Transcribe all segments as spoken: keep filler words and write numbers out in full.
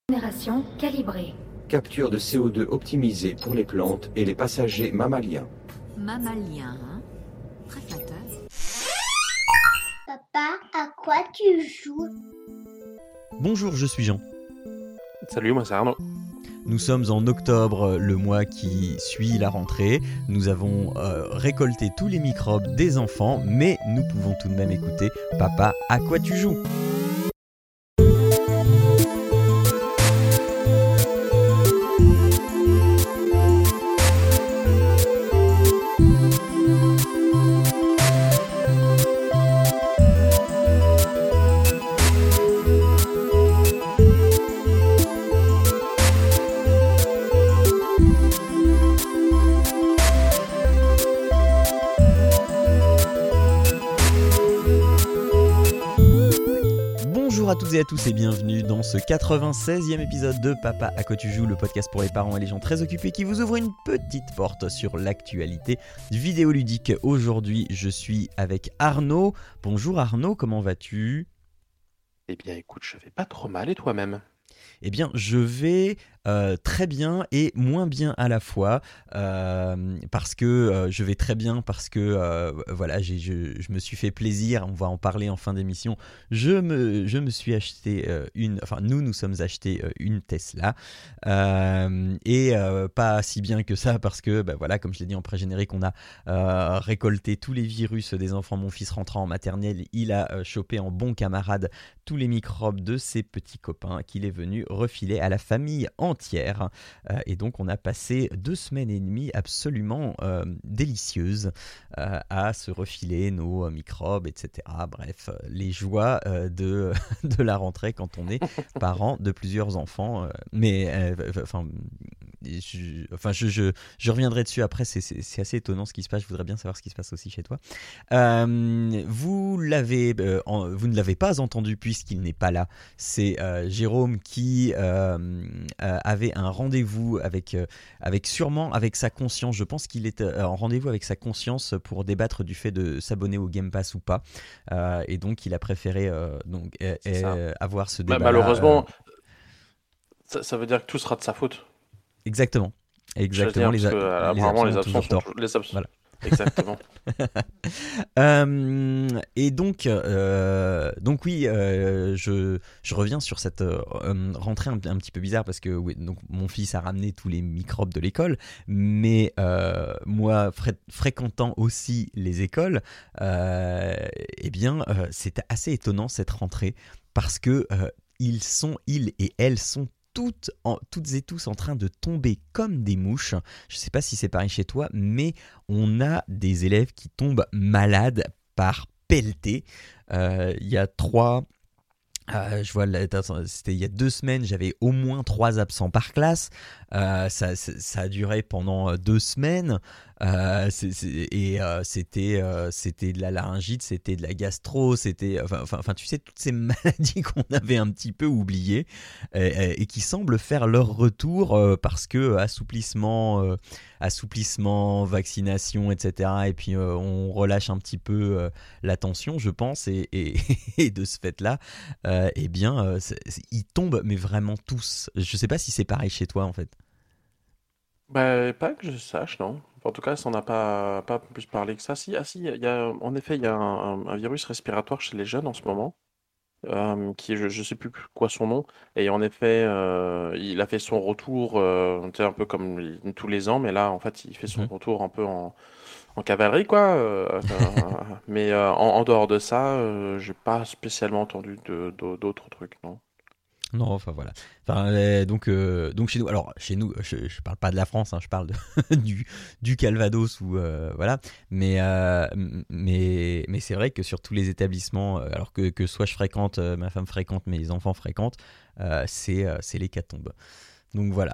Génération calibrée. Capture de C O deux optimisée pour les plantes et les passagers mammaliens. Mammalien, hein? Très flatteur. Papa, à quoi tu joues? Bonjour, je suis Jean. Salut, moi c'est Arnaud. Nous sommes en octobre, le mois qui suit la rentrée. Nous avons euh, récolté tous les microbes des enfants, mais nous pouvons tout de même écouter « Papa, à quoi tu joues ?» Bonjour à toutes et à tous et bienvenue dans ce quatre-vingt-seizième épisode de Papa à quoi tu joues, le podcast pour les parents et les gens très occupés qui vous ouvre une petite porte sur l'actualité vidéoludique. Aujourd'hui, je suis avec Arnaud. Bonjour Arnaud, comment vas-tu ? Eh bien écoute, je vais pas trop mal et toi-même ? Eh bien, je vais euh, très bien et moins bien à la fois, euh, parce que euh, je vais très bien, parce que euh, voilà, j'ai, je, je me suis fait plaisir, on va en parler en fin d'émission, je me, je me suis acheté euh, une, enfin nous nous sommes acheté euh, une Tesla, euh, et euh, pas si bien que ça, parce que bah, voilà, comme je l'ai dit en pré-générique, on a euh, récolté tous les virus des enfants. Mon fils rentrant en maternelle, il a euh, chopé en bon camarade tous les microbes de ses petits copains qu'il est venu refiler à la famille entière. Euh, et donc on a passé deux semaines et demie absolument euh, délicieuses euh, à se refiler nos euh, microbes, et cetera. Bref, les joies euh, de, de la rentrée quand on est parent de plusieurs enfants. Euh, mais enfin... Euh, Je, enfin, je, je, je reviendrai dessus après, c'est, c'est, c'est assez étonnant ce qui se passe, je voudrais bien savoir ce qui se passe aussi chez toi. Euh, vous, l'avez, euh, en, vous ne l'avez pas entendu puisqu'il n'est pas là, c'est euh, Jérôme qui euh, euh, avait un rendez-vous avec, euh, avec sûrement avec sa conscience, je pense qu'il est euh, en rendez-vous avec sa conscience pour débattre du fait de s'abonner au Game Pass ou pas, euh, et donc il a préféré euh, donc, euh, euh, avoir ce débat. Bah, malheureusement, euh... ça, ça veut dire que tout sera de sa faute. Exactement, exactement. Dire, les, a- que, les apparemment, absents les absents sont sont les absents. Voilà. Exactement. euh, et donc, euh, donc oui, euh, je, je reviens sur cette euh, rentrée un, un petit peu bizarre parce que oui, donc mon fils a ramené tous les microbes de l'école, mais euh, moi, fré- fréquentant aussi les écoles, euh, eh bien, euh, c'était assez étonnant cette rentrée parce que euh, ils sont, ils et elles sont Toutes, en, toutes et tous en train de tomber comme des mouches. Je ne sais pas si c'est pareil chez toi, mais on a des élèves qui tombent malades par pelletée. Euh, il y a trois... Euh, je vois, c'était il y a deux semaines, j'avais au moins trois absents par classe. Euh, ça, ça, ça a duré pendant deux semaines. Euh, c'est, c'est, et euh, c'était, euh, c'était de la laryngite, c'était de la gastro, c'était, enfin, enfin, tu sais, toutes ces maladies qu'on avait un petit peu oubliées et, et qui semblent faire leur retour euh, parce que assouplissement, euh, assouplissement, vaccination, et cetera. Et puis euh, on relâche un petit peu euh, la tension, je pense, et, et, et de ce fait-là, euh, eh bien, euh, c'est, c'est, ils tombent, mais vraiment tous. Je sais pas si c'est pareil chez toi en fait. Bah, pas que je sache, non. En tout cas, ça, on n'a pas, pas plus parlé que ça. Si, ah, si, il y a, en effet, il y a un, un virus respiratoire chez les jeunes en ce moment, euh, qui, je, je sais plus quoi son nom, et en effet, euh, il a fait son retour, euh, tu sais, un peu comme les- tous les ans, mais là, en fait, il fait son Mhm. retour un peu en, en cavalerie, quoi. euh, euh, mais euh, en, en dehors de ça, euh, j'ai pas spécialement entendu de, de- d'autres trucs, non. Non, enfin voilà. Enfin, euh, donc, euh, donc chez nous, alors chez nous, je, je parle pas de la France, hein, je parle de, du, du Calvados ou euh, voilà. Mais, euh, mais, mais c'est vrai que sur tous les établissements, euh, alors que, que soit je fréquente, euh, ma femme fréquente, mes enfants fréquentent, euh, c'est, euh, c'est l'hécatombe. Donc voilà.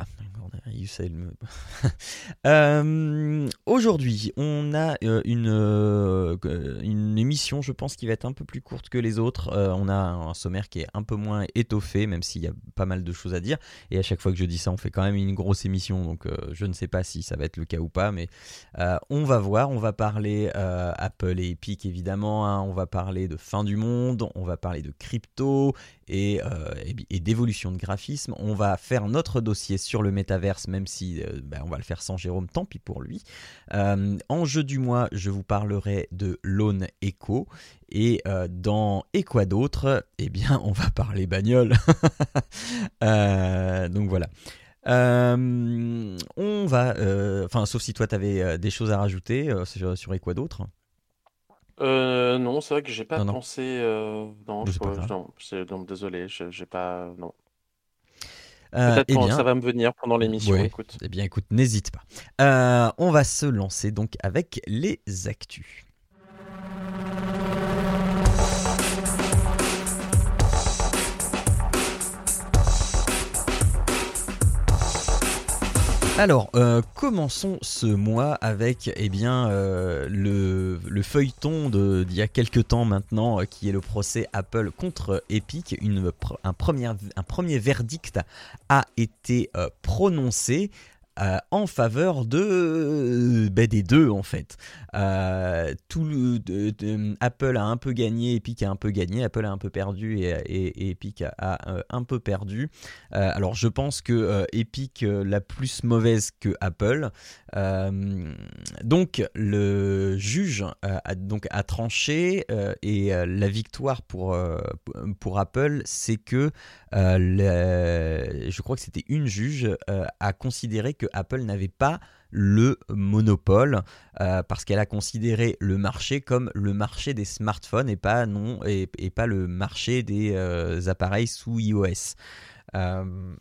euh, aujourd'hui, on a euh, une, euh, une émission, je pense, qui va être un peu plus courte que les autres. Euh, on a un sommaire qui est un peu moins étoffé, même s'il y a pas mal de choses à dire. Et à chaque fois que je dis ça, on fait quand même une grosse émission. Donc euh, je ne sais pas si ça va être le cas ou pas, mais euh, on va voir. On va parler euh, Apple et Epic, évidemment. Hein. On va parler de fin du monde. On va parler de crypto. et, euh, et, et d'évolution de graphisme. On va faire notre dossier sur le métaverse, même si euh, ben, on va le faire sans Jérôme, tant pis pour lui. Euh, en jeu du mois, je vous parlerai de Lone Echo. Et euh, dans Et quoi d'autre, eh bien, on va parler bagnole. euh, donc voilà. Euh, on va, enfin, euh, sauf si toi, tu avais euh, des choses à rajouter euh, sur, sur Et quoi d'autre. Euh, non, c'est vrai que j'ai pas Non, non, pensé. euh, Non, je, c'est pas pourrais- grave. non, c'est- donc désolé, je- j'ai pas. Non. Euh, Peut-être eh quand ça bien, va me venir pendant l'émission. ouais, Écoute. eh bien, écoute, n'hésite pas. Euh, on va se lancer donc avec les actus. Alors, euh, commençons ce mois avec eh bien, euh, le, le feuilleton de- d'il y a quelques temps maintenant, euh, qui est le procès Apple contre Epic. Une, un, premier, un premier verdict a été euh, prononcé. Euh, en faveur de, euh, ben des deux en fait. Euh, tout le, de, de, Apple a un peu gagné, Epic a un peu gagné, Apple a un peu perdu et, et, et Epic a, a euh, un peu perdu. Euh, alors je pense que euh, Epic euh, la plus mauvaise que Apple. Euh, donc le juge euh, a, donc, a tranché euh, et euh, la victoire pour, euh, pour Apple, c'est que euh, le, je crois que c'était une juge euh, a considéré que Apple n'avait pas le monopole euh, parce qu'elle a considéré le marché comme le marché des smartphones et pas, non, et, et pas le marché des euh, appareils sous iOS. Euh,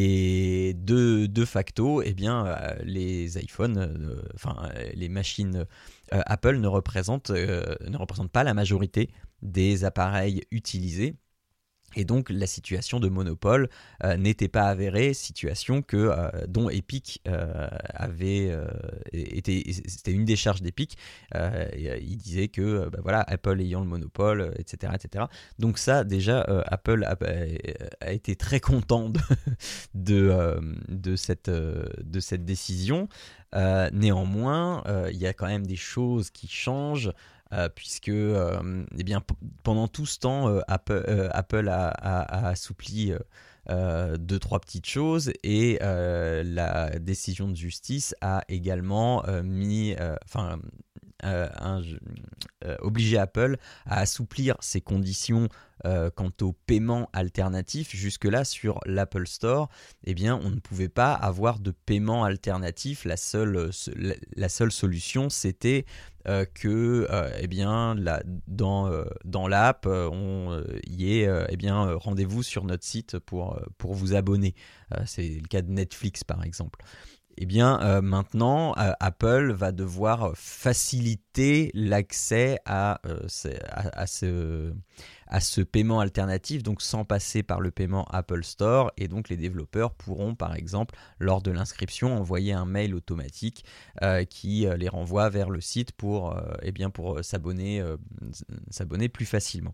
et de, de facto, eh bien, euh, les iPhones, euh, enfin les machines euh, Apple ne représentent, euh, ne représentent pas la majorité des appareils utilisés. Et donc la situation de monopole euh, n'était pas avérée, situation que, euh, dont Epic euh, avait euh, été, c'était une des charges d'Epic. Euh, et, euh, il disait que euh, bah, voilà, Apple ayant le monopole, et cetera, et cetera. Donc ça déjà, euh, Apple a, a été très content de, de, euh, de, cette, euh, de cette décision. Euh, néanmoins, euh, il y a quand même des choses qui changent. Euh, puisque euh, eh bien, p- pendant tout ce temps, euh, Apple, euh, Apple a, a- a assoupli euh, euh, deux, trois petites choses et euh, la décision de justice a également euh, mis, euh, enfin, euh, un- euh, obligé Apple à assouplir ses conditions euh, quant au paiement alternatif. Jusque-là, sur l'Apple Store, eh bien, on ne pouvait pas avoir de paiement alternatif. La seule, la, la seule solution, c'était euh, que, euh, eh bien, la, dans, euh, dans l'app, euh, on euh, y est, euh, eh bien, euh, rendez-vous sur notre site pour, euh, pour vous abonner. Euh, c'est le cas de Netflix, par exemple. Eh bien, euh, maintenant, euh, Apple va devoir faciliter l'accès à, euh, à, à, ce, à ce paiement alternatif, donc sans passer par le paiement Apple Store. Et donc, les développeurs pourront, par exemple, lors de l'inscription, envoyer un mail automatique euh, qui euh, les renvoie vers le site pour, euh, eh bien, pour s'abonner, euh, s'abonner plus facilement.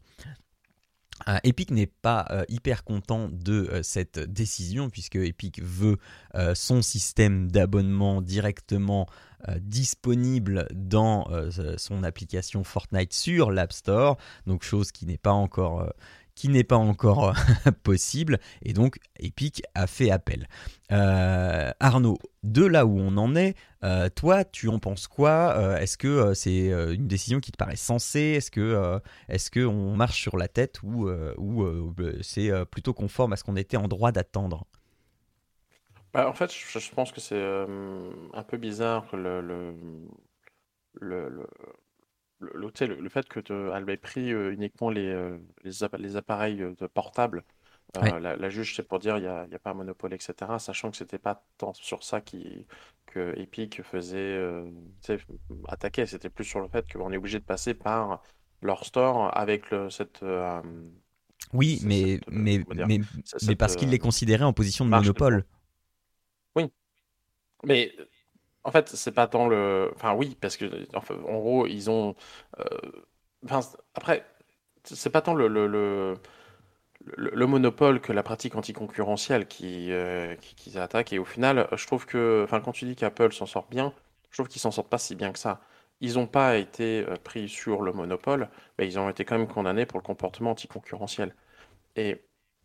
Euh, Epic n'est pas euh, hyper content de euh, cette décision puisque Epic veut euh, son système d'abonnement directement euh, disponible dans euh, son application Fortnite sur l'App Store, donc chose qui n'est pas encore euh, qui n'est pas encore possible, et donc Epic a fait appel. Euh, Arnaud, de là où on en est, euh, toi, tu en penses quoi? euh, Est-ce que euh, c'est euh, une décision qui te paraît sensée? Est-ce que euh, est-ce que on marche sur la tête ou euh, ou euh, c'est euh, plutôt conforme à ce qu'on était en droit d'attendre? Bah, en fait, je, je pense que c'est euh, un peu bizarre que le, le, le, le, le, le- tu sais, le- le fait que te- elle ait pris euh, uniquement les, euh, les, app- les appareils euh, de portables. Ouais. Euh, la, la juge, c'est pour dire il n'y a, il y a pas un monopole, et cetera. Sachant que c'était pas tant sur ça qui, que Epic faisait euh, tu sais, attaquer, c'était plus sur le fait qu'on est obligé de passer par leur store avec le, cette, euh, Oui, ce- mais cette, euh, mais comment dire, mais ce- mais cette parce qu'il euh, les considérait en position de marge de monopole. pro. Oui, mais en fait, c'est pas tant le. Enfin, oui, parce que enfin, en gros, ils ont. euh, Enfin, après, c'est pas tant le, le, le, le- le monopole que la pratique anticoncurrentielle qui, euh, qui, qui attaque. Et au final, je trouve que. Enfin, quand tu dis qu'Apple s'en sort bien, je trouve qu'ils s'en sortent pas si bien que ça. Ils n'ont pas été euh, pris sur le monopole, mais ils ont été quand même condamnés pour le comportement anticoncurrentiel. Et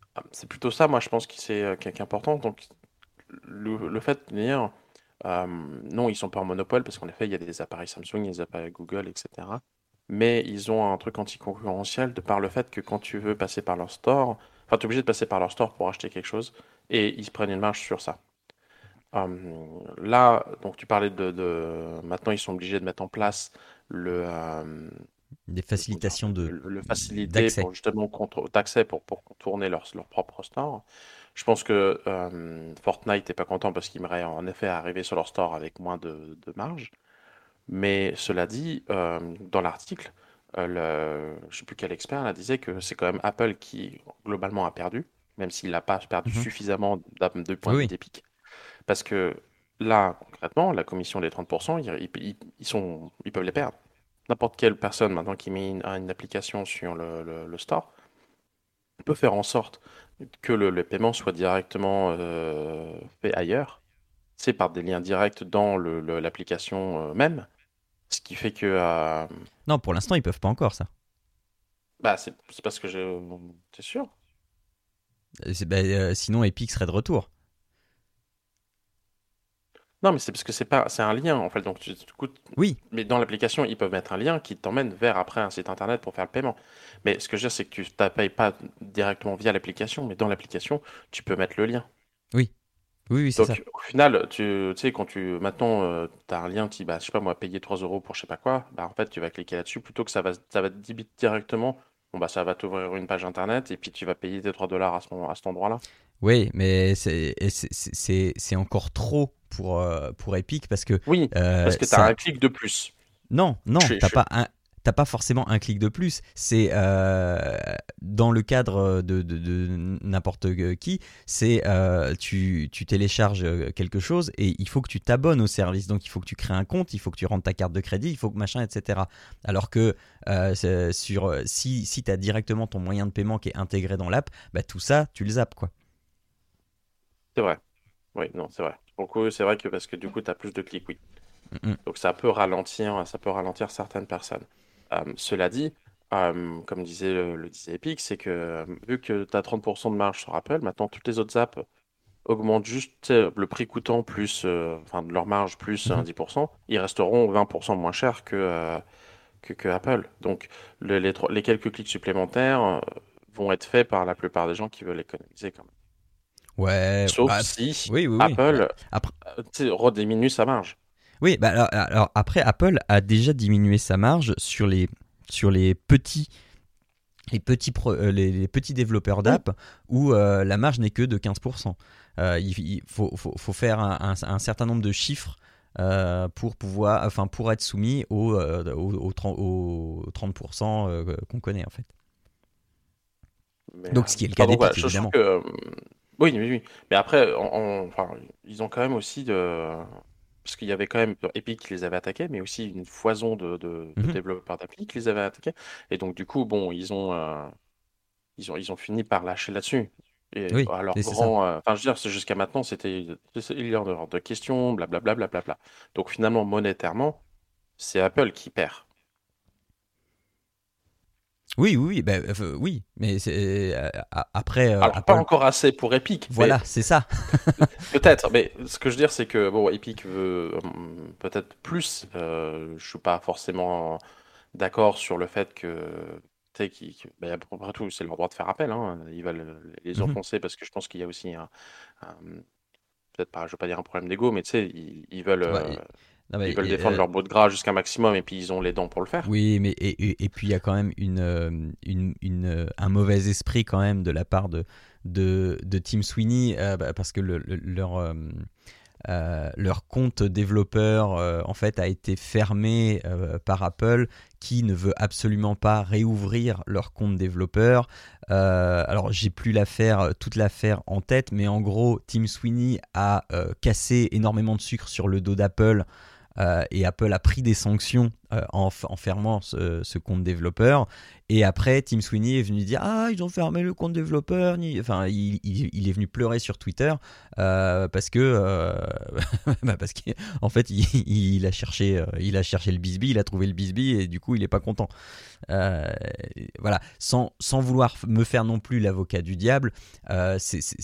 Ah, c'est plutôt ça, moi, je pense, qui c'est euh, qui est qui est important. Donc, le, le fait de dire, euh, non, ils sont pas en monopole, parce qu'en effet, il y a des appareils Samsung, il y a des appareils Google, et cetera. Mais ils ont un truc anticoncurrentiel de par le fait que quand tu veux passer par leur store, enfin, tu es obligé de passer par leur store pour acheter quelque chose, et ils se prennent une marge sur ça. Euh, Là, donc tu parlais de, de- Maintenant, ils sont obligés de mettre en place le, euh, Des comment dire, facilitations de le, le faciliter d'accès. pour justement contre, d'accès pour, pour contourner leur, leur propre store. Je pense que euh, Fortnite n'est pas content parce qu'il aimerait en effet arriver sur leur store avec moins de, de marge. Mais cela dit, euh, dans l'article, euh, le, je ne sais plus quel expert là, disait que c'est quand même Apple qui globalement a perdu, même s'il n'a pas perdu Mhm. suffisamment d'un- de point Oui, de vue oui. d'Epic. Parce que là, concrètement, la commission des trente pour cent, ils, ils- ils sont, ils peuvent les perdre. N'importe quelle personne maintenant qui met une, une application sur le, le- le store peut faire en sorte que le, le paiement soit directement euh, fait ailleurs. C'est par des liens directs dans le- le- l'application euh, même. Ce qui fait que euh, Non, pour l'instant, ils peuvent pas encore ça. bah, c'est c'est parce que je. C'est sûr. Euh, c'est- bah, euh, sinon, Epic serait de retour. Non, mais c'est parce que c'est pas, c'est un lien en fait. Donc, tu, du coup, Oui, mais dans l'application, ils peuvent mettre un lien qui t'emmène vers après un site internet pour faire le paiement. Mais ce que je veux dire, c'est que tu ne payes pas directement via l'application, mais dans l'application, tu peux mettre le lien. oui, oui, oui, c'est ça. Donc, au final, tu, tu sais, quand tu maintenant, tu as un lien qui, bah, je sais pas moi, payer trois euros pour je sais pas quoi, bah, en fait, tu vas cliquer là-dessus plutôt que ça va, ça va te dire directement. Bon, bah, ça va t'ouvrir une page internet et puis tu vas payer tes trois dollars à ce moment, à cet endroit-là. Oui, mais c'est et c'est c'est- c'est- c'est encore trop pour, euh, pour Epic parce que Oui, euh, parce que tu as ça. un clic de plus. Non, non, Je, t'as je- pas un. T'as pas forcément un clic de plus. C'est euh, dans le cadre de, de- de n'importe qui. C'est euh, tu, tu télécharges quelque chose et il faut que tu t'abonnes au service. Donc il faut que tu crées un compte, il faut que tu rentres ta carte de crédit, il faut que machin, et cetera. Alors que euh, c'est sur si si t'as directement ton moyen de paiement qui est intégré dans l'app, bah tout ça tu le zappes quoi. C'est vrai. Oui, non, c'est vrai. Pour le coup, c'est vrai que parce que du coup, tu as plus de clics, oui. Mm, mm. Donc ça peut ralentir, ça peut ralentir certaines personnes. Euh, cela dit, euh, comme disait le, le disait Epic, c'est que euh, vu que tu as trente pour cent de marge sur Apple, maintenant toutes les autres apps augmentent juste tu sais, le prix coûtant plus, euh, enfin de leur marge plus un Mhm. dix pour cent, ils resteront vingt pour cent moins chers que, euh, que, que Apple. Donc le- les, tro- les quelques clics supplémentaires euh, vont être faits par la plupart des gens qui veulent économiser quand même. Ouais, Sauf bah, pff, si oui, oui, oui. Bah, Apple après, euh, tu sais, rediminue sa marge. oui, bah alors, alors après, Apple a déjà diminué sa marge sur les, sur les petits, les petits, pro- euh, les, les petits développeurs Oui, d'app où euh, la marge n'est que de quinze pour cent. Euh, il, il faut, faut, faut faire un, un- un certain nombre de chiffres euh, pour pouvoir, enfin, pour être soumis au, euh, au, au trente au trente pour cent euh, qu'on connaît en fait. mais, Donc, euh, ce qui est le cas pardon, voilà, d'Epic je, je trouve évidemment. que euh, oui, oui, oui. Mais après, on- on- enfin, ils ont quand même aussi de parce qu'il y avait quand même Epic qui les avait attaqués, mais aussi une foison de, de, de Mhm. développeurs d'appli qui les avaient attaqués. Et donc du coup, bon, ils ont euh, ils ont ils ont fini par lâcher là-dessus. Et Oui, à leur et c'est ça. grand, euh, enfin, je veux dire, c'est jusqu'à maintenant, c'était c'est- il y a hors de questions, blablabla, blablabla. Donc finalement, monétairement, c'est Apple qui perd. Oui, oui, oui, bah, euh, oui, mais c'est euh, a- après euh, Alors pas Apple. encore assez pour Epic, mais Voilà, c'est ça. peut-être, mais ce que je veux dire, c'est que bon, Epic veut hum, peut-être plus. Euh, je suis pas forcément d'accord sur le fait que, tu sais, qui, ben, après tout, c'est leur droit de faire appel. Hein. Ils veulent les Mhm. enfoncer parce que je pense qu'il y a aussi un, un- peut-être pas, je veux pas dire un problème d'ego, mais tu sais, ils, ils veulent, Ouais, euh, et- non, ils mais, veulent défendre euh, leur bout de gras jusqu'à un maximum et puis ils ont les dents pour le faire. oui, mais et, et- et puis il y a quand même une, euh, une, une, euh, un mauvais esprit quand même de la part de, de, de Tim Sweeney euh, bah, parce que le, le- leur, euh, euh, leur compte développeur euh, en fait a été fermé euh, par Apple qui ne veut absolument pas réouvrir leur compte développeur. Euh, alors j'ai plus l'affaire, toute l'affaire en tête, mais en gros Tim Sweeney a euh, cassé énormément de sucre sur le dos d'Apple euh, et Apple a pris des sanctions euh, en, f- en fermant ce, ce compte développeur. Et après, Tim Sweeney est venu dire ah ils ont fermé le compte développeur. Ni... Enfin, il, il, il est venu pleurer sur Twitter euh, parce que euh, bah parce qu'en fait il, il a cherché euh, il a cherché le bisbee, il a trouvé le bisbee et du coup il est pas content. Euh, voilà, sans sans vouloir me faire non plus l'avocat du diable, euh, c'est, c'est,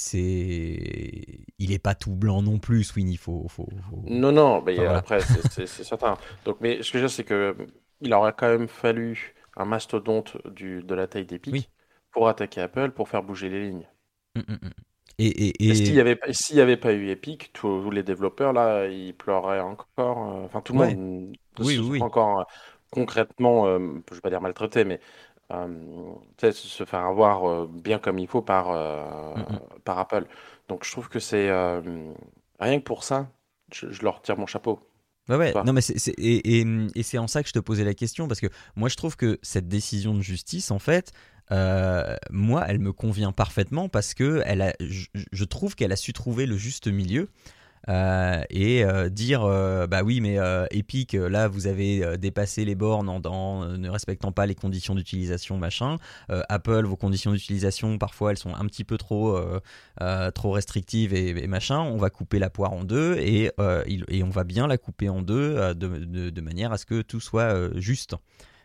c'est il est pas tout blanc non plus, Sweeney. Faut faut, faut... Non, non, mais Enfin, voilà. après, c'est c'est- c'est certain. Donc, mais ce que je veux dire, c'est que il aurait quand même fallu un mastodonte du, de la taille Oui. d'Epic pour attaquer Apple, pour faire bouger les lignes. Mm, mm, mm. Et et, Et s'il et... n'y avait, pas- s'il y avait pas eu Epic, tous tous les développeurs, là, ils pleuraient encore. euh, Enfin, tout le ouais, monde oui se oui sent oui. encore euh, concrètement, euh, je vais pas dire maltraité, mais euh, tu sais, se faire avoir euh, bien comme il faut par, euh, Mm, mm. par Apple. Donc, je trouve que c'est euh, rien que pour ça, je, je leur tire mon chapeau. Ouais, Tu ouais, vois. non, mais c'est, c'est- et, et, et c'est en ça que je te posais la question, parce que moi je trouve que cette décision de justice, en fait, euh, moi, elle me convient parfaitement parce que elle a, je, je trouve qu'elle a su trouver le juste milieu. Euh, et euh, dire euh, bah oui mais euh, Epic euh, là vous avez euh, dépassé les bornes en, en euh, ne respectant pas les conditions d'utilisation machin. Euh, Apple, vos conditions d'utilisation parfois elles sont un petit peu trop euh, euh, trop restrictives et, et machin, on va couper la poire en deux et, euh, il- et on va bien la couper en deux euh, de, de, de manière à ce que tout soit euh, juste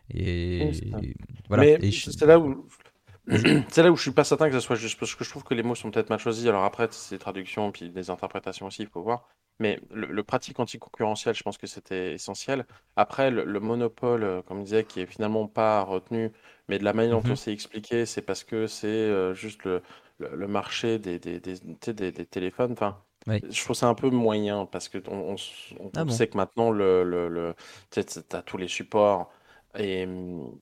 Oui, c'est ça. et voilà. Mais Et je- c'est là où Vas-y. c'est là où je suis pas certain que ce soit juste parce que je trouve que les mots sont peut-être mal choisis. Alors après, c'est des traductions puis des interprétations aussi, il faut voir. Mais le, le pratique anticoncurrentiel, je pense que c'était essentiel. Après, le, le monopole, euh, comme je disais, qui est finalement pas retenu, mais de la manière dont on Mhm. s'est expliqué, c'est parce que c'est euh, juste le, le, le marché des, des, des, tu sais, des, des téléphones. Enfin, Ouais. je trouve ça un peu moyen parce que on, on s- on- Ah on bon. sait que maintenant, le, le, le, tu as tous les supports. Et, hum,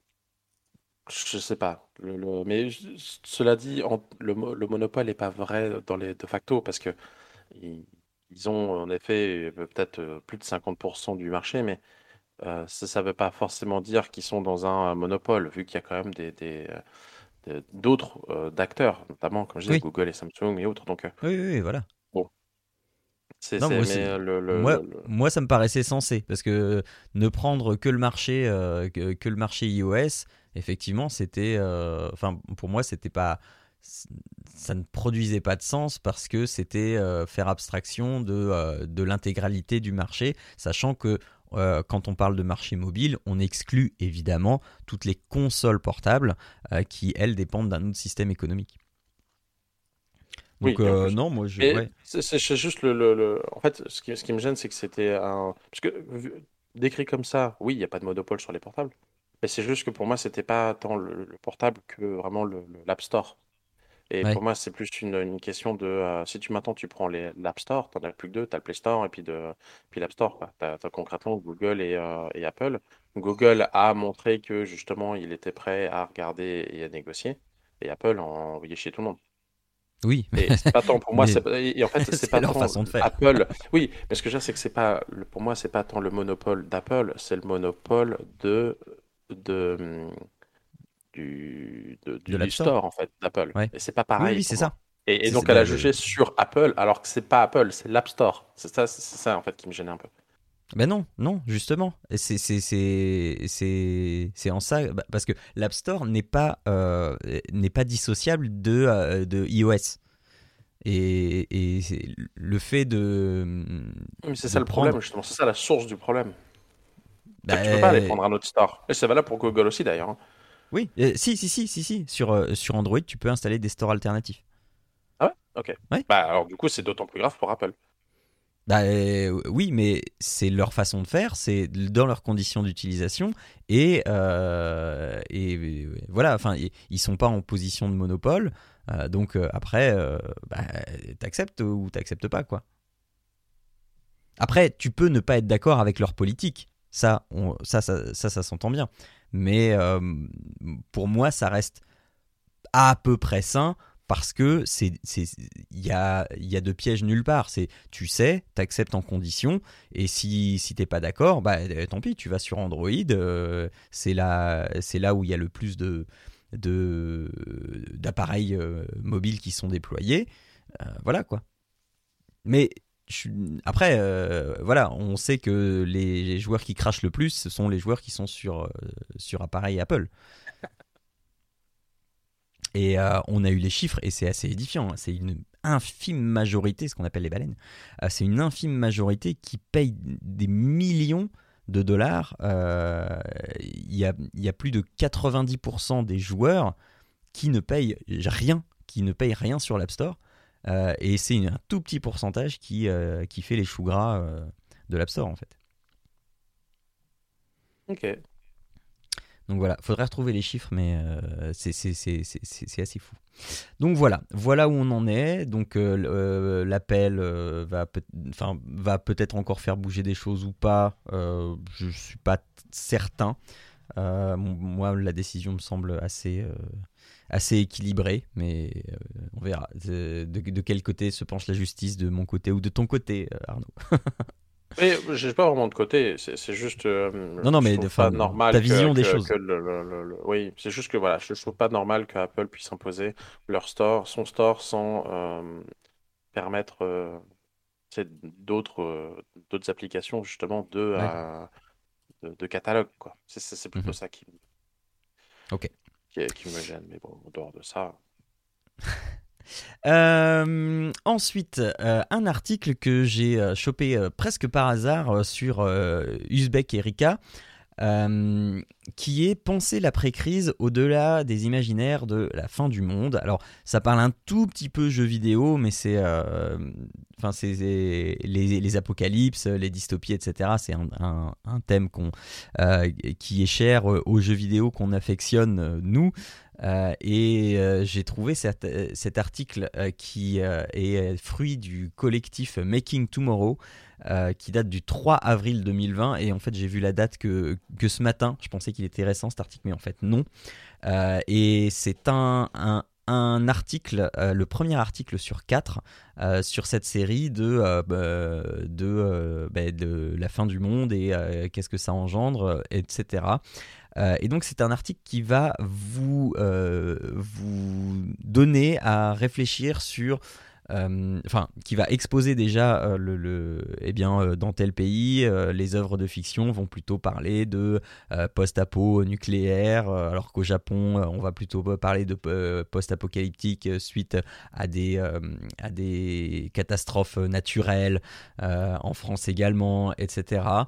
je sais pas. Le, le- mais je- cela dit, en- le, mo- le monopole n'est pas vrai dans les de facto parce que ils, ils ont en effet euh, peut-être euh, plus de cinquante pour cent du marché, mais euh, ça ne veut pas forcément dire qu'ils sont dans un monopole, vu qu'il y a quand même des, des, euh, de- d'autres euh, d'acteurs, notamment, comme je disais, Oui. Google et Samsung et autres. Donc, euh, Oui, oui, oui, voilà. bon, c'est, Non, c'est, moi, mais c'est... euh, le, le, Moi, le- le- moi, ça me paraissait sensé parce que ne prendre que le marché, euh, que, que le marché iOS, effectivement, c'était, euh, enfin, pour moi, c'était pas, ça ne produisait pas de sens parce que c'était euh, faire abstraction de, euh, de l'intégralité du marché, sachant que euh, quand on parle de marché mobile, on exclut évidemment toutes les consoles portables euh, qui, elles, dépendent d'un autre système économique. Oui, Donc, et en euh, plus. non, moi, je, Mais ouais, c'est c'est- c'est juste le, le, le- En fait, ce qui, ce qui me gêne, c'est que c'était un. Parce que, vu- décrit comme ça, oui, il n'y a pas de monopole sur les portables. Mais c'est juste que pour moi, c'était pas tant le, le portable que vraiment le, le- l'App Store. Et ouais, pour moi, c'est plus une, une question de. Euh, si tu maintenant, tu prends les, l'App Store, t'en as plus que deux, t'as le Play Store et puis, de, puis l'App Store, quoi. T'as, t'as concrètement Google et, euh, et Apple. Google a montré que justement, il était prêt à regarder et à négocier. Et Apple en envoyait chez tout le monde. oui, Et c'est pas tant pour moi, mais c'est pas- et en fait, c'est c'est pas leur tant façon de faire. Apple. Oui, mais ce que je veux dire, c'est que c'est pas, le- pour moi, c'est pas tant le monopole d'Apple, c'est le monopole de, de, hum, du, de- De du, du l'App Store. store, en fait, d'Apple. Ouais. Et c'est pas Oui, pareil oui, pour c'est moi. ça. Et, et C'est, c'est- donc, elle bah, a le- jugé sur Apple, alors que c'est pas Apple, c'est l'App Store. C'est ça, c'est ça, en fait, qui me gênait un peu. bah non, non, justement. Et C'est, c'est, c'est, c'est, c'est en ça, bah, parce que l'App Store n'est pas, euh, n'est pas dissociable de, euh, de iOS. Et, et c'est le fait de, Oui, mais c'est de ça le problème, prendre. justement. C'est ça la source du problème. C'est que tu peux pas aller Bah, prendre un autre store. Et c'est valable pour Google aussi, d'ailleurs, hein. oui, euh, si, si, si, si, si. Sur, euh, sur Android, tu peux installer des stores alternatifs. Ah ouais? Ok. Ouais. Bah, alors, du coup, c'est d'autant plus grave pour Apple. Bah, euh, oui, mais c'est leur façon de faire, c'est dans leurs conditions d'utilisation et, euh, et euh, voilà. Enfin, ils ils sont pas en position de monopole, euh, donc euh, après, euh, bah, t'acceptes ou t'acceptes pas quoi. Après, tu peux ne pas être d'accord avec leur politique, ça, on- ça, ça, ça, ça s'entend bien. Mais euh, pour moi, ça reste à peu près sain parce que c'est c'est il y a il y a de piège nulle part. C'est tu sais, t'acceptes en condition et si si t'es pas d'accord, bah euh, tant pis, tu vas sur Android. euh, c'est là c'est là où il y a le plus de de d'appareils euh, mobiles qui sont déployés. Euh, voilà quoi. Mais je- après, euh, voilà, on sait que les joueurs qui crachent le plus, ce sont les joueurs qui sont sur, euh, sur appareil Apple. Et euh, on a eu les chiffres, et c'est assez édifiant. Hein. C'est une infime majorité, ce qu'on appelle les baleines, euh, c'est une infime majorité qui paye des millions de dollars. Euh, Il y, a, il y a plus de quatre-vingt-dix pour cent des joueurs qui ne payent rien, qui ne payent rien sur l'App Store. Euh, et c'est une- un tout petit pourcentage qui, euh, qui fait les choux gras euh, de l'App Store, en fait. Ok. Donc voilà, faudrait retrouver les chiffres, mais euh, c'est, c'est, c'est, c'est, c'est- c'est assez fou. Donc voilà, voilà où on en est. Donc euh, l- euh, l'appel euh, va, peut- enfin, va peut-être encore faire bouger des choses ou pas. Euh, je ne suis pas t- certain. Euh, mon- moi, la décision me semble assez, euh, assez équilibrée, mais euh, on verra. De, de- de quel côté se penche la justice, de mon côté ou de ton côté, euh, Arnaud. Mais j'ai pas vraiment de côté, c'est c'est juste, euh, Non, non, je mais trouve enfin, pas normal ta que, vision des que, choses. que le, le- le- le- oui, c'est juste que voilà, je trouve pas normal que Apple puisse imposer leur store, son store sans euh, permettre euh, tu sais, d'autres euh, d'autres applications justement de, Ouais. euh, de, de catalogue, quoi. C'est c'est- c'est plutôt Mhm. ça qui, Ok. qui, qui me gêne, mais bon, en dehors de ça. Euh, ensuite, euh, un article que j'ai euh, chopé euh, presque par hasard euh, sur euh, Uzbek Erika, euh, qui est penser l'après-crise au-delà des imaginaires de la fin du monde. Alors, ça parle un tout petit peu jeux vidéo, mais c'est, euh, enfin, c'est c'est les, les apocalypses, les dystopies, et cetera. C'est un, un- un thème qu'on, euh, qui est cher euh, aux jeux vidéo qu'on affectionne euh, nous. Euh, et euh, j'ai trouvé cet, cet article euh, qui euh, est fruit du collectif Making Tomorrow, euh, qui date du trois avril deux mille vingt. Et en fait, j'ai vu la date que, que ce matin. Je pensais qu'il était récent cet article, mais en fait, non. Euh, et c'est un, un, un article, euh, le premier article sur quatre, euh, sur cette série de, euh, bah, de, euh, bah, de la fin du monde et euh, qu'est-ce que ça engendre, et cetera. Euh, et donc c'est un article qui va vous, euh, vous donner à réfléchir sur, euh, enfin, qui va exposer déjà euh, le, le- eh bien, euh, dans tel pays, euh, les œuvres de fiction vont plutôt parler de euh, post-apo nucléaire, euh, alors qu'au Japon, euh, on va plutôt parler de euh, post-apocalyptique euh, suite à des, euh, à des catastrophes naturelles, euh, en France également, et cetera.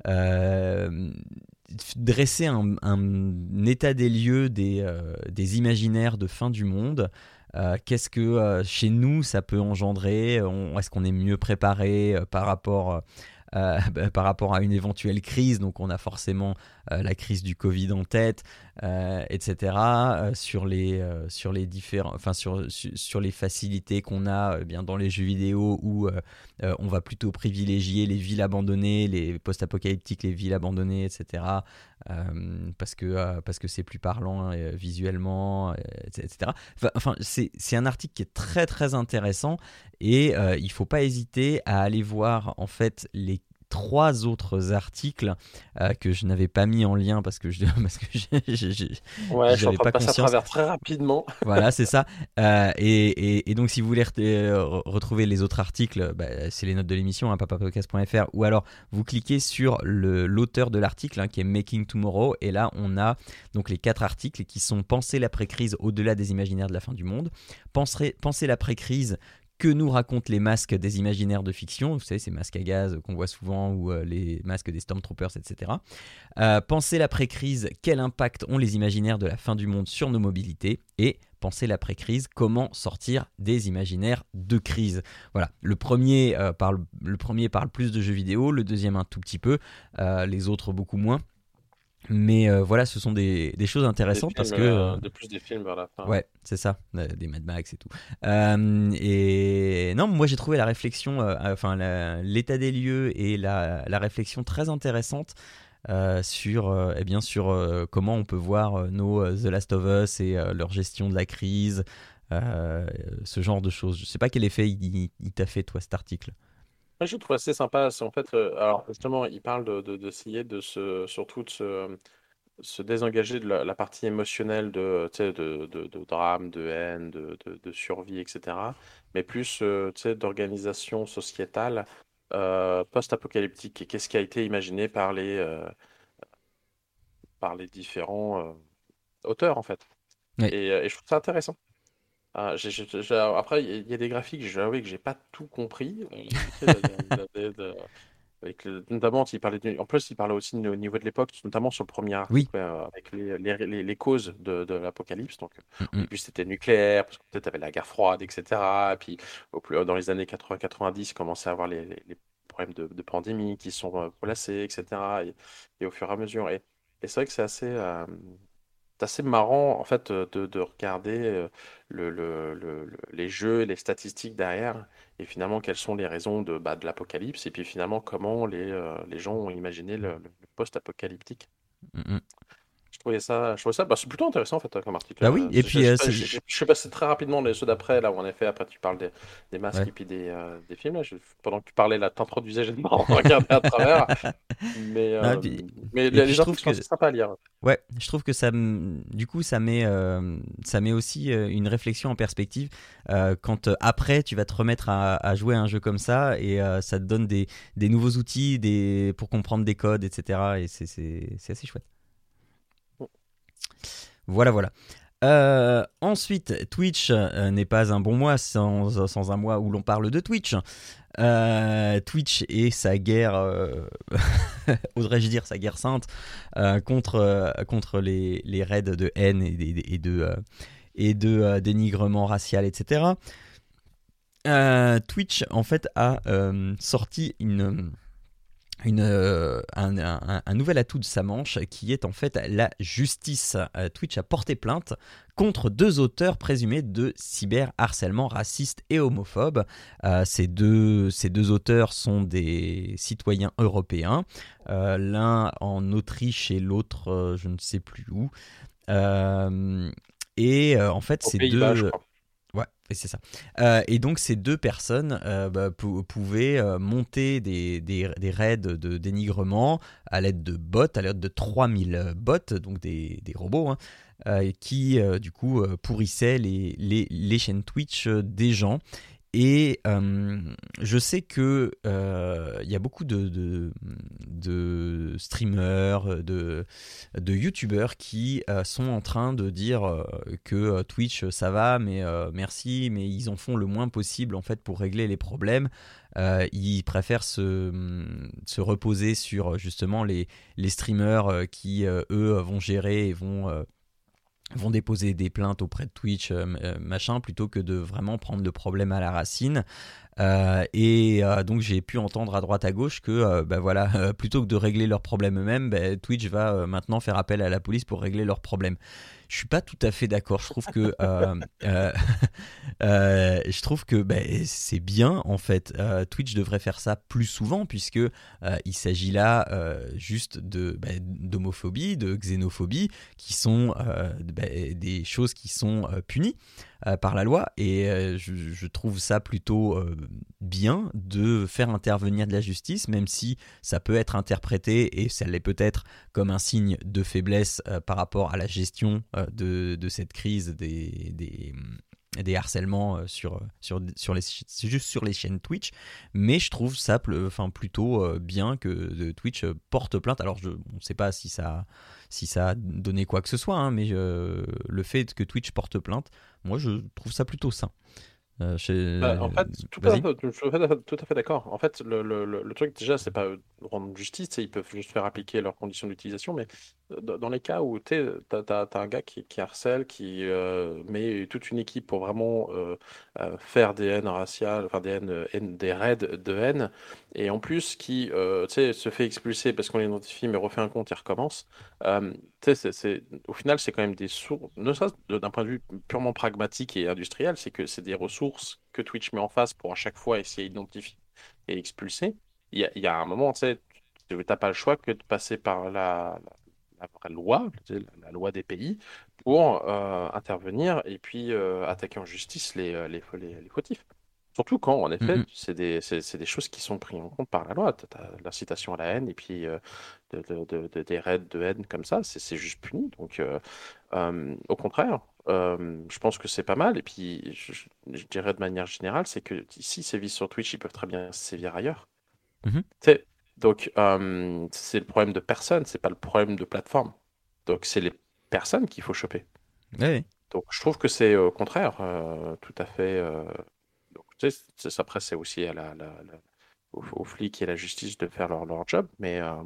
Euh, dresser un, un état des lieux des, euh, des imaginaires de fin du monde. Euh, qu'est-ce que euh, chez nous ça peut engendrer? On- Est-ce qu'on est mieux préparé euh, par rapport, euh, bah, par rapport à une éventuelle crise? Donc on a forcément euh, la crise du Covid en tête, euh, et cetera. Euh, sur les, euh, sur les différents, enfin sur, sur, sur les facilités qu'on a euh, bien dans les jeux vidéo où euh, euh, on va plutôt privilégier les villes abandonnées, les post-apocalyptiques, les villes abandonnées, et cetera. Euh, parce que euh, parce que c'est plus parlant euh, visuellement, euh, et cetera. Enfin, enfin, c'est c'est un article qui est très très intéressant et euh, il faut pas hésiter à aller voir en fait les trois autres articles euh, que je n'avais pas mis en lien parce que je parce que j'ai- j'ai- j'ai- Ouais, je suis en j'avais train de pas passer à conscience. travers très rapidement. Voilà, c'est ça. Euh, et, et- et donc, si vous voulez re- euh, retrouver les autres articles, bah, c'est les notes de l'émission, hein, papapodcast point f r, ou alors vous cliquez sur le- l'auteur de l'article, hein, qui est Making Tomorrow, et là, on a donc les quatre articles qui sont Penser l'après-crise au-delà des imaginaires de la fin du monde, Penser, penser l'après-crise, que nous racontent les masques des imaginaires de fiction, vous savez, ces masques à gaz qu'on voit souvent, ou euh, les masques des Stormtroopers, et cetera. Euh, penser l'après-crise, quel impact ont les imaginaires de la fin du monde sur nos mobilités? Et penser l'après-crise, comment sortir des imaginaires de crise? Voilà, le premier, euh, parle, le premier parle plus de jeux vidéo, le deuxième un tout petit peu, euh, les autres beaucoup moins. Mais euh, voilà, ce sont des, des choses Des intéressantes parce films, que... euh, euh, de plus des films vers la fin. Ouais, c'est ça, euh, des Mad Max et tout. Euh, et non, moi j'ai trouvé la réflexion, euh, enfin la- l'état des lieux et la, la réflexion très intéressante euh, sur, euh, eh bien, sur euh, comment on peut voir euh, nos euh, The Last of Us et euh, leur gestion de la crise, euh, ce genre de choses. Je sais pas quel effet il, il- il t'a fait toi cet article. Moi, je trouve assez sympa. C'est en fait, euh, alors justement, il parle de, de- d'essayer de se, surtout de se, se désengager de la, la partie émotionnelle de, tu sais, de, de, de drame, de haine, de, de, de survie, et cetera. Mais plus euh, tu sais, d'organisation sociétale euh, post-apocalyptique. Et qu'est-ce qui a été imaginé par les, euh, par les différents euh, auteurs, en fait. Ouais. Et, euh, et je trouve ça intéressant. Ah, j'ai- j'ai- j'ai- après, il y, a il y a des graphiques, j'ai avoué que j'ai pas tout compris. Euh, tu sais, il y a- il y a des- de- avec le- notamment, il parlait du- en plus, il parlait aussi au niveau de l'époque, notamment sur le premier Oui. article, ouais, euh, avec les, les, les- les causes de, de l'apocalypse. Donc, Mm, au mm. début, c'était nucléaire, parce que peut-être avait la guerre froide, et cetera. Et puis, au plus, dans les années quatre-vingts quatre-vingt-dix, il commençait à avoir les, les- les problèmes de, de pandémie qui sont euh, relâchés, et cetera. Et, et au fur et à mesure. Et, et c'est vrai que c'est assez. euh, c'est assez marrant en fait euh, de, de regarder euh, le, le- le- le- les jeux et les statistiques derrière et finalement quelles sont les raisons de, bah, de l'apocalypse et puis finalement comment les, euh, les gens ont imaginé le, le post-apocalyptique. Mm, mm. Je trouvais ça, je trouvais ça bah, c'est plutôt intéressant en fait comme article. Bah oui, Euh, et Je, je, puis je, euh, je- c'est- je- je suis passé très rapidement les ceux d'après là où en effet après tu parles des, des masques ouais. et puis des, euh, des films là. Je- pendant que tu parlais là t'introduisais j'ai marrant regarder à travers mais, Non, et euh, puis, mais et les, puis les je trouve articles sont assez que sympas à lire. ouais, je trouve que ça, m- du coup, ça met, euh, ça met aussi euh, une réflexion en perspective euh, quand euh, après tu vas te remettre à, à jouer à un jeu comme ça et euh, ça te donne des, des nouveaux outils des, pour comprendre des codes, et cetera. Et c'est c'est- c'est assez chouette. Voilà, voilà. Euh, ensuite, Twitch euh, n'est pas un bon mois sans, sans un mois où l'on parle de Twitch. Euh, Twitch et sa guerre, euh, oserais-je dire sa guerre sainte, euh, contre, euh, contre les, les raids de haine et, de- et de, euh, et de euh, dénigrement racial, et cetera. Euh, Twitch, en fait, a euh, sorti une une, euh, un, un- un nouvel atout de sa manche qui est en fait la justice. Euh, Twitch a porté plainte contre deux auteurs présumés de cyberharcèlement raciste et homophobe. Euh, ces, deux, ces deux auteurs sont des citoyens européens, euh, l'un en Autriche et l'autre euh, je ne sais plus où. Euh, et euh, en fait, Aux ces Pays-Bas, je deux... crois. Ouais, et c'est ça. Euh, et donc ces deux personnes euh, bah, pou- pouvaient euh, monter des, des, des raids de dénigrement à l'aide de bots, à l'aide de trois mille bots, donc des, des robots, hein, euh, qui euh, du coup euh, pourrissaient les, les, les chaînes Twitch euh, des gens. Et euh, je sais que euh, il y a beaucoup de, de, de streamers, de, de youtubeurs qui euh, sont en train de dire euh, que euh, Twitch ça va, mais euh, merci, mais ils en font le moins possible en fait pour régler les problèmes. Euh, ils préfèrent se, se reposer sur justement les, les streamers euh, qui euh, eux vont gérer et vont euh, vont déposer des plaintes auprès de Twitch, euh, euh, machin, plutôt que de vraiment prendre le problème à la racine. Euh, et euh, donc j'ai pu entendre à droite à gauche que euh, bah voilà, euh, plutôt que de régler leurs problèmes eux-mêmes, bah, Twitch va euh, maintenant faire appel à la police pour régler leurs problèmes. Je suis pas tout à fait d'accord. Je trouve que euh, euh, euh, je trouve que bah, c'est bien en fait. Euh, Twitch devrait faire ça plus souvent puisque euh, il s'agit là euh, juste de bah, d'homophobie, de xénophobie, qui sont euh, bah, des choses qui sont euh, punies euh, par la loi. Et euh, je, je trouve ça plutôt euh, bien de faire intervenir de la justice, même si ça peut être interprété, et ça l'est peut-être, comme un signe de faiblesse euh, par rapport à la gestion euh, de, de cette crise des, des, des harcèlements euh, sur, sur, sur, les, juste sur les chaînes Twitch. Mais je trouve ça ple- enfin, plutôt euh, bien que de Twitch euh, porte plainte. Alors je ne sais pas si ça, si ça a donné quoi que ce soit, hein, mais euh, le fait que Twitch porte plainte, moi je trouve ça plutôt sain. Euh, Bah, chez- en fait, tout à Vas-y. fait, je suis tout à fait tout à fait d'accord. En fait, le, le, le, le truc, déjà, c'est pas eux de rendre justice, tu sais, ils peuvent juste faire appliquer leurs conditions d'utilisation, mais euh, dans dans les cas où tu as, t'as, t'as un gars qui, qui harcèle, qui euh, met toute une équipe pour vraiment euh, euh, faire des haines raciales, enfin des haines, haines- des raids de haine, et en plus qui euh, tu sais, se fait expulser parce qu'on l'identifie, mais refait un compte et recommence. Euh, tu sais, c'est, c'est- au final, c'est quand même des sources, ne serait-ce que d'un point de vue purement pragmatique et industriel, c'est que c'est des ressources que Twitch met en face pour à chaque fois essayer d'identifier et expulser. Il y a, il y a un moment, tu sais, tu n'as pas le choix que de passer par la, la, la vraie loi, tu sais, la, la loi des pays, pour euh, intervenir et puis euh, attaquer en justice les, euh, les, les, les fautifs. Surtout quand, en effet, Mm, c'est des, c'est, c'est des choses qui sont prises en compte par la loi. Tu as l'incitation à la haine et puis euh, de, de- de- de- des raids de haine comme ça, c'est c'est juste puni. Donc, euh, euh, au contraire, euh, je pense que c'est pas mal. Et puis, je, je- je dirais de manière générale, c'est que s'ils sévissent sur Twitch, ils peuvent très bien sévir ailleurs. mm, mhm. Tu sais, donc, euh, c'est le problème de personne, c'est pas le problème de plateforme. Donc, c'est les personnes qu'il faut choper. Ouais, ouais. Donc, je trouve que c'est au contraire euh, tout à fait. euh, donc, tu sais, c'est- après, c'est aussi à la, la- la- aux, aux flics et à la justice de faire leur, leur job, mais euh,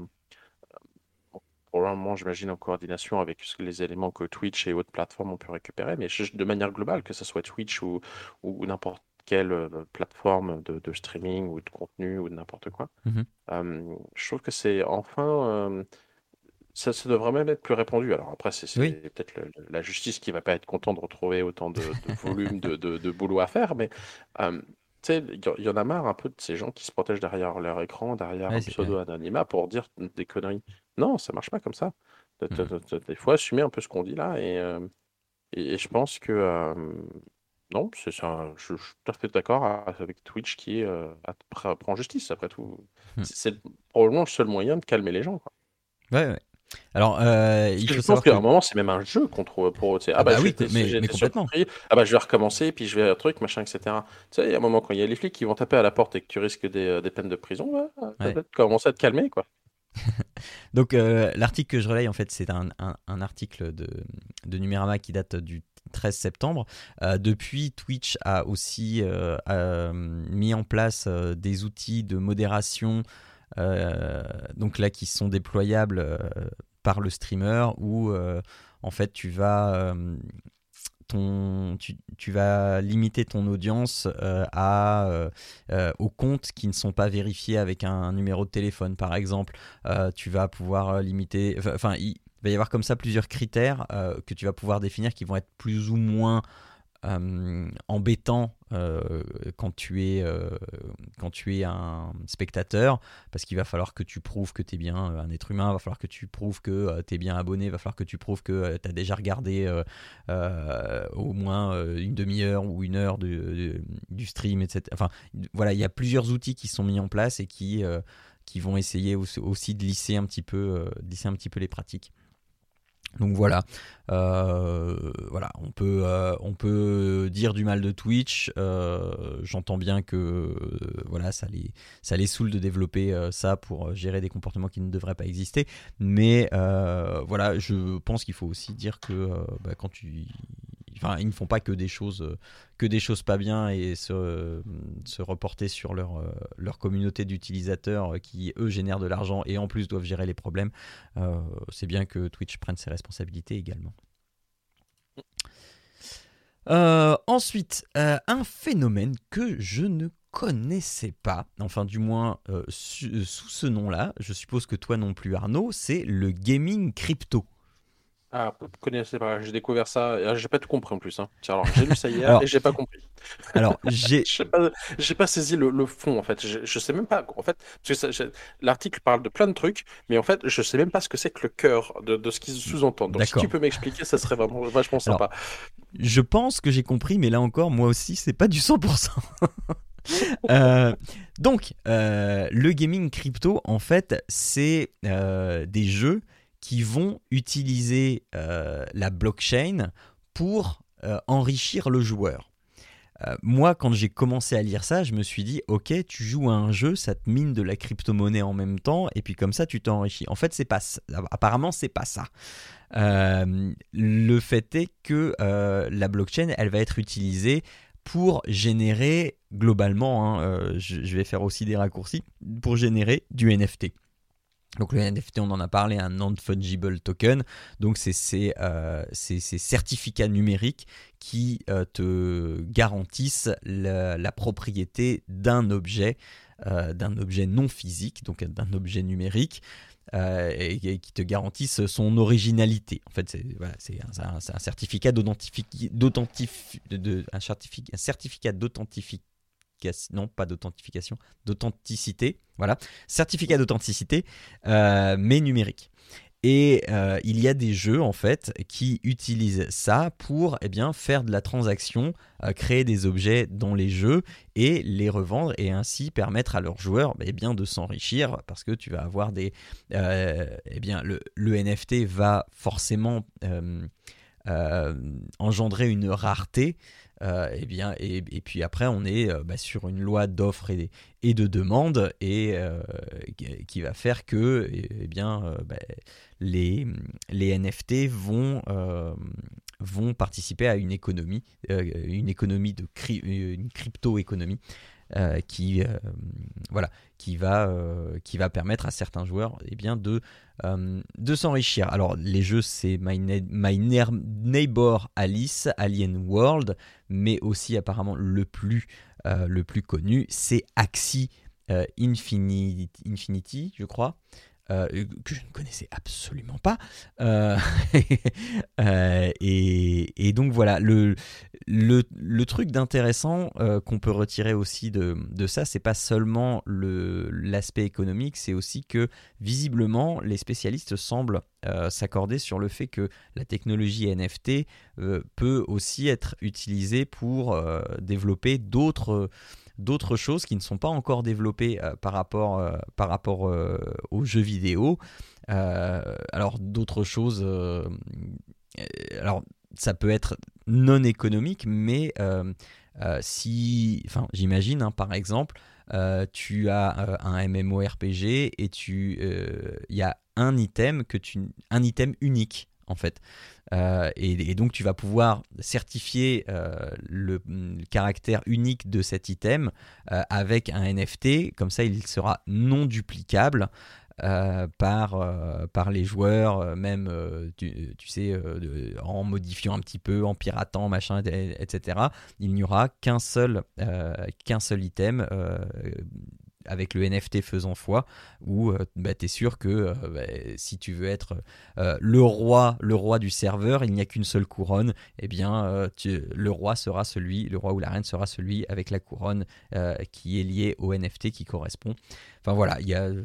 bon, probablement, j'imagine, en coordination avec ce- les éléments que Twitch et autres plateformes ont pu récupérer, mais je- de manière globale, que ce soit Twitch ou, ou n'importe quelle euh, plateforme de, de streaming ou de contenu ou de n'importe quoi, Mhm. euh, je trouve que c'est enfin. euh, ça, ça devrait même être plus répandu. Alors après, c'est c'est Oui. peut-être le- le- la justice qui va pas être contente de retrouver autant de, de volume de, de- de boulot à faire, mais euh, tu sais, il y, il y en a marre un peu de ces gens qui se protègent derrière leur écran, derrière Ouais, un c'est- ouais. pseudo-anonymat pour dire des conneries. Non, ça marche pas comme ça. T'as- t'as- Mm. t'as- t'as- Il faut assumer un peu ce qu'on dit là, et, euh, et, et je pense que euh, non, c'est ça. Je, je suis tout à fait d'accord avec Twitch qui est, euh, à- prend prend justice après tout. Mm. C'est c'est probablement le seul moyen de calmer les gens, quoi. Ouais, ouais. Alors, euh, Parce il que faut je pense savoir qu'à un que. moment, c'est même un jeu qu'on trouve pour eux. Tu sais, Ah ah bah bah j'ai oui, que- été, mais, j'ai mais été complètement. surpris, ah bah je vais recommencer, puis je vais un truc, machin, et cetera. Tu sais, il y a un moment, quand il y a les flics qui vont taper à la porte et que tu risques des, euh, des peines de prison, ouais, ça Ouais. va commencer à te calmer, quoi. Donc, euh, l'article que je relaye, en fait, c'est un, un- un article de, de Numérama qui date du treize septembre. Euh, depuis, Twitch a aussi euh, euh, mis en place euh, des outils de modération, euh, donc là, qui sont déployables euh, par le streamer, où euh, en fait, tu vas. euh, ton, tu, tu vas limiter ton audience euh, à, euh, euh, aux comptes qui ne sont pas vérifiés avec un, un numéro de téléphone, par exemple. Euh, tu vas pouvoir limiter... Enfin, il va y avoir comme ça plusieurs critères euh, que tu vas pouvoir définir qui vont être plus ou moins euh, embêtant euh, quand, tu es, euh, quand tu es un spectateur, parce qu'il va falloir que tu prouves que tu es bien un être humain, il va falloir que tu prouves que euh, tu es bien abonné, il va falloir que tu prouves que euh, tu as déjà regardé euh, euh, au moins euh, une demi-heure ou une heure de, de- du stream, et cetera. Enfin, voilà, il y a plusieurs outils qui sont mis en place et qui, euh, qui vont essayer aussi, aussi de lisser un petit peu, euh, de lisser un petit peu les pratiques. Donc voilà, euh, voilà, on peut, euh, on peut dire du mal de Twitch. Euh, j'entends bien que euh, voilà, ça les, ça les saoule de développer euh, ça pour gérer des comportements qui ne devraient pas exister. Mais euh, voilà, je pense qu'il faut aussi dire que euh, bah, quand tu, enfin, ils ne font pas que des choses, que des choses pas bien et se, se reporter sur leur, leur communauté d'utilisateurs qui eux génèrent de l'argent et en plus doivent gérer les problèmes. Euh, c'est bien que Twitch prenne ses responsabilités également. Euh, ensuite, euh, un phénomène que je ne connaissais pas, enfin du moins euh, su- sous ce nom-là, je suppose que toi non plus Arnaud, c'est le gaming crypto. Ah, vous connaissez pas, j'ai découvert ça, et, ah, j'ai pas tout compris en plus, hein. Tiens, alors, j'ai lu ça hier et Alors, j'ai pas compris. alors j'ai... Je sais pas, j'ai pas saisi le, le fond, en fait. Je, je sais même pas, en fait, parce que ça- je- l'article parle de plein de trucs, mais en fait, je sais même pas ce que c'est que le cœur de, de ce qu'ils sous-entendent. Donc, si tu D'accord. peux m'expliquer, ça serait vraiment vachement Alors, sympa. je pense que j'ai compris, mais là encore, moi aussi, c'est pas du cent pour cent. Euh, donc, euh, le gaming crypto, en fait, c'est euh, des jeux qui vont utiliser euh, la blockchain pour euh, enrichir le joueur. Euh, moi, quand j'ai commencé à lire ça, je me suis dit, ok, tu joues à un jeu, ça te mine de la crypto-monnaie en même temps, et puis comme ça, tu t'enrichis. En fait, c'est pas ça. Apparemment, c'est pas ça. Euh, le fait est que euh, la blockchain, elle va être utilisée pour générer, globalement, hein, euh, je, je vais faire aussi des raccourcis, pour générer du N F T. Donc le N F T, on en a parlé, un non-fungible token. Donc c'est ces, euh, ces, ces certificats numériques qui euh, te garantissent la, la propriété d'un objet, euh, d'un objet non physique, donc d'un objet numérique, euh, et, et qui te garantissent son originalité. En fait, c'est, voilà, c'est, un, c'est un certificat d'authentifi- d'authentif- de, de- un certific- un certificat d'authentification. Non, pas d'authentification, d'authenticité, voilà, certificat d'authenticité, euh, mais numérique. Et euh, il y a des jeux en fait qui utilisent ça pour eh bien, faire de la transaction, euh, créer des objets dans les jeux et les revendre et ainsi permettre à leurs joueurs eh bien, de s'enrichir parce que tu vas avoir des... Euh, eh bien, le, le N F T va forcément euh, euh, engendrer une rareté. Euh, et, bien, et, et puis après, on est euh, bah, sur une loi d'offre et, et de demande et, euh, qui va faire que eh bien, euh, bah, les, les N F T vont, euh, vont participer à une économie, euh, une économie de cri- une crypto-économie. Euh, qui, euh, voilà, qui, va, euh, qui va permettre à certains joueurs eh bien, de, euh, de s'enrichir. Alors, les jeux, c'est My, Ne- My Ne- Neighbor Alice, Alien World, mais aussi apparemment le plus, euh, le plus connu, c'est Axie euh, Infinity, Infinity, je crois. Euh, que je ne connaissais absolument pas. Euh, euh, et, et donc voilà, le, le, le truc d'intéressant euh, qu'on peut retirer aussi de, de ça, c'est pas seulement le, l'aspect économique, c'est aussi que visiblement les spécialistes semblent euh, s'accorder sur le fait que la technologie N F T euh, peut aussi être utilisée pour euh, développer d'autres d'autres choses qui ne sont pas encore développées euh, par rapport, euh, par rapport euh, aux jeux vidéo. Euh, alors d'autres choses, euh, alors ça peut être non économique, mais euh, euh, si, enfin j'imagine hein, par exemple, euh, tu as euh, un MMORPG et tu, il euh, y a un item que tu, un item unique en fait. Euh, et, et donc tu vas pouvoir certifier euh, le, le caractère unique de cet item euh, avec un N F T, comme ça il sera non duplicable euh, par, euh, par les joueurs, euh, même euh, tu, tu sais, euh, de, en modifiant un petit peu, en piratant, machin, et cetera. Il n'y aura qu'un seul, euh, qu'un seul item euh, avec le N F T faisant foi, où euh, bah, tu es sûr que euh, bah, si tu veux être euh, le roi le roi du serveur, il n'y a qu'une seule couronne, et eh bien euh, tu, le roi sera celui, le roi ou la reine sera celui avec la couronne euh, qui est liée au N F T qui correspond. Enfin voilà, il y a...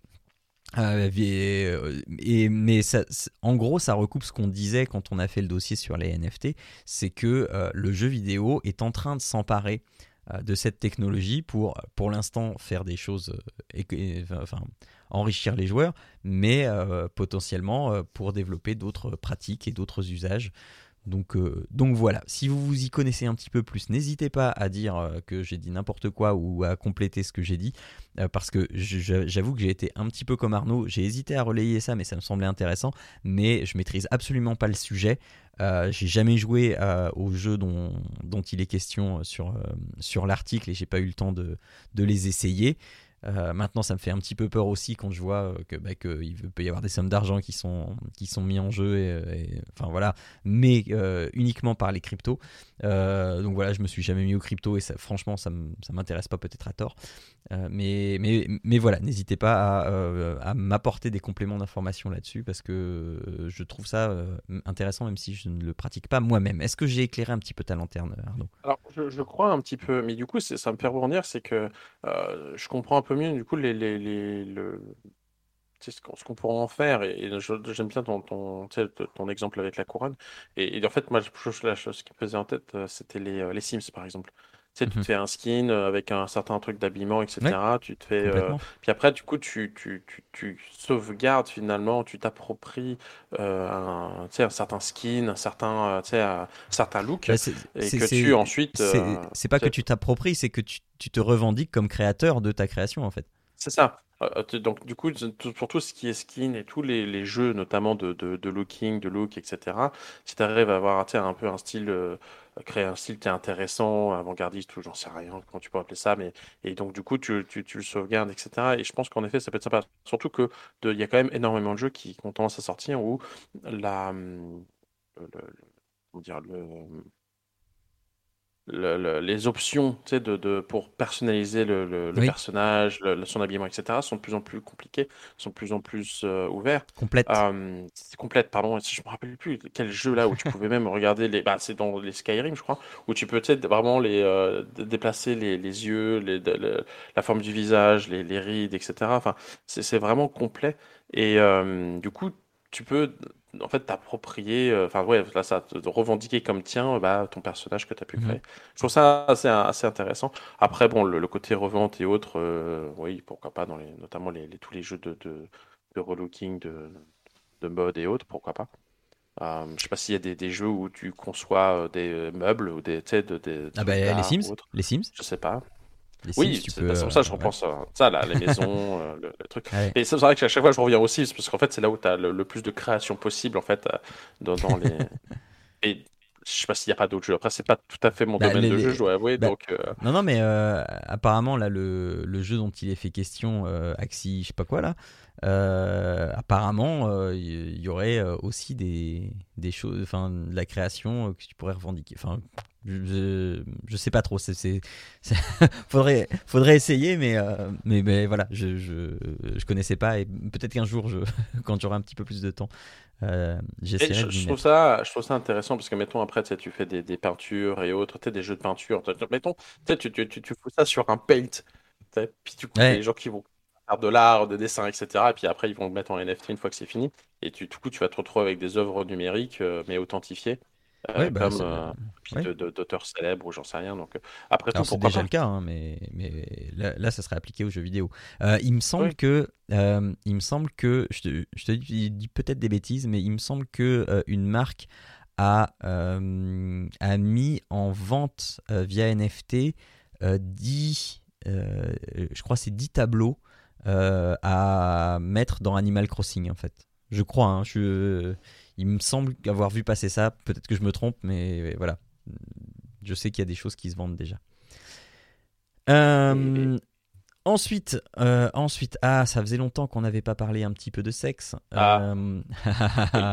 Euh, et, et, mais ça, en gros, ça recoupe ce qu'on disait quand on a fait le dossier sur les N F T, c'est que euh, le jeu vidéo est en train de s'emparer de cette technologie pour, pour l'instant, faire des choses, et, et, enfin, enrichir les joueurs, mais euh, potentiellement euh, pour développer d'autres pratiques et d'autres usages. Donc, euh, donc voilà, si vous vous y connaissez un petit peu plus, n'hésitez pas à dire euh, que j'ai dit n'importe quoi ou à compléter ce que j'ai dit, euh, parce que je, j'avoue que j'ai été un petit peu comme Arnaud, j'ai hésité à relayer ça, mais ça me semblait intéressant, mais je maîtrise absolument pas le sujet. Euh, j'ai jamais joué euh, au jeu dont, dont il est question sur, euh, sur l'article et j'ai pas eu le temps de, de les essayer. Euh, maintenant, ça me fait un petit peu peur aussi quand je vois que, bah, qu'il peut y avoir des sommes d'argent qui sont, qui sont mis en jeu, et, et, enfin voilà, mais euh, uniquement par les cryptos. Euh, donc voilà, je me suis jamais mis aux cryptos et ça, franchement, ça, ça m'intéresse pas, peut-être à tort. Euh, mais, mais, mais voilà, n'hésitez pas à, euh, à m'apporter des compléments d'information là-dessus parce que je trouve ça euh, intéressant, même si je ne le pratique pas moi-même. Est-ce que j'ai éclairé un petit peu ta lanterne, Arnaud ? Alors, je, je crois un petit peu, mais du coup, c'est- ça me fait rebondir, c'est que euh, je comprends un peu mieux, du coup, les, les, les, le, tu sais, ce qu'on ce qu'on pourra en faire. Et, et je- j'aime bien ton, ton, tu sais, t- ton exemple avec la couronne. Et, et en fait, moi, je- la chose qui me faisait en tête, euh, c'était les, euh, les Sims, par exemple. Tu sais, tu te Mhm. fais un skin euh, avec un certain truc d'habillement, Ouais, et cetera. Tu te fais, euh, complètement. puis après, du coup, tu, tu, tu, tu sauvegardes finalement, tu t'appropries euh, un, tu sais, un certain skin, un certain, euh, tu sais, un certain look, Bah, c'est, et c'est, que tu c'est, ensuite, c'est, euh, c'est pas tu que sais, tu t'appropries, c'est que tu, tu te revendiques comme créateur de ta création en fait. c'est ça. Euh, tu- donc, du coup, tout- pour tout ce qui est skin et tous les, les jeux, notamment de, de, de looking, de look, et cetera, si tu arrives à avoir tu sais, un peu un style, euh, créer un style qui est intéressant, avant-gardiste, ou j'en sais rien, comment tu peux appeler ça, mais et donc, du coup, tu, tu, tu le sauvegardes, et cetera. Et je pense qu'en effet, ça peut être sympa. Surtout que de- il y a quand même énormément de jeux qui, qui ont tendance à sortir où la, hum, le, le- comment dire, le, le- le- les options, tu sais, de, de- pour personnaliser le, le- le Oui, personnage, le- le- son habillement, et cetera, sont de plus en plus compliquées, sont de plus en plus euh, ouverts. complète. Euh, c'est complète, pardon. Et si je me rappelle plus quel jeu là où tu pouvais même regarder les, bah, c'est dans les Skyrim, je crois, où tu peux tu sais, vraiment les euh, d- déplacer les, les yeux, les, de- le- la forme du visage, les, les rides, et cetera. Enfin, c'est c'est vraiment complet. Et euh, du coup. tu peux en fait t'approprier, euh, enfin ouais, là ça, te te revendiquer comme tien, euh, bah, ton personnage que tu as pu Mhm. créer. Je trouve ça assez, assez intéressant. Après, bon, le, le côté revente et autres, euh, oui, pourquoi pas, dans les, notamment les, les- tous les jeux de, de, de relooking, de, de mode et autres, pourquoi pas. Euh, je sais pas s'il y a des, des jeux où tu conçois euh, des euh, meubles ou des, tu sais, de- des Ah trucs bah les d'art ou Sims, autre. les Sims, Je sais pas. les Sims, Oui, tu c'est peux, bah, c'est pour euh, ça que je voilà. repense à ça, là, les maisons, euh, le, le truc. Ouais. Et c'est vrai que à chaque fois je reviens aussi, c'est parce qu'en fait c'est là où tu as le, le plus de création possible en fait euh, dans, dans les. Et je sais pas s'il n'y a pas d'autres jeux. Après, c'est pas tout à fait mon Bah, domaine les- de jeu, les- je dois avouer. bah, Donc, euh, non, non, mais euh, apparemment, là, le, le jeu dont il est fait question, euh, Axie, je sais pas quoi, là, euh, apparemment, euh, il y, aurait euh, aussi des, des choses, enfin, de la création euh, que tu pourrais revendiquer. Enfin, je, je, je sais pas trop. C'est, c'est, c'est- faudrait, faudrait essayer, mais, euh, mais, mais voilà, je, je, je connaissais pas et peut-être qu'un jour, je, quand j'aurai un petit peu plus de temps, euh, et j'essaierai je, de m'y je trouve mettre. ça, je trouve ça intéressant parce que, mettons, après, tu sais, tu fais des, des peintures et autres, tu sais, des jeux de peinture. tu- tu- Mettons, tu sais, tu, tu, tu, tu fous ça sur un paint. Tu sais, puis du coup, tu as Ouais, les gens qui vont faire de l'art, des dessins, et cetera. Et puis après, ils vont le mettre en N F T une fois que c'est fini. Et tu, du coup, tu vas te retrouver avec des œuvres numériques, euh, mais authentifiées, ouais, euh, bah, comme c'est- euh, puis ouais. de, de- d'auteurs célèbres ou j'en sais rien. Donc, euh, après tout, Alors c'est pourquoi déjà le pas? cas, hein, mais, mais là, là, ça serait appliqué aux jeux vidéo. Euh, il me semble Oui. que, euh, il me semble que, je te, je te dis, dis peut-être des bêtises, mais il me semble que euh, une marque a, euh, a mis en vente euh, via N F T euh, dix, euh, je crois que c'est dix tableaux euh, à mettre dans Animal Crossing en fait. Je crois, hein, je, il me semble avoir vu passer ça. Peut-être que je me trompe, mais voilà. Je sais qu'il y a des choses qui se vendent déjà. Et, Euh, ensuite, euh, ensuite, ah, ça faisait longtemps qu'on n'avait pas parlé un petit peu de sexe. ah, Euh, oui.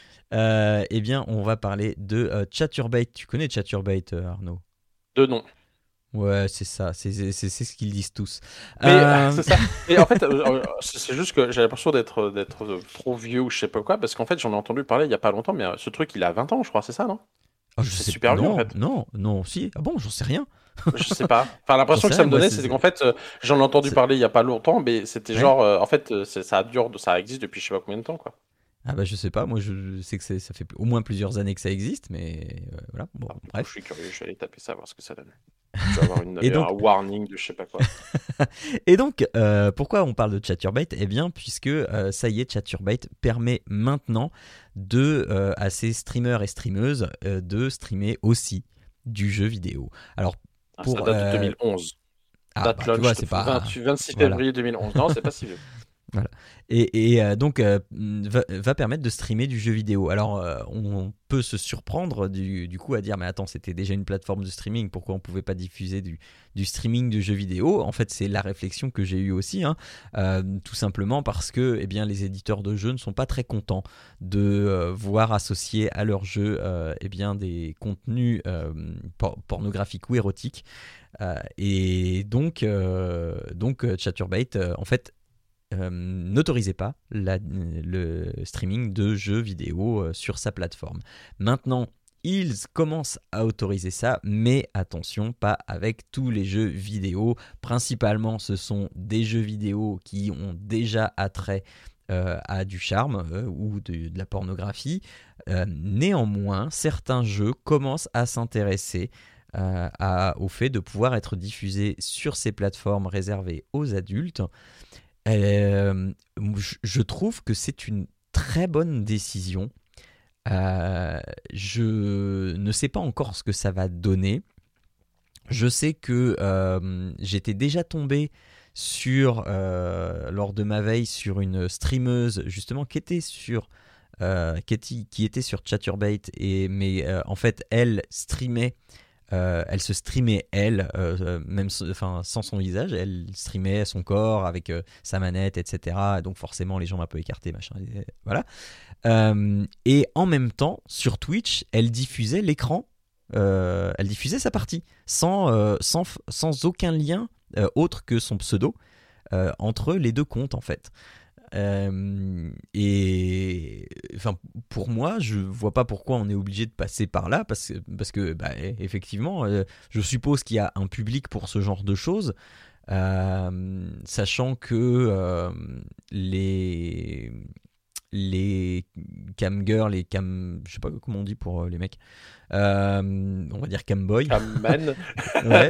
euh, eh bien, on va parler de euh, Chaturbate. Tu connais Chaturbate, euh, Arnaud? Deux noms. Ouais, c'est ça, c'est c'est- c'est- c'est ce qu'ils disent tous. Mais Euh, c'est ça. Et en fait, euh, euh, c'est c'est juste que j'ai l'impression d'être d'être euh, trop vieux ou je sais pas quoi, parce qu'en fait, j'en ai entendu parler il y a pas longtemps, mais euh, ce truc, il a vingt ans, je crois, c'est ça, non? oh, je C'est sais, super vieux, en non, fait. non, non, si. Ah bon, j'en sais rien. Je sais pas. Enfin, J'en l'impression sais que ça rien, me moi, donnait, c'est, c'était c'est- qu'en fait, euh, j'en ai entendu c'est- parler il y a pas longtemps, mais c'était ouais. genre, euh, en fait, euh, c'est- ça dure, ça existe depuis je sais pas combien de temps, quoi. Ah bah je sais pas, moi je sais que c'est- ça fait au moins plusieurs années que ça existe, mais euh, voilà, bon, Alors, du coup, je bref. suis curieux, je vais aller taper ça, voir ce que ça donne. Je vais avoir une, Et un donc, warning de je sais pas quoi. Et donc, euh, pourquoi on parle de Chaturbate? Eh bien, puisque euh, ça y est, Chaturbate permet maintenant de, euh, à ses streamers et streameuses euh, de streamer aussi du jeu vidéo. Alors, Ah, ça pour... date de euh, deux mille onze. ah, Date bah tu vois, launch, c'est pas... vingt vingt-six Voilà. février deux mille onze. Non, c'est pas si vieux. Voilà. Et, et, euh, donc, euh, va, va permettre de streamer du jeu vidéo. Alors, euh, on peut se surprendre du, du coup à dire, mais attends, c'était déjà une plateforme de streaming, pourquoi on ne pouvait pas diffuser du, du streaming de jeux vidéo? En fait, c'est la réflexion que j'ai eue aussi, hein. Euh, tout simplement parce que eh bien, les éditeurs de jeux ne sont pas très contents de euh, voir associer à leurs jeux euh, eh bien, des contenus euh, por- pornographiques ou érotiques. Euh, et donc, euh, donc euh, Chaturbate, euh, en fait, euh, n'autorisait pas la- le streaming de jeux vidéo euh, sur sa plateforme. Maintenant, ils commencent à autoriser ça, mais attention, pas avec tous les jeux vidéo. Principalement, ce sont des jeux vidéo qui ont déjà attrait euh, à du charme euh, ou de, de la pornographie. Euh, néanmoins, certains jeux commencent à s'intéresser euh, à- au fait de pouvoir être diffusés sur ces plateformes réservées aux adultes. Euh, je- je trouve que c'est une très bonne décision. Euh, je ne sais pas encore ce que ça va donner. Je sais que euh, j'étais déjà tombé sur, euh, lors de ma veille sur une streameuse justement qui était sur, euh, qui était, qui était sur Chaturbate, et, mais euh, en fait elle streamait. Euh, elle se streamait elle, euh, même s- enfin, sans son visage, elle streamait son corps avec euh, sa manette, et cetera. Donc forcément les jambes un peu écartées, machin, et voilà. Euh, et en même temps, sur Twitch, elle diffusait l'écran, euh, elle diffusait sa partie, sans, euh, sans, f- sans aucun lien euh, autre que son pseudo euh, entre les deux comptes en fait. Euh, et enfin, pour moi, je vois pas pourquoi on est obligé de passer par là, parce, parce que, bah, effectivement, euh, je suppose qu'il y a un public pour ce genre de choses, euh, sachant que euh, les, les cam girls, les cam, je sais pas comment on dit pour euh, les mecs, euh, on va dire cam boy, Cam man. ouais,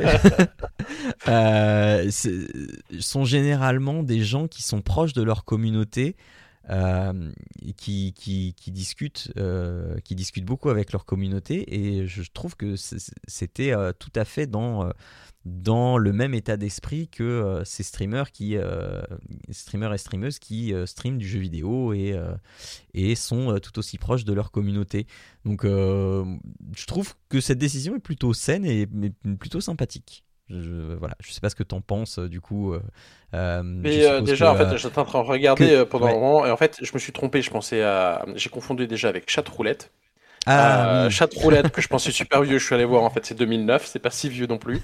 euh, c'est- sont généralement des gens qui sont proches de leur communauté. Euh, qui, qui, qui, discutent, euh, qui discutent beaucoup avec leur communauté, et je trouve que c'est- c'était euh, tout à fait dans, euh, dans le même état d'esprit que euh, ces streamers, qui, euh, streamers et streameuses qui euh, streament du jeu vidéo et, euh, et sont euh, tout aussi proches de leur communauté. Donc euh, je trouve que cette décision est plutôt saine et mais plutôt sympathique. Je, voilà, je sais pas ce que t'en penses euh, du coup. Euh, euh, je Mais euh, suppose déjà, en que, fait, euh, j'étais en train de regarder que euh, pendant ouais. un moment, et en fait, je me suis trompé. Je pensais à, j'ai confondu déjà avec Chatroulette. Ah Euh, oui, Chatroulette que je pensais super vieux. Je suis allé voir. En fait, c'est deux mille neuf. C'est pas si vieux non plus.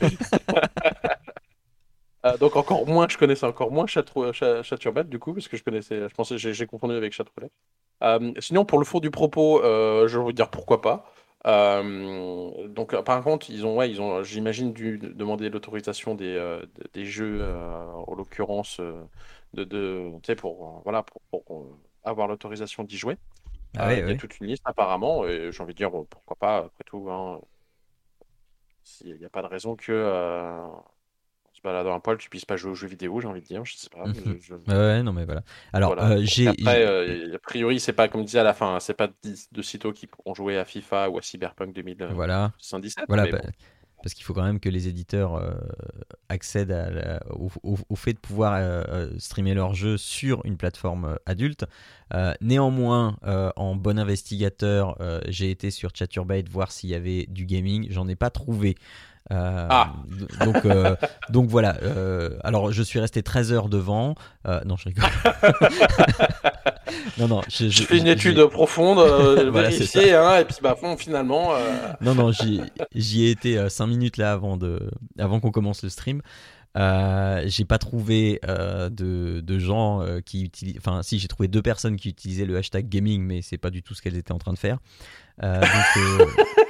Euh, donc encore moins, je connaissais encore moins Chatrou- Cha- Chaturbate du coup, parce que je connaissais, je pensais, j'ai j'ai confondu avec Chatroulette. Euh, sinon, pour le fond du propos, euh, je vais vous dire pourquoi pas. Euh, donc, euh, par contre, ils ont, ouais, ils ont, j'imagine, dû demander l'autorisation des, euh, des jeux, euh, en l'occurrence, euh, de, de, tu sais, pour, euh, voilà, pour, pour, euh, avoir l'autorisation d'y jouer. ah Euh, ouais, Il y a ouais. toute une liste apparemment, et j'ai envie de dire, bon, pourquoi pas, après tout, hein, s'il n'y a pas de raison que, euh, en se baladant un poil, tu puisses pas jouer aux jeux vidéo, j'ai envie de dire, je sais pas. Mhm. je- je- Ouais, ouais, non mais voilà. Alors Voilà. euh, Donc j'ai, après, j'ai- euh, a priori, c'est pas comme disait à la fin, hein, c'est pas de, de sitôt qui pourront jouer à FIFA ou à Cyberpunk voilà, deux mille soixante-dix-sept, voilà, mais pa- bon. parce qu'il faut quand même que les éditeurs euh, accèdent à la- au, au- au fait de pouvoir euh, euh, streamer leurs jeux sur une plateforme euh, adulte. Euh, néanmoins, euh, en bon investigateur, euh, j'ai été sur Chaturbate voir s'il y avait du gaming. J'en ai pas trouvé. Euh, Ah, donc, euh, donc voilà. Euh, alors, je suis resté treize heures devant. Euh, non, je rigole. non, non, je, je- je fais une j'ai- étude profonde, euh, Voilà, c'est ça. vérifiée, hein, et puis bah bon, finalement, euh, Non, non, j'y, j'y ai été cinq minutes là avant, de, avant qu'on commence le stream. Euh, j'ai pas trouvé euh, de, de gens euh, qui utilisent. Enfin, si, j'ai trouvé deux personnes qui utilisaient le hashtag gaming, mais c'est pas du tout ce qu'elles étaient en train de faire. Euh, donc, euh,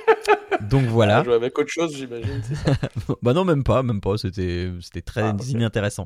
donc voilà. jouer avec autre chose, j'imagine, c'est ça. Bah non, même pas, même pas. C'était, c'était très Ah, ok. inintéressant.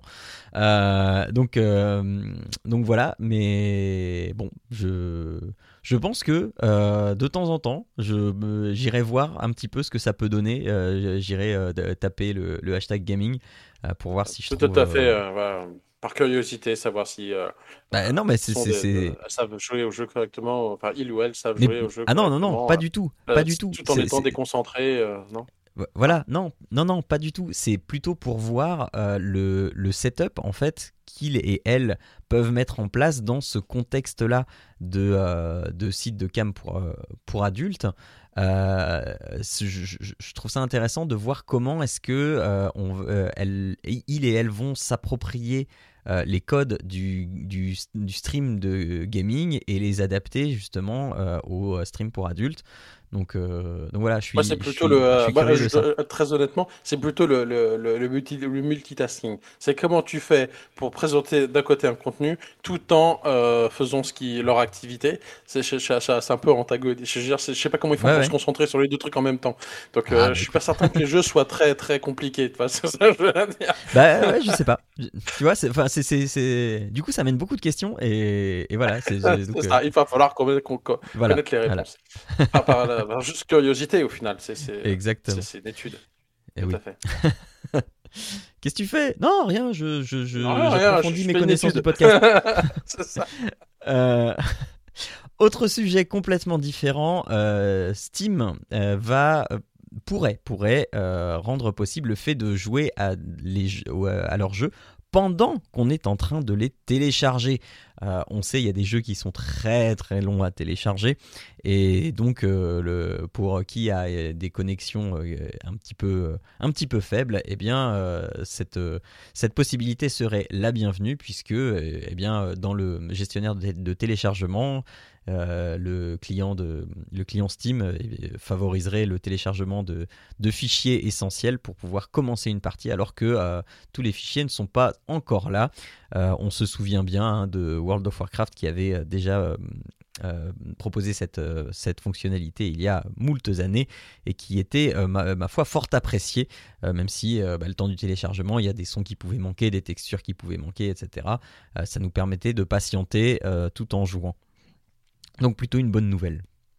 Euh, donc, euh, donc voilà. Mais bon, je, je pense que euh, de temps en temps, je me- j'irai voir un petit peu ce que ça peut donner. Euh, j'irai euh, d- taper le, le hashtag gaming euh, pour voir si je Tout trouve. à fait, euh, euh, voilà. Par curiosité, savoir si euh, Bah euh, non, mais ils c'est, sont c'est, des- de- c'est- savent jouer au jeu correctement, enfin, ils ou elles savent Mais jouer au jeu ah non, non, non, correctement, pas euh, du tout, euh, pas du tout. tout en C'est, étant c'est- déconcentré, euh, non? Voilà, non, non, non, pas du tout. C'est plutôt pour voir euh, le, le setup en fait qu'ils et elles peuvent mettre en place dans ce contexte-là de, euh, de site de cam pour, euh, pour adultes. Euh, je, je- je trouve ça intéressant de voir comment est-ce que euh, on, euh, elles, ils et elles vont s'approprier euh, les codes du, du, du stream de gaming et les adapter justement euh, au stream pour adultes. Donc, euh, donc voilà, je suis, Moi, c'est je plutôt suis, le. je euh, suis moi, curieux je- de ça. euh, très honnêtement, c'est plutôt le, le, le, le multi- le multitasking. C'est comment tu fais pour présenter d'un côté un contenu tout en euh, faisant ce qui leur activité. C'est c'est- c'est- c'est un peu antagonique. Je veux dire, c'est- je sais pas comment ils font Ouais, pour ouais. se concentrer sur les deux trucs en même temps. Donc, Ah, euh, bah, je suis écoute. pas certain que les jeux soient très très compliqués. Tu vois, c'est ça que je veux dire. Bah ouais, je sais pas. Je- Tu vois, c'est, enfin, c'est, c'est, c'est- du coup, ça mène beaucoup de questions et, et voilà. C'est, c'est- donc, C'est euh, ça. Il va falloir qu'on- qu'on- qu'on- voilà, connaître les voilà. réponses. Pas par, la- par juste curiosité au final. C'est c'est- Exactement. c'est- c'est une étude. Et Tout oui. à fait. Qu'est-ce que tu fais? Non, rien. Je, je, je, Non, rien, je- j'approfondis je mes fais une connaissances étude. du podcast. C'est ça. Euh, Autre sujet complètement différent, euh, Steam euh, va euh, pourrait pourrait euh, rendre possible le fait de jouer à les jeux- ou à à leurs jeux pendant qu'on est en train de les télécharger. Euh, on sait il y a des jeux qui sont très très longs à télécharger et donc euh, le, pour qui a euh, des connexions euh, un petit peu euh, un petit peu faibles, eh bien euh, cette euh, cette possibilité serait la bienvenue puisque euh, eh bien dans le gestionnaire de, de téléchargement euh, le client de le client Steam euh, favoriserait le téléchargement de, de fichiers essentiels pour pouvoir commencer une partie alors que euh, tous les fichiers ne sont pas encore là. Euh, on se souvient bien hein, de World of Warcraft qui avait euh, déjà euh, euh, proposé cette, euh, cette fonctionnalité il y a moultes années et qui était euh, ma, ma foi fort appréciée euh, même si euh, bah, le temps du téléchargement il y a des sons qui pouvaient manquer, des textures qui pouvaient manquer, etc. Euh, ça nous permettait de patienter euh, tout en jouant. Donc plutôt une bonne nouvelle.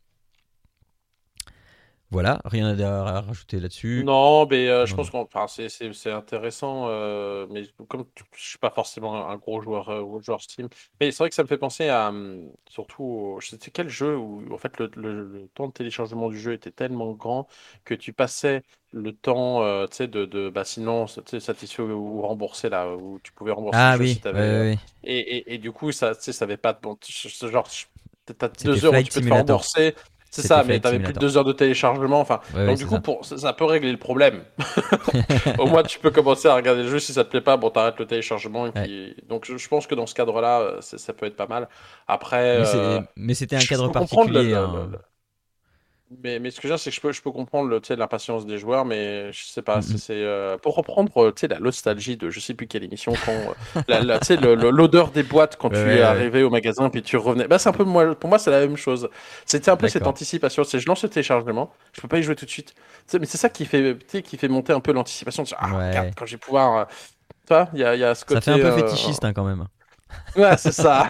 Voilà, rien à, à rajouter là-dessus. Non, mais euh, je Non, pense non. qu'on, enfin, c'est c'est c'est intéressant, euh, mais comme tu- je suis pas forcément un gros joueur euh, gros joueur Steam, mais c'est vrai que ça me fait penser à hum, surtout, au- je sais quel jeu où en fait le, le- le temps de téléchargement du jeu était tellement grand que tu passais le temps, euh, tu sais, de, de bah sinon, tu sais, satisfait ou, ou remboursé là, où tu pouvais rembourser le Ah jeu si oui, ouais, t'avais, euh, ouais, ouais. et, et, et du coup ça, tu sais, ça avait pas de bon, ce ce genre, t'as C'était deux heures où Flight tu peux te faire Simulator. rembourser. C'est C'était ça, mais Flight t'avais plus de Simulator. deux heures de téléchargement. Enfin, Ouais, ouais, donc du c'est coup, ça. pour ça, ça peut régler le problème. Au moins, tu peux commencer à regarder le jeu. Si ça te plaît pas, bon, t'arrêtes le téléchargement. Et Ouais. puis... Donc, je, je pense que dans ce cadre-là, euh, c'est- ça peut être pas mal. Après, Mais euh, c'est, mais c'était un je, je cadre peux comprendre le, particulier, le- le- hein. le- Mais, mais ce que je veux dire, c'est que je peux, je peux comprendre le, tu sais, l'impatience des joueurs, mais je sais pas, Mm, c'est, mm. c'est, euh, pour reprendre, euh, tu sais, la nostalgie de je sais plus quelle émission, quand, euh, la, la- tu sais, le- le- l'odeur des boîtes quand Ouais, tu es ouais, ouais. arrivé au magasin, puis tu revenais. Bah, c'est un peu, moi, pour moi, c'est la même chose. C'était un peu cette D'accord. anticipation, c'est je lance le téléchargement, je peux pas y jouer tout de suite. Tu sais, mais c'est ça qui fait, tu sais, qui fait monter un peu l'anticipation, de dire, ah, regarde, Ouais. quand je vais pouvoir, euh, tu vois, il y a, il y a ce Ça fait côté, un peu euh, fétichiste, hein, quand même. ouais, c'est ça.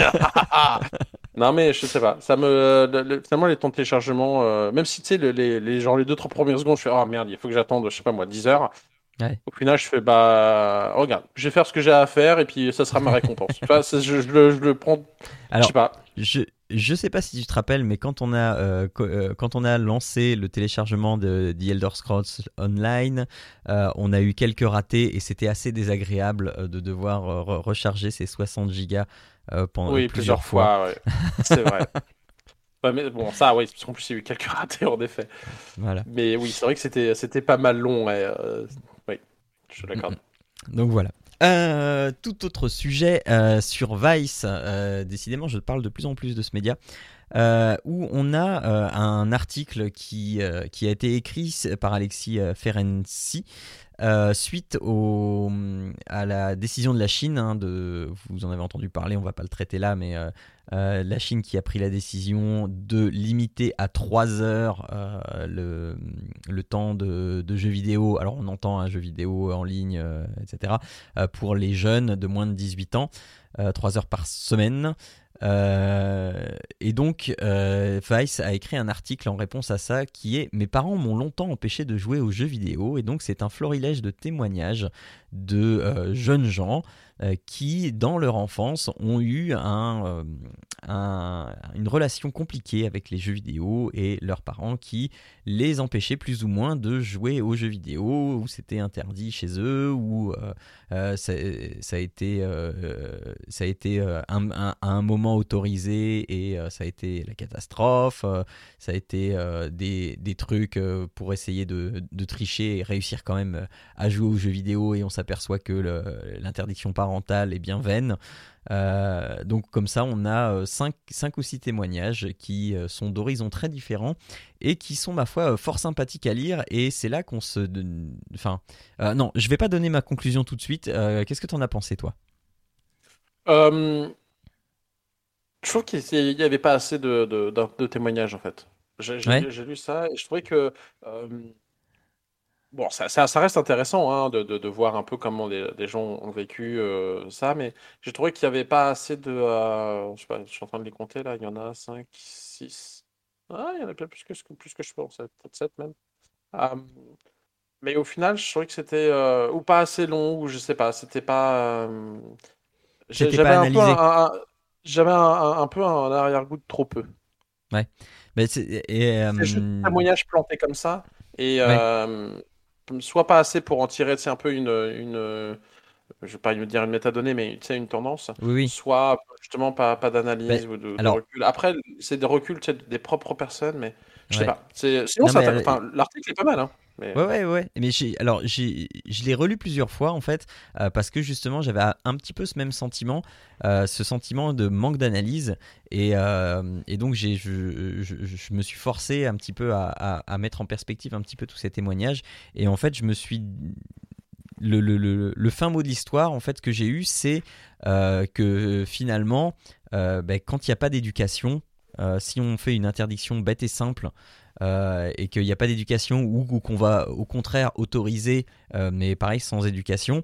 Non, mais je sais pas. Ça me, le- le- finalement, les temps de téléchargement, euh, même si tu sais, le- les, les, genre, les deux, trois premières secondes, je fais, oh merde, il faut que j'attende, je sais pas moi, dix heures. Ouais. Au final, je fais, bah, regarde, je vais faire ce que j'ai à faire et puis ça sera ma récompense. Tu vois, c'est- je, je le, je le prends, je sais Alors, pas. je je sais pas si tu te rappelles, mais quand on a euh, co- euh, quand on a lancé le téléchargement de The Elder Scrolls Online, euh, on a eu quelques ratés et c'était assez désagréable euh, de devoir euh, re- recharger ces soixante gigas euh, pendant Oui, plusieurs plusieurs fois. fois, ouais. C'est vrai. Ouais, mais bon, ça, oui, parce qu'en plus, il y a eu quelques ratés, en effet. Voilà. Mais oui, c'est vrai que c'était, c'était pas mal long, ouais, euh, oui, je suis Mm, d'accord. mm. Donc voilà. Euh, tout autre sujet euh, sur Vice. Euh, décidément, je parle de plus en plus de ce média. Euh, où on a euh, un article qui, euh, qui a été écrit par Alexis euh, Ferenczi euh, suite au, à la décision de la Chine, hein, de, vous en avez entendu parler, on ne va pas le traiter là, mais euh, euh, la Chine qui a pris la décision de limiter à trois heures euh, le, le temps de, de jeux vidéo. Alors on entend un jeu vidéo en ligne, euh, et cetera, euh, pour les jeunes de moins de dix-huit ans, euh, trois heures par semaine. Euh, et donc, euh, Vice a écrit un article en réponse à ça qui est « Mes parents m'ont longtemps empêché de jouer aux jeux vidéo » et donc c'est un florilège de témoignages de euh, jeunes gens euh, qui, dans leur enfance, ont eu un, euh, un, une relation compliquée avec les jeux vidéo et leurs parents qui les empêchaient plus ou moins de jouer aux jeux vidéo, où c'était interdit chez eux, où euh, euh, ça, ça a été, euh, ça a été euh, un, un, à un moment autorisé et euh, ça a été la catastrophe, euh, ça a été euh, des, des trucs euh, pour essayer de, de tricher et réussir quand même à jouer aux jeux vidéo et on s'aperçoit que le, l'interdiction parentale est bien vaine. Euh, donc comme ça on a cinq ou six témoignages qui euh, sont d'horizons très différents et qui sont ma foi fort sympathiques à lire et c'est là qu'on se... Enfin, euh, non, je vais pas donner ma conclusion tout de suite. Euh, qu'est-ce que t'en as pensé toi ? Euh, je trouve qu'il n'y avait pas assez de, de, de, de témoignages en fait. J'ai, j'ai, Ouais. j'ai lu ça et je trouvais que euh, bon, ça, ça, ça reste intéressant hein, de, de, de voir un peu comment les, les gens ont vécu euh, ça, mais j'ai trouvé qu'il n'y avait pas assez de. Euh, je sais pas, je suis en train de les compter là, il y en a cinq, six. Ah, il y en a peut-être plus que, plus que je pense, peut-être sept même. Euh, mais au final, je trouvais que c'était euh, ou pas assez long, ou je sais pas, c'était pas. euh, j'ai- C'était pas j'avais un peu un, analysé. un- un- j'avais un, un- un peu un arrière-goût de trop peu. Ouais. Mais c'est, et, C'est juste euh, un témoignage planté comme ça, et ouais. euh, soit pas assez pour en tirer, c'est un peu une, une, je vais pas me dire une métadonnée, mais tu sais, une tendance, Oui, oui. soit justement pas, pas Ben, d'analyse ou de, de alors, recul. Après, c'est des reculs tu sais, des propres personnes, mais je sais ouais. pas. C'est, sinon, Non, ça, mais euh, enfin, l'article est pas mal, hein. Mais... ouais, ouais, ouais. Mais j'ai, alors, j'ai, je l'ai relu plusieurs fois en fait, euh, parce que justement, j'avais un petit peu ce même sentiment, euh, ce sentiment de manque d'analyse, et, euh, et donc j'ai, je, je, je me suis forcé un petit peu à, à, à mettre en perspective un petit peu tous ces témoignages, et en fait, je me suis le, le, le, le fin mot de l'histoire en fait que j'ai eu, c'est euh, que finalement, euh, ben, quand il n'y a pas d'éducation, euh, si on fait une interdiction bête et simple. Euh, et qu'il n'y a pas d'éducation ou, ou qu'on va au contraire autoriser, euh, mais pareil sans éducation,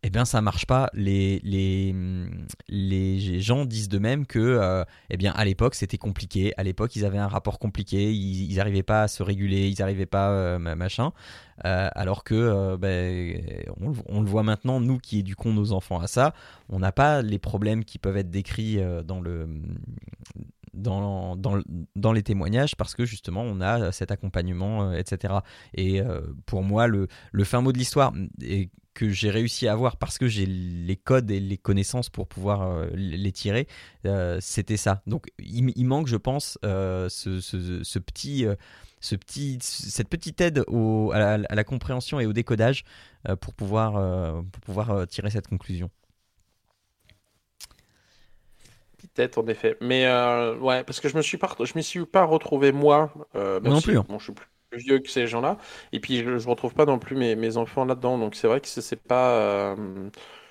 eh bien ça marche pas. Les, les, les gens disent de même que euh, eh bien, à l'époque c'était compliqué, à l'époque ils avaient un rapport compliqué, ils n'arrivaient pas à se réguler, ils n'arrivaient pas euh, machin, euh, alors que euh, ben, on, on le voit maintenant, nous qui éduquons nos enfants à ça, on n'a pas les problèmes qui peuvent être décrits euh, dans le... Dans, dans, dans les témoignages, parce que justement on a cet accompagnement, euh, et cetera. Et euh, pour moi, le, le fin mot de l'histoire, et que j'ai réussi à avoir parce que j'ai les codes et les connaissances pour pouvoir euh, les tirer, euh, c'était ça. Donc il, il manque, je pense, euh, ce, ce, ce petit, euh, ce petit, cette petite aide au, à, la, à la compréhension et au décodage euh, pour pouvoir, euh, pour pouvoir euh, tirer cette conclusion. Peut-être en effet, mais euh, ouais, parce que je me suis pas, je m'y suis pas retrouvé moi, euh, même Non si plus. Hein. bon, je suis plus vieux que ces gens-là, et puis je, je retrouve pas non plus mes, mes enfants là-dedans, donc c'est vrai que c'est c'est pas euh,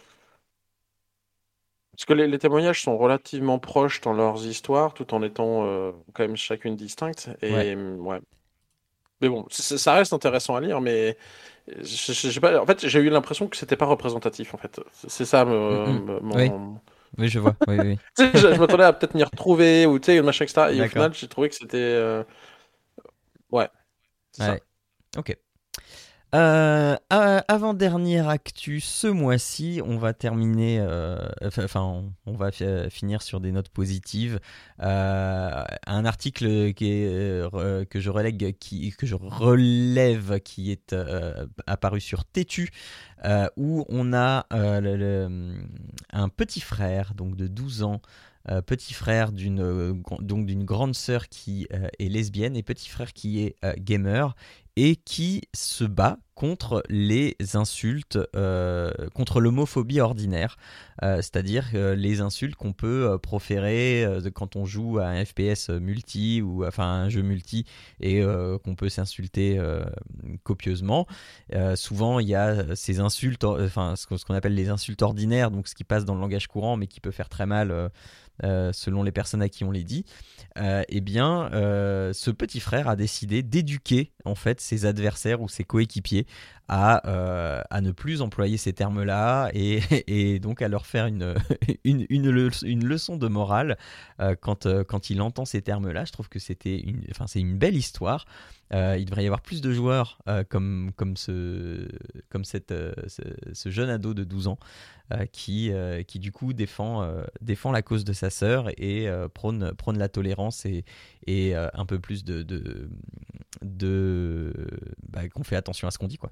parce que les, les témoignages sont relativement proches dans leurs histoires, tout en étant euh, quand même chacune distincte, Ouais. et euh, ouais. Mais bon, c- ça reste intéressant à lire, mais je- je- j'ai pas, en fait, j'ai eu l'impression que c'était pas représentatif, en fait. C'est c'est ça Mm, me- mm. me- Oui. mon. Oui, je vois. Oui, oui. Tu sais, je, je m'attendais à peut-être m'y retrouver ou tu sais, machin, et cetera. Et au D'accord. final, j'ai trouvé que c'était. euh, Ouais, c'est ça. Ouais. Ok. Euh, a- avant-dernière actu ce mois-ci, on va terminer, euh, enfin on, on va fi- finir sur des notes positives. Euh, un article qui est, euh, re- que je relègue, qui, que je relève, qui est euh, apparu sur Tétu, euh, où on a euh, le- le- un petit frère donc de douze ans. Euh, petit frère d'une euh, gr- donc d'une grande sœur qui euh, est lesbienne et petit frère qui est euh, gamer et qui se bat contre les insultes, euh, contre l'homophobie ordinaire, euh, c'est-à-dire euh, les insultes qu'on peut euh, proférer euh, quand on joue à un F P S multi ou enfin un jeu multi et euh, qu'on peut s'insulter euh, copieusement. Euh, souvent, il y a ces insultes, enfin ce qu'on appelle les insultes ordinaires, donc ce qui passe dans le langage courant mais qui peut faire très mal. Euh, euh, selon les personnes à qui on les dit, euh, eh bien, euh, ce petit frère a décidé d'éduquer en fait ses adversaires ou ses coéquipiers à, euh, à ne plus employer ces termes-là et, et donc à leur faire une, une, une, le, une leçon de morale euh, quand, euh, quand il entend ces termes-là. Je trouve que c'était une, enfin, c'est une belle histoire. Euh, il devrait y avoir plus de joueurs euh, comme, comme, ce, comme cette, euh, ce, ce jeune ado de douze ans euh, qui, euh, qui du coup défend, euh, défend la cause de sa sœur et euh, prône, prône la tolérance et, et euh, un peu plus de, de, de bah, qu'on fait attention à ce qu'on dit, quoi.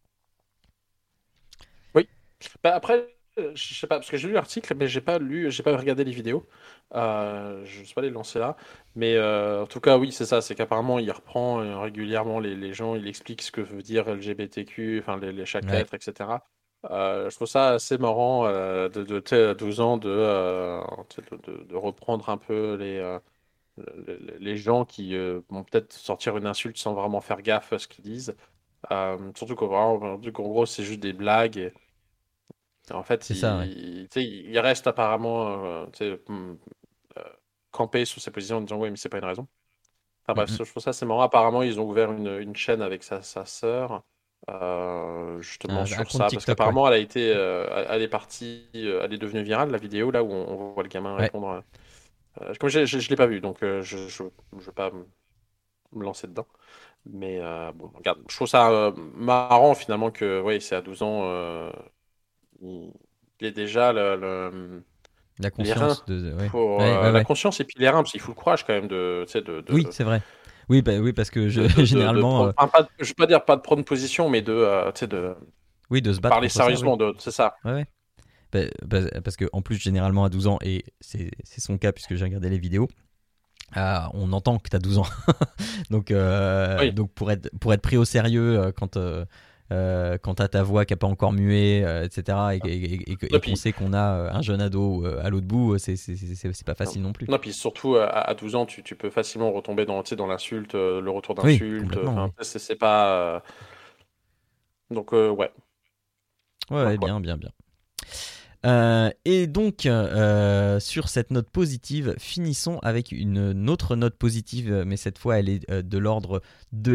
Oui. Bah, après, euh, je sais pas, parce que j'ai lu l'article, mais j'ai pas lu, j'ai pas regardé les vidéos. Euh, je sais pas les lancer là. Mais euh, en tout cas, oui, c'est ça. C'est qu'apparemment, il reprend euh, régulièrement les, les gens, il explique ce que veut dire L G B T Q, enfin, les, les chaque Ouais. lettre, et cetera. Euh, je trouve ça assez marrant euh, de, de, tu sais, à douze ans de, euh, tu sais, de, de- de reprendre un peu les, euh, le- les gens qui euh, vont peut-être sortir une insulte sans vraiment faire gaffe à ce qu'ils disent. Euh, surtout qu'en vraiment, qu'en gros, c'est juste des blagues. Et, en fait, C'est ça, ouais. il, tu sais, il reste apparemment euh, tu sais, hum, euh, campé sur ses positions en disant oui, mais c'est pas une raison. Enfin bref, Mm-mm. je trouve ça c'est marrant. Apparemment, ils ont ouvert une, une chaîne avec sa, sa sœur, euh, justement Un, un sur compte ça, parce TikTok, ouais. qu'apparemment, elle a été, euh, elle est partie, euh, elle est devenue virale, la vidéo là où on, on voit le gamin Ouais. répondre. Euh, comme je, je, je l'ai pas vu, donc euh, je, je, je vais pas me me lancer dedans. Mais euh, bon, regarde, je trouve ça euh, marrant finalement que, oui, c'est à douze ans, euh, il, il est déjà le, le- La les reins conscience de, ouais. pour Ouais, euh, ouais, la ouais. conscience et puis les reins, parce qu'il faut le courage quand même de, tu sais, de, Oui, de, c'est vrai. Oui, bah, oui, parce que je, de, de, de- de généralement, euh, prendre, enfin, pas, de- je vais pas dire pas de prendre position, mais de, euh, tu sais, de oui, de se battre parler contre ça, oui. sérieusement, de, c'est ça. Ouais, ouais. Bah, bah, parce que en plus, généralement à douze ans, et c'est c'est son cas puisque j'ai regardé les vidéos, ah, on entend que tu as douze ans. donc, euh, Oui, donc pour, être, pour être pris au sérieux euh, quand, euh, euh, quand tu as ta voix qui n'a pas encore mué, euh, et cetera, et, et, et, et- et et qu'on puis, sait qu'on a euh, un jeune ado euh, à l'autre bout, euh, c'est c'est- c'est- c'est- c'est pas facile non plus. non, puis surtout à, à douze ans, tu, tu peux facilement retomber dans, tu sais, dans l'insulte, euh, le retour Oui, d'insulte. complètement, Enfin, oui. c'est c'est pas. euh, Donc, euh, ouais. Ouais, Ma ouais, foi. bien, bien, bien. Euh, et donc, euh, sur cette note positive, finissons avec une, une autre note positive, mais cette fois, elle est euh, de l'ordre de la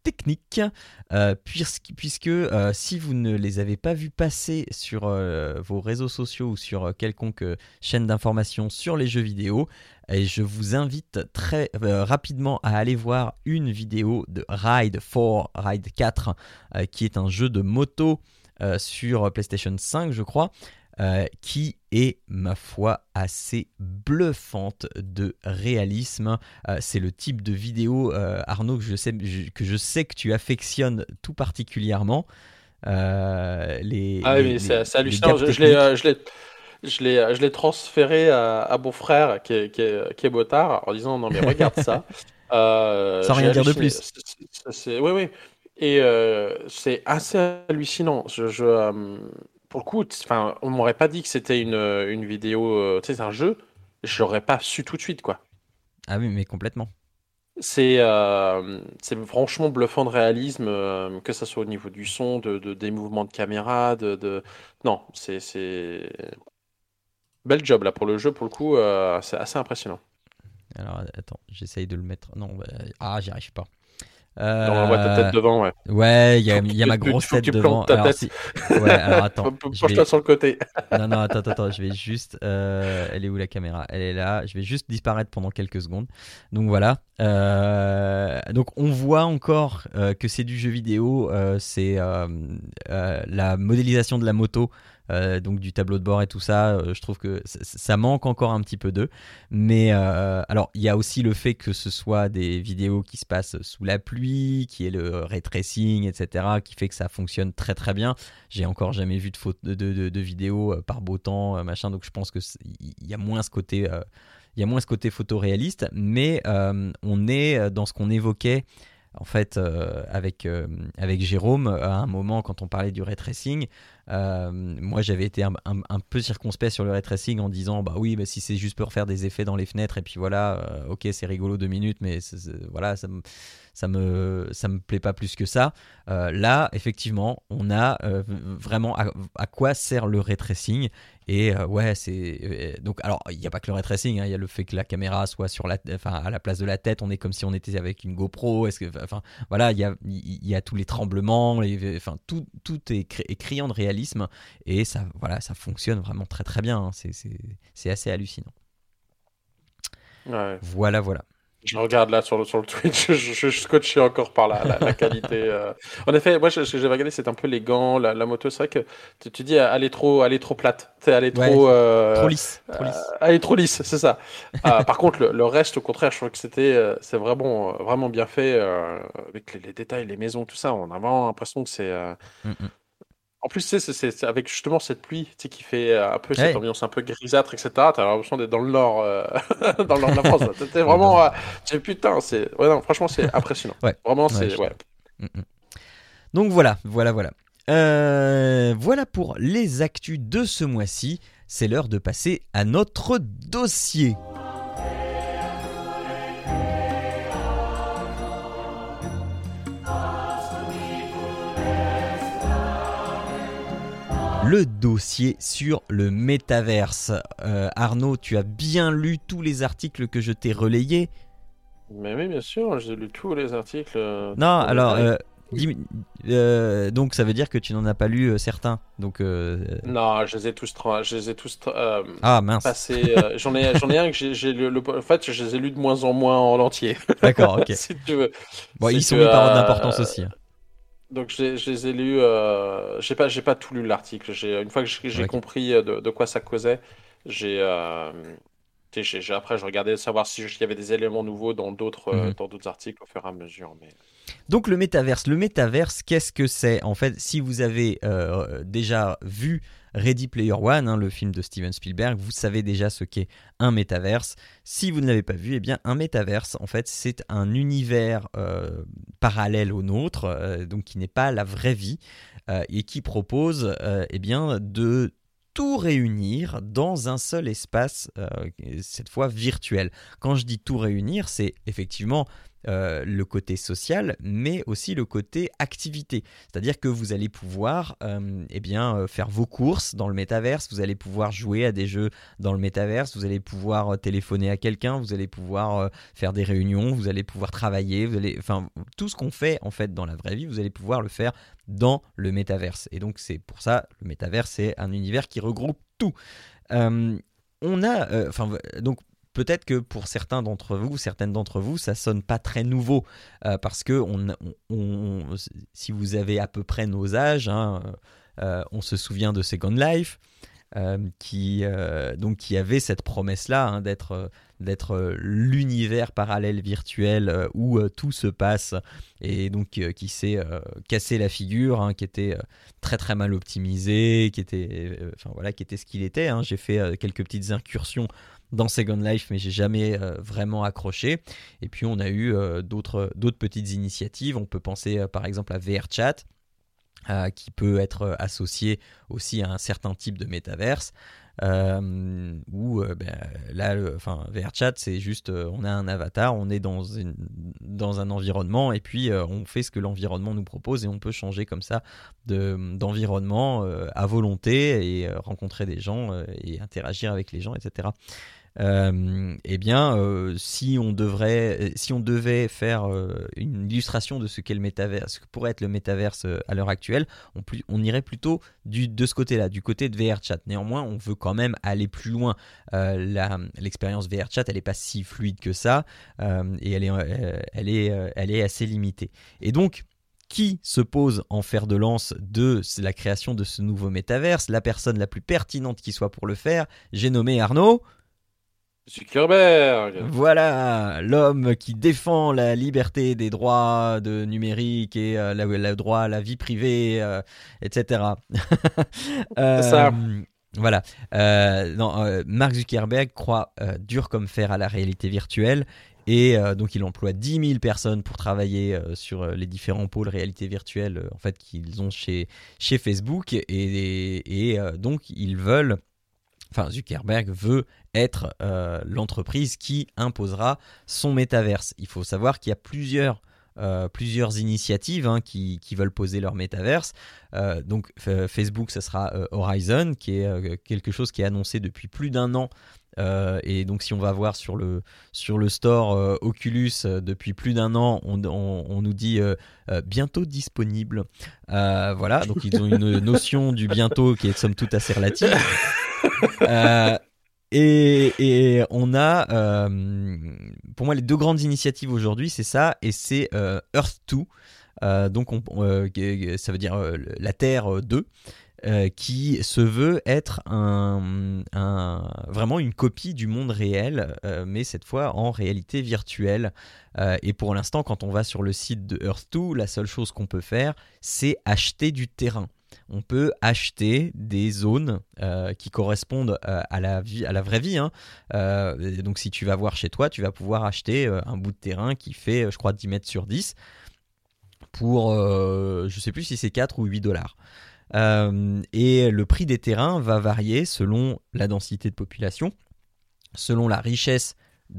techniques, euh, puisque, puisque euh, si vous ne les avez pas vus passer sur euh, vos réseaux sociaux ou sur euh, quelconque euh, chaîne d'information sur les jeux vidéo, et je vous invite très euh, rapidement à aller voir une vidéo de Ride quatre, Ride quatre, euh, qui est un jeu de moto euh, sur PlayStation cinq, je crois, euh, qui est, ma foi, assez bluffante de réalisme. Euh, c'est le type de vidéo, euh, Arnaud, que je, sais, je, que je sais que tu affectionnes tout particulièrement. Euh, les, Ah les, oui, mais les, c'est c'est les hallucinant. gaps Je, je l'ai, techniques. euh, je l'ai, je l'ai, euh, je l'ai transféré à, à mon frère qui est, qui est, qui est motard en disant non mais regarde ça. Euh, Sans j'ai rien dire de halluciné. plus. C'est, c'est- c'est- oui, oui. Et euh, c'est assez hallucinant. Je, je, euh, pour le coup, t- enfin, on m'aurait pas dit que c'était une, une vidéo, euh, tu sais, c'est un jeu. Je l'aurais pas su tout de suite, quoi. Ah oui, mais complètement. C'est euh, c'est franchement bluffant de réalisme, euh, que ça soit au niveau du son, de, de- des mouvements de caméra, de, de... Non, c'est, c'est... Bel job là pour le jeu, pour le coup, euh, c'est assez impressionnant. Alors, attends, j'essaye de le mettre. Non, bah, ah, j'y arrive pas. Non, on voit ta tête Euh, devant, ouais. Ouais, il y a, Faut que il tu, y a ma tu- grosse faut que tête tu devant. plantes ta Alors, tête. si. Ouais, alors attends, je Penche-toi vais. sur le côté. Non, non, attends, attends, attends, je vais juste. euh, Elle est où la caméra? Elle est là. Je vais juste disparaître pendant quelques secondes. Donc voilà. Euh, Donc on voit encore euh, que c'est du jeu vidéo. euh, C'est euh, euh, la modélisation de la moto. euh, donc du tableau de bord et tout ça, euh, je trouve que c- ça manque encore un petit peu d'eux. Mais euh, alors, il y a aussi le fait que ce soit des vidéos qui se passent sous la pluie, qui est le ray tracing, et cetera, qui fait que ça fonctionne très très bien. J'ai encore jamais vu de, photo, de, de, de vidéos euh, par beau temps, euh, machin. Donc je pense que c'est- il y a moins ce côté, euh, il y a moins ce côté photoréaliste. Mais euh, on est dans ce qu'on évoquait. En fait, euh, avec, euh, avec Jérôme, à un moment, quand on parlait du ray tracing, euh, moi j'avais été un, un- un peu circonspect sur le ray tracing en disant bah oui, bah, si c'est juste pour faire des effets dans les fenêtres et puis voilà, euh, ok, c'est rigolo deux minutes, mais c'est- c'est- voilà, ça me, ça, me, ça me plaît pas plus que ça. Euh, là, effectivement, on a euh, vraiment à, à quoi sert le ray tracing. Et euh, ouais, c'est. euh, donc, alors, il n'y a pas que le ray tracing, hein, il y a le fait que la caméra soit sur la, enfin, à la place de la tête, on est comme si on était avec une GoPro. Est-ce que, enfin, voilà, il y a, il y a tous les tremblements, les, enfin, tout, tout est, cri- est criant de réalisme et ça, voilà, ça fonctionne vraiment très très bien. hein. C'est, c'est, c'est assez hallucinant. Ouais. Voilà, voilà. Je regarde là sur le, sur le Twitch, je, je, je suis scotché encore par la, la, la qualité. euh. En effet, moi, ce que j'ai regardé, c'est un peu les gants, la, la moto. C'est vrai que tu, tu dis, elle est trop, elle est trop plate. Tu sais, elle est Ouais, trop, euh, trop lisse, trop euh, lisse. elle est trop lisse, c'est ça. Euh, par contre, le, le reste, au contraire, je trouve que c'était, euh, c'est vraiment, euh, vraiment bien fait, euh, avec les, les détails, les maisons, tout ça. On a vraiment l'impression que c'est. euh, Mm, mm. En plus, tu sais, c'est c'est- c'est avec justement cette pluie, tu sais, qui fait euh, un peu cette Ouais. ambiance un peu grisâtre, et cetera. T'as l'impression d'être dans le nord, euh, dans le nord de la France. là. T'étais Ouais, vraiment, dans- euh, tu sais, putain, c'est, ouais, non, franchement, c'est impressionnant. Ouais. Vraiment, Ouais, c'est, je- ouais. Mm, mm. Donc voilà, voilà, voilà. Euh, voilà pour les actus de ce mois-ci. C'est l'heure de passer à notre dossier. Le dossier sur le métaverse. Euh, Arnaud, tu as bien lu tous les articles que je t'ai relayés. Mais oui, bien sûr, j'ai lu tous les articles. euh, Non, en alors, détail. euh, dis- euh, donc ça veut dire que tu n'en as pas lu euh, certains. Donc, euh, Non, je les ai tous, tra- je les ai tous tra- euh, ah mince. passés. euh, j'en ai, j'en ai un que j'ai, j'ai le, le- en fait, je les ai lus de moins en moins en entier. D'accord, ok. Si tu veux. Bon, C'est ils sont que, mis par ordre euh, d'importance aussi. hein. Donc je, les je les ai lus, euh, j'ai pas, j'ai pas tout lu l'article. J'ai, une fois que j'ai j'ai Ok. compris euh, de, de quoi ça causait, j'ai, euh, tu sais, j'ai- j'ai- après je regardais savoir s'il y avait des éléments nouveaux dans d'autres, euh, Mhm. dans d'autres articles au fur et à mesure. Mais Donc le métaverse, le métaverse, qu'est-ce que c'est? En fait, si vous avez euh, déjà vu Ready Player One, hein, le film de Steven Spielberg, vous savez déjà ce qu'est un métaverse. Si vous ne l'avez pas vu, eh bien un métaverse, en fait, c'est un univers euh, parallèle au nôtre, euh, donc qui n'est pas la vraie vie, euh, et qui propose euh, eh bien de tout réunir dans un seul espace, euh, cette fois virtuel. Quand je dis tout réunir, c'est effectivement euh, le côté social, mais aussi le côté activité. C'est-à-dire que vous allez pouvoir euh, eh bien, euh, faire vos courses dans le métaverse, vous allez pouvoir jouer à des jeux dans le métaverse, vous allez pouvoir euh, téléphoner à quelqu'un, vous allez pouvoir euh, faire des réunions, vous allez pouvoir travailler, vous allez, enfin, tout ce qu'on fait en fait dans la vraie vie, vous allez pouvoir le faire dans le métaverse. Et donc c'est pour ça, le métaverse, c'est un univers qui regroupe tout. Euh, on a, euh, enfin, donc peut-être que pour certains d'entre vous, certaines d'entre vous, ça sonne pas très nouveau euh, parce que on, on, on, si vous avez à peu près nos âges, hein, euh, on se souvient de Second Life, euh, qui euh, donc qui avait cette promesse-là hein, d'être d'être euh, l'univers parallèle virtuel euh, où euh, tout se passe et donc euh, qui s'est euh, cassé la figure, hein, qui était euh, très très mal optimisé, qui était, euh, enfin voilà, qui était ce qu'il était. Hein. J'ai fait euh, quelques petites incursions dans Second Life, mais j'ai jamais euh, vraiment accroché. Et puis on a eu euh, d'autres, d'autres petites initiatives. On peut penser euh, par exemple à VRChat, euh, qui peut être euh, associé aussi à un certain type de métaverse. Euh, où euh, ben, là, le, enfin, VRChat, c'est juste, euh, on a un avatar, on est dans, une, dans un environnement et puis euh, on fait ce que l'environnement nous propose et on peut changer comme ça de, d'environnement euh, à volonté et euh, rencontrer des gens euh, et interagir avec les gens, et cetera. Euh, eh bien, euh, si on devrait, si on devait faire euh, une illustration de ce qu'est le métaverse, ce que pourrait être le métaverse euh, à l'heure actuelle, on, plus, on irait plutôt du, de ce côté-là, du côté de VRChat. Néanmoins, on veut quand même aller plus loin. Euh, la, l'expérience VRChat, elle n'est pas si fluide que ça, euh, et elle est, euh, elle est, euh, elle est assez limitée. Et donc, qui se pose en fer de lance de la création de ce nouveau métaverse? La personne la plus pertinente qui soit pour le faire, j'ai nommé Arnaud Zuckerberg. Voilà, l'homme qui défend la liberté des droits de numérique et euh, le, le droit à la vie privée, euh, et cetera. euh, C'est ça. Voilà. Euh, non, euh, Mark Zuckerberg croit euh, dur comme fer à la réalité virtuelle. Et euh, donc il emploie dix mille personnes pour travailler euh, sur les différents pôles réalité virtuelle euh, en fait, qu'ils ont chez, chez Facebook. Et, et, et euh, donc ils veulent... Enfin, Zuckerberg veut être euh, l'entreprise qui imposera son métaverse. Il faut savoir qu'il y a plusieurs, euh, plusieurs initiatives hein, qui, qui veulent poser leur métaverse. Euh, donc f- Facebook, ce sera euh, Horizon, qui est euh, quelque chose qui est annoncé depuis plus d'un an. Euh, et donc si on va voir sur le, sur le store euh, Oculus euh, depuis plus d'un an, on, on, on nous dit euh, euh, bientôt disponible. Euh, voilà, donc ils ont une notion du bientôt qui est somme toute assez relative. Euh, et, et on a, euh, pour moi, les deux grandes initiatives aujourd'hui, c'est ça, et c'est euh, Earth deux, euh, donc on, euh, ça veut dire euh, la Terre deux, euh, qui se veut être un, un, vraiment une copie du monde réel, euh, mais cette fois en réalité virtuelle. Euh, et pour l'instant, quand on va sur le site de Earth deux, la seule chose qu'on peut faire, c'est acheter du terrain. On peut acheter des zones euh, qui correspondent euh, à, la vie, à la vraie vie. Hein. Euh, donc si tu vas voir chez toi, tu vas pouvoir acheter euh, un bout de terrain qui fait, je crois, dix mètres sur dix pour, euh, je ne sais plus si c'est quatre ou huit dollars. Euh, et le prix des terrains va varier selon la densité de population, selon la richesse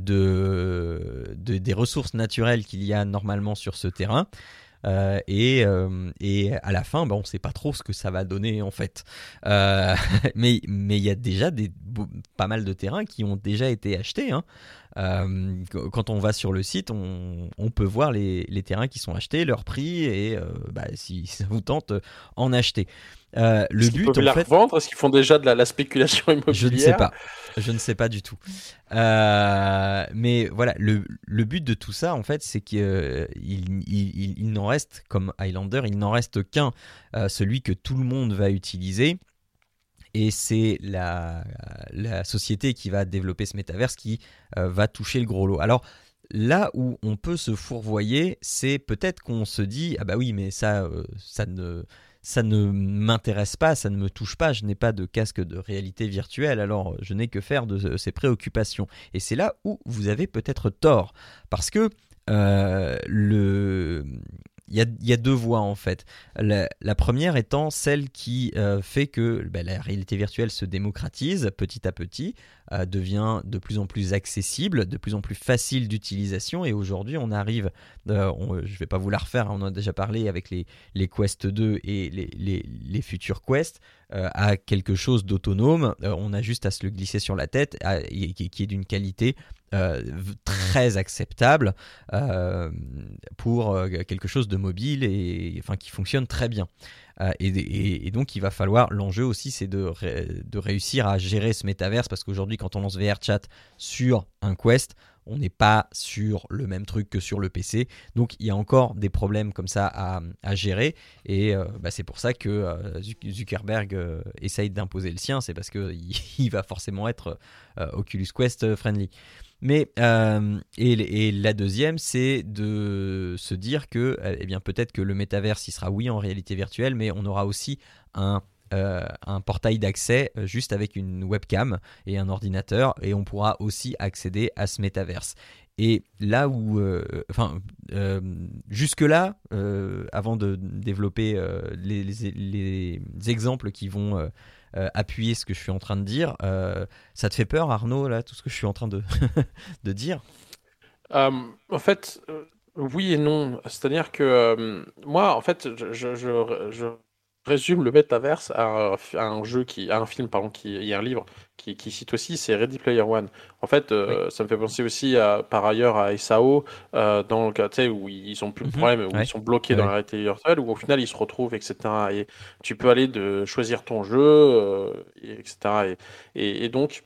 de, de, des ressources naturelles qu'il y a normalement sur ce terrain. Euh, et, euh, et à la fin, bah, on ne sait pas trop ce que ça va donner en fait. Euh, mais mais il y a déjà des, pas mal de terrains qui ont déjà été achetés. Hein. Euh, quand on va sur le site, on, on peut voir les, les terrains qui sont achetés, leur prix et euh, bah, si ça vous tente, en acheter. Euh, le Est-ce but, qu'ils peuvent en les fait, revendre? Est-ce qu'ils font déjà de la, la spéculation immobilière? je ne sais pas. Je ne sais pas du tout. Euh, mais voilà, le, le but de tout ça, en fait, c'est qu'il euh, il, il, il n'en reste, comme Highlander, il n'en reste qu'un, euh, celui que tout le monde va utiliser. Et c'est la, la société qui va développer ce métaverse qui euh, va toucher le gros lot. Alors, là où on peut se fourvoyer, c'est peut-être qu'on se dit « Ah bah oui, mais ça, euh, ça ne... » ça ne m'intéresse pas, ça ne me touche pas, je n'ai pas de casque de réalité virtuelle, alors je n'ai que faire de ces préoccupations. Et c'est là où vous avez peut-être tort, parce que euh, le, il y a, il y a deux voies en fait. La, la première étant celle qui euh, fait que bah, la réalité virtuelle se démocratise petit à petit, euh, devient de plus en plus accessible, de plus en plus facile d'utilisation, et aujourd'hui on arrive, euh, on, je ne vais pas vous la refaire, on en a déjà parlé avec les, les Quest deux et les, les, les futurs Quest, euh, à quelque chose d'autonome. Euh, on a juste à se le glisser sur la tête, à, et, qui, qui est d'une qualité euh, très acceptable euh, pour euh, quelque chose de mobile et enfin qui fonctionne très bien. Euh, et, et, et donc il va falloir, l'enjeu aussi c'est de, ré, de réussir à gérer ce métaverse, parce qu'aujourd'hui quand on lance V R Chat sur un Quest, on n'est pas sur le même truc que sur le P C, donc il y a encore des problèmes comme ça à, à gérer, et euh, bah, c'est pour ça que euh, Zuckerberg euh, essaye d'imposer le sien, c'est parce qu'il il va forcément être euh, Oculus Quest friendly. Mais euh, et, et la deuxième, c'est de se dire que eh bien, peut-être que le métaverse, il sera oui en réalité virtuelle, mais on aura aussi un, euh, un portail d'accès juste avec une webcam et un ordinateur, et on pourra aussi accéder à ce métaverse. Et là où, euh, enfin, euh, jusque-là, euh, avant de développer euh, les, les, les exemples qui vont euh, euh, appuyer ce que je suis en train de dire, euh, ça te fait peur, Arnaud, là, tout ce que je suis en train de, de dire? Euh, en fait, euh, oui et non. C'est-à-dire que euh, moi, en fait, je, je, je, je résume le métaverse à, un à un jeu qui, à un film, pardon, qui, il y a un livre qui, qui cite aussi, c'est Ready Player One. En fait, euh, Oui. ça me fait penser aussi à, par ailleurs à S A O, euh, dans le cas, tu sais, où ils ont plus de Mhm. problème, où Ouais. ils sont bloqués Ouais, dans ouais. la réalité virtuelle, où au final ils se retrouvent, et cetera. Et tu peux aller de choisir ton jeu, euh, et etc. Et, et, et donc,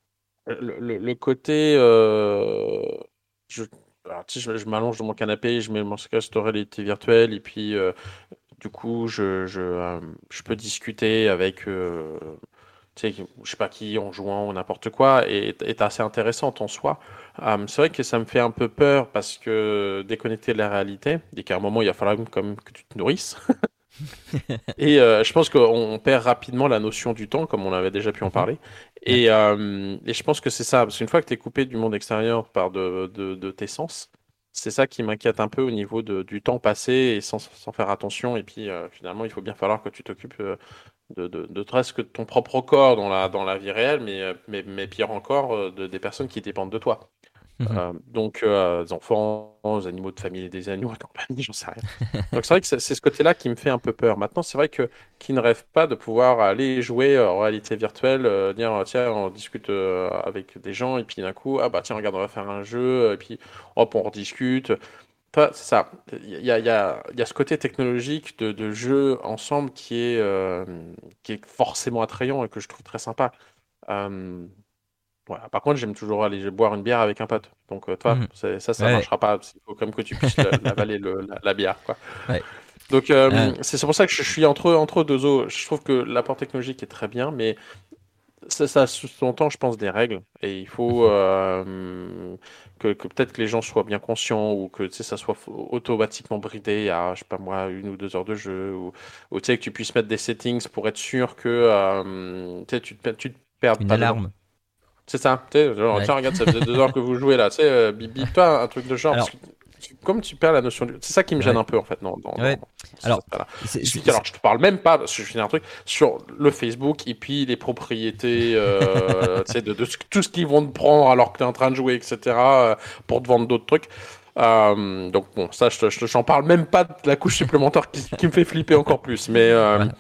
le, le, le côté, euh, je, alors, tu sais, je, je m'allonge dans mon canapé, je mets mon casque de réalité virtuelle, et puis euh, du coup, je, je, euh, je peux discuter avec, euh, tu sais, je sais pas qui, en jouant ou n'importe quoi, et est assez intéressante en soi. Euh, c'est vrai que ça me fait un peu peur parce que déconnecter de la réalité, et qu'à un moment, il va falloir quand même que tu te nourrisses. Et euh, je pense qu'on on perd rapidement la notion du temps, comme on avait déjà pu en Mhm. parler. Ouais. Et, euh, et je pense que c'est ça, parce qu'une fois que tu es coupé du monde extérieur par de, de, de tes sens, c'est ça qui m'inquiète un peu au niveau de, du temps passé et sans, sans faire attention. Et puis euh, finalement, il faut bien falloir que tu t'occupes euh, de, de, de presque de ton propre corps dans la, dans la vie réelle, mais, euh, mais, mais pire encore, euh, de, des personnes qui dépendent de toi. Mhm. Euh, donc, euh, des enfants, des animaux de famille, des animaux de compagnie, j'en sais rien. Donc, c'est vrai que c'est c'est ce côté-là qui me fait un peu peur. Maintenant, c'est vrai que qui ne rêve pas de pouvoir aller jouer euh, en réalité virtuelle, euh, dire tiens, on discute euh, avec des gens, et puis d'un coup, ah bah tiens, regarde, on va faire un jeu, et puis hop, on rediscute. Enfin, c'est ça. Il y a, il y a, il y a ce côté technologique de, de jeu ensemble qui est, euh, qui est forcément attrayant et que je trouve très sympa. Euh, voilà. Par contre, j'aime toujours aller boire une bière avec un pote. Donc, euh, toi, Mhm. c'est- ça, ça Ouais, marchera pas. Il faut comme que tu puisses la- l'avaler le, la, la bière, quoi. ouais. Donc, Euh, euh, c'est c'est pour ça que je, je suis entre, entre deux eaux. Je trouve que l'apport technologique est très bien, mais ça, ça sous-entend, je pense, des règles. Et il faut mhm. euh, que, que peut-être que les gens soient bien conscients ou que tu sais, ça soit automatiquement bridé à, je sais pas moi, une ou deux heures de jeu. Ou, ou tu sais, que tu puisses mettre des settings pour être sûr que euh, tu sais, tu te, tu te perdes Une pas dedans. alarme. C'est ça, tu sais, genre, Ouais. tiens, regarde, ça faisait deux heures que vous jouez là, tu sais, euh, bip, bip-toi, un truc de genre, parce Alors, que tu- comme tu perds la notion du... C'est ça qui me gêne ouais. un peu, en fait, non, dans, dans, Ouais. dans cet Alors, aspect-là. c'est, Je, c'est- alors, je te parle même pas, parce que je finis un truc, sur le Facebook, et puis les propriétés, euh, tu sais, de, de ce- tout ce qu'ils vont te prendre alors que tu es en train de jouer, et cetera, euh, pour te vendre d'autres trucs. Euh, donc bon, ça, je, te- je, te- j'en parle même pas de la couche supplémentaire qui, qui me fait flipper encore plus, mais... euh, voilà.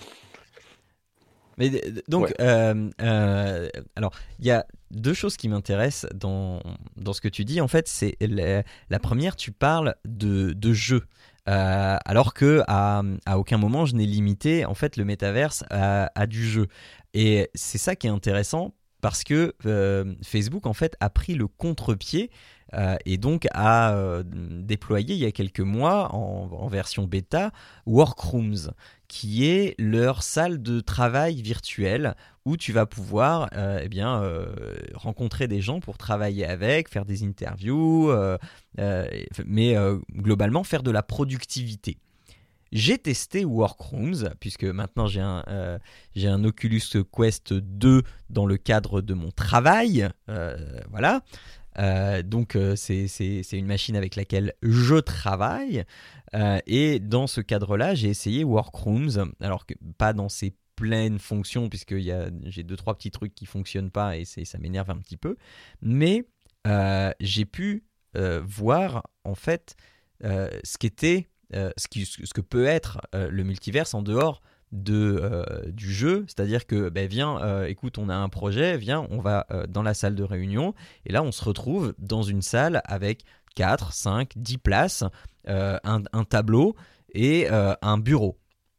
Mais d- d- donc, ouais. euh, euh, alors, il y a deux choses qui m'intéressent dans, dans ce que tu dis. En fait, c'est la, la première, tu parles de, de jeu. Euh, alors que à, à aucun moment je n'ai limité en fait le métaverse à, à du jeu. Et c'est ça qui est intéressant parce que euh, Facebook en fait a pris le contre-pied euh, et donc a euh, déployé il y a quelques mois en, en version bêta Workrooms, qui est leur salle de travail virtuelle où tu vas pouvoir euh, eh bien, euh, rencontrer des gens pour travailler avec, faire des interviews, euh, euh, mais euh, globalement faire de la productivité. J'ai testé Workrooms, puisque maintenant j'ai un, euh, j'ai un Oculus Quest deux dans le cadre de mon travail. Euh, voilà. Euh, donc euh, c'est, c'est, c'est une machine avec laquelle je travaille. Euh, et dans ce cadre-là, j'ai essayé Workrooms. Alors que pas dans ses pleines fonctions, puisque y a, j'ai deux, trois petits trucs qui ne fonctionnent pas et c'est, ça m'énerve un petit peu. Mais euh, j'ai pu euh, voir en fait euh, ce qu'était, euh, ce, qui, ce que peut être euh, le multiverse en dehors de, euh, du jeu, c'est-à-dire que ben, viens, euh, écoute, on a un projet, viens, on va euh, dans la salle de réunion, et là on se retrouve dans une salle avec quatre, cinq, dix places, euh, un, un tableau et euh, un bureau.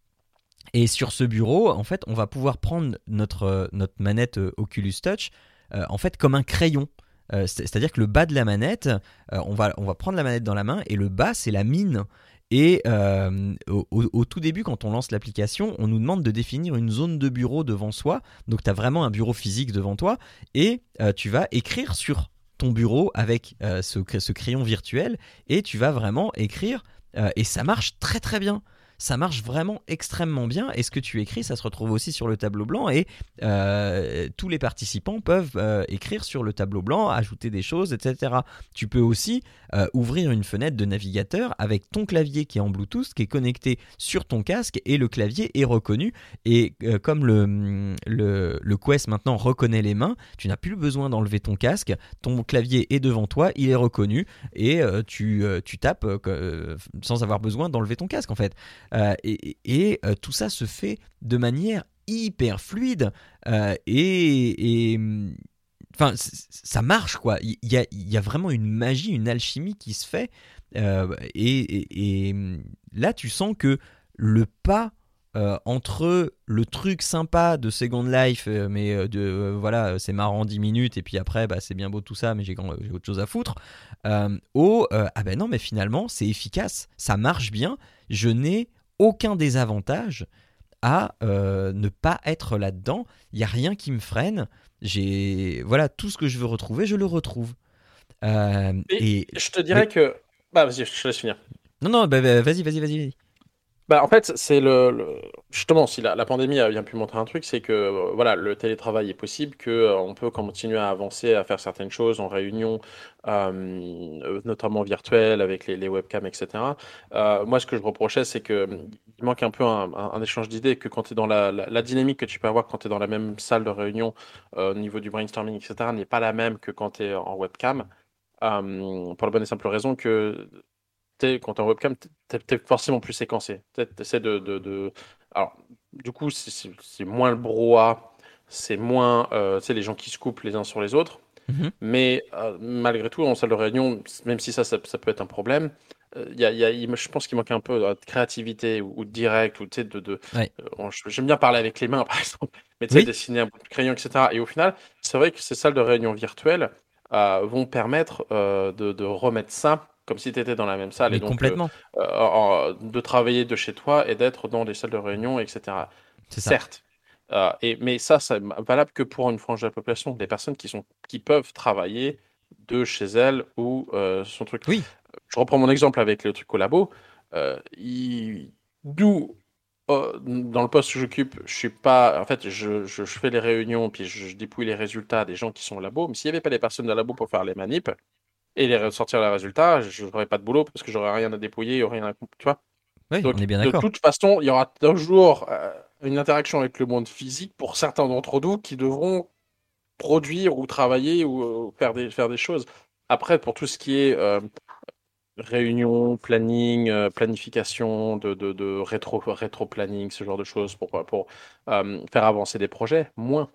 Et sur ce bureau, en fait, on va pouvoir prendre notre, notre manette Oculus Touch euh, en fait comme un crayon. Euh, c'est-à-dire que le bas de la manette, euh, on, va, on va prendre la manette dans la main et le bas, c'est la mine. Et euh, au, au tout début, quand on lance l'application, on nous demande de définir une zone de bureau devant soi. Donc, tu as vraiment un bureau physique devant toi et euh, tu vas écrire sur ton bureau avec euh, ce, ce crayon virtuel et tu vas vraiment écrire euh, et ça marche très très bien. Ça marche vraiment extrêmement bien et ce que tu écris, ça se retrouve aussi sur le tableau blanc et euh, tous les participants peuvent euh, écrire sur le tableau blanc, ajouter des choses, et cetera. Tu peux aussi euh, ouvrir une fenêtre de navigateur avec ton clavier qui est en Bluetooth, qui est connecté sur ton casque et le clavier est reconnu. Et euh, comme le, le, le Quest maintenant reconnaît les mains, tu n'as plus besoin d'enlever ton casque, ton clavier est devant toi, il est reconnu et euh, tu, euh, tu tapes euh, sans avoir besoin d'enlever ton casque en fait. Euh, et et euh, tout ça se fait de manière hyper fluide euh, et, et enfin ça marche quoi. Il y a, il y a vraiment une magie, une alchimie qui se fait euh, et, et, et là tu sens que le pas euh, entre le truc sympa de Second Life euh, mais de euh, voilà c'est marrant dix minutes et puis après bah, c'est bien beau tout ça mais j'ai, j'ai autre chose à foutre euh, au euh, ah ben non mais finalement c'est efficace, ça marche bien, je n'ai aucun désavantage à euh, ne pas être là-dedans. Il n'y a rien qui me freine. J'ai voilà tout ce que je veux retrouver, je le retrouve. Euh, Et, et je te dirais oui. que... Bah, vas-y, je te laisse finir. Non non bah, bah, vas-y vas-y vas-y. Bah, en fait, c'est le, le- justement, si la, la pandémie a bien pu montrer un truc, c'est que euh, voilà, le télétravail est possible, que euh, on peut continuer à avancer, à faire certaines choses en réunion, euh, euh, notamment virtuelle avec les, les webcams, et cetera. Euh, moi, ce que je reprochais, c'est que hum, il manque un peu un, un- un échange d'idées, que quand tu es dans la, la, la dynamique que tu peux avoir quand tu es dans la même salle de réunion, euh, au niveau du brainstorming, et cetera, n'est pas la même que quand tu es en webcam. Euh, pour la bonne et simple raison que t'es- quand t'es en webcam, t'es t'es forcément plus séquencé. T'es- T'essaies de, de, de- Alors, du coup, c'est c'est- c'est moins le brouhaha, c'est moins euh, tu sais, les gens qui se coupent les uns sur les autres. Mhm. Mais euh, malgré tout, en salle de réunion, même si ça, ça, ça peut être un problème, euh, il y a, il y a- il- je pense qu'il manque un peu de créativité ou, ou de direct, ou tu sais, de, de, Ouais. euh, bon, je- j'aime bien parler avec les mains, par exemple, mais tu sais, Oui. dessiner un bout de crayon, et cetera. Et au final, c'est vrai que ces salles de réunion virtuelles euh, vont permettre euh, de, de remettre ça comme si tu étais dans la même salle, et Mais donc euh, complètement. euh, en- de travailler de chez toi et d'être dans des salles de réunion, et cetera. C'est ça. Certes. Euh, et, mais ça, c'est valable que pour une frange de la population, des personnes qui sont, qui peuvent travailler de chez elles ou euh, son truc. Oui. Je reprends mon exemple avec le truc au labo. Euh, il- D'où, euh, dans le poste que j'occupe, je suis pas. En fait, je, je- je fais les réunions puis je, je dépouille les résultats des gens qui sont au labo. Mais s'il n'y avait pas les personnes de labo pour faire les manips et les sortir les résultats, je n'aurais pas de boulot parce que j'aurais rien à dépouiller, rien à. Tu vois? Oui, on Donc, est bien de d'accord. toute façon, il y aura toujours euh, une interaction avec le monde physique pour certains d'entre nous qui devront produire ou travailler ou euh, faire des, faire des choses. Après, pour tout ce qui est euh, réunion, planning, euh, planification, de, de, de rétro, rétro-planning, ce genre de choses pour, pour euh, faire avancer des projets, moins.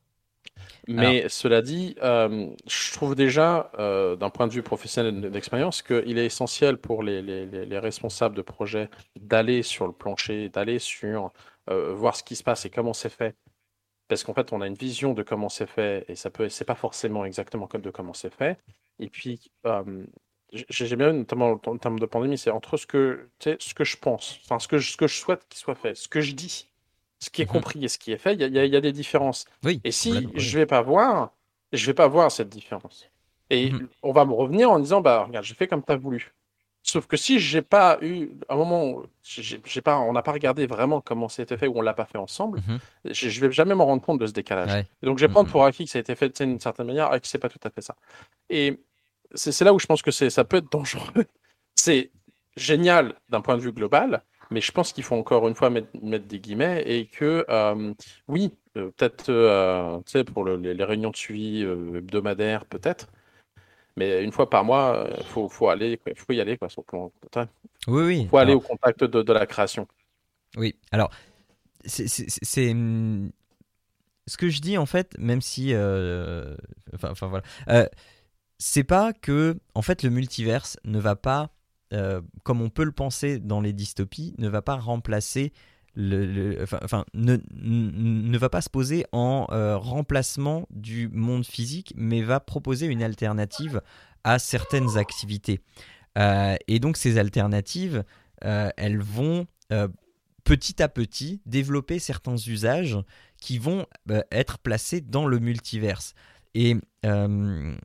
Alors, Mais cela dit, euh, je trouve déjà, euh, d'un point de vue professionnel d'expérience, qu'il est essentiel pour les, les, les- les responsables de projet d'aller sur le plancher, d'aller sur euh, voir ce qui se passe et comment c'est fait. Parce qu'en fait, on a une vision de comment c'est fait et ça peut, c'est pas forcément exactement comme de comment c'est fait. Et puis, euh, j'ai j'ai bien vu, notamment en termes de pandémie, c'est entre ce que, tu sais, ce que je pense, enfin, ce que je, ce que je souhaite qu'il soit fait, ce que je dis, ce qui est mhm. compris et ce qui est fait, il y a, il y a- il y a des différences. Oui, Et si complètement. Oui. je vais pas voir, je vais pas voir cette différence. Et Mhm. on va me revenir en disant, bah, regarde, j'ai fait comme tu as voulu. Sauf que si j'ai pas eu, à un moment, j'ai j'ai pas, on n'a pas regardé vraiment comment c'était fait ou on l'a pas fait ensemble, Mhm. je, je vais jamais m'en rendre compte de ce décalage. Ouais. Et donc, je vais prendre Mhm. pour acquis que ça a été fait d'une certaine manière, et que c'est pas tout à fait ça. Et c'est c'est là où je pense que c'est, ça peut être dangereux. C'est génial d'un point de vue global, mais je pense qu'il faut encore une fois mettre, mettre des guillemets et que euh, oui, euh, peut-être euh, tu sais, pour le- les, les réunions de suivi euh, hebdomadaires, peut-être, mais une fois par mois, il faut, faut aller, quoi, faut y aller quoi, sur le plan. Il Oui, oui. faut aller Alors, au contact de, de la création. oui. Alors, c'est, c'est, c'est- c'est, hum, ce que je dis en fait, même si, euh, enfin, enfin, voilà, Euh, c'est pas que, en fait, le multiverse ne va pas, euh, comme on peut le penser dans les dystopies, ne va pas remplacer le, le- enfin, enfin, ne, ne ne va pas se poser en euh, remplacement du monde physique, mais va proposer une alternative à certaines activités. Euh, et donc ces alternatives, euh, elles vont euh, petit à petit développer certains usages qui vont euh, être placés dans le multiverse. Et, euh,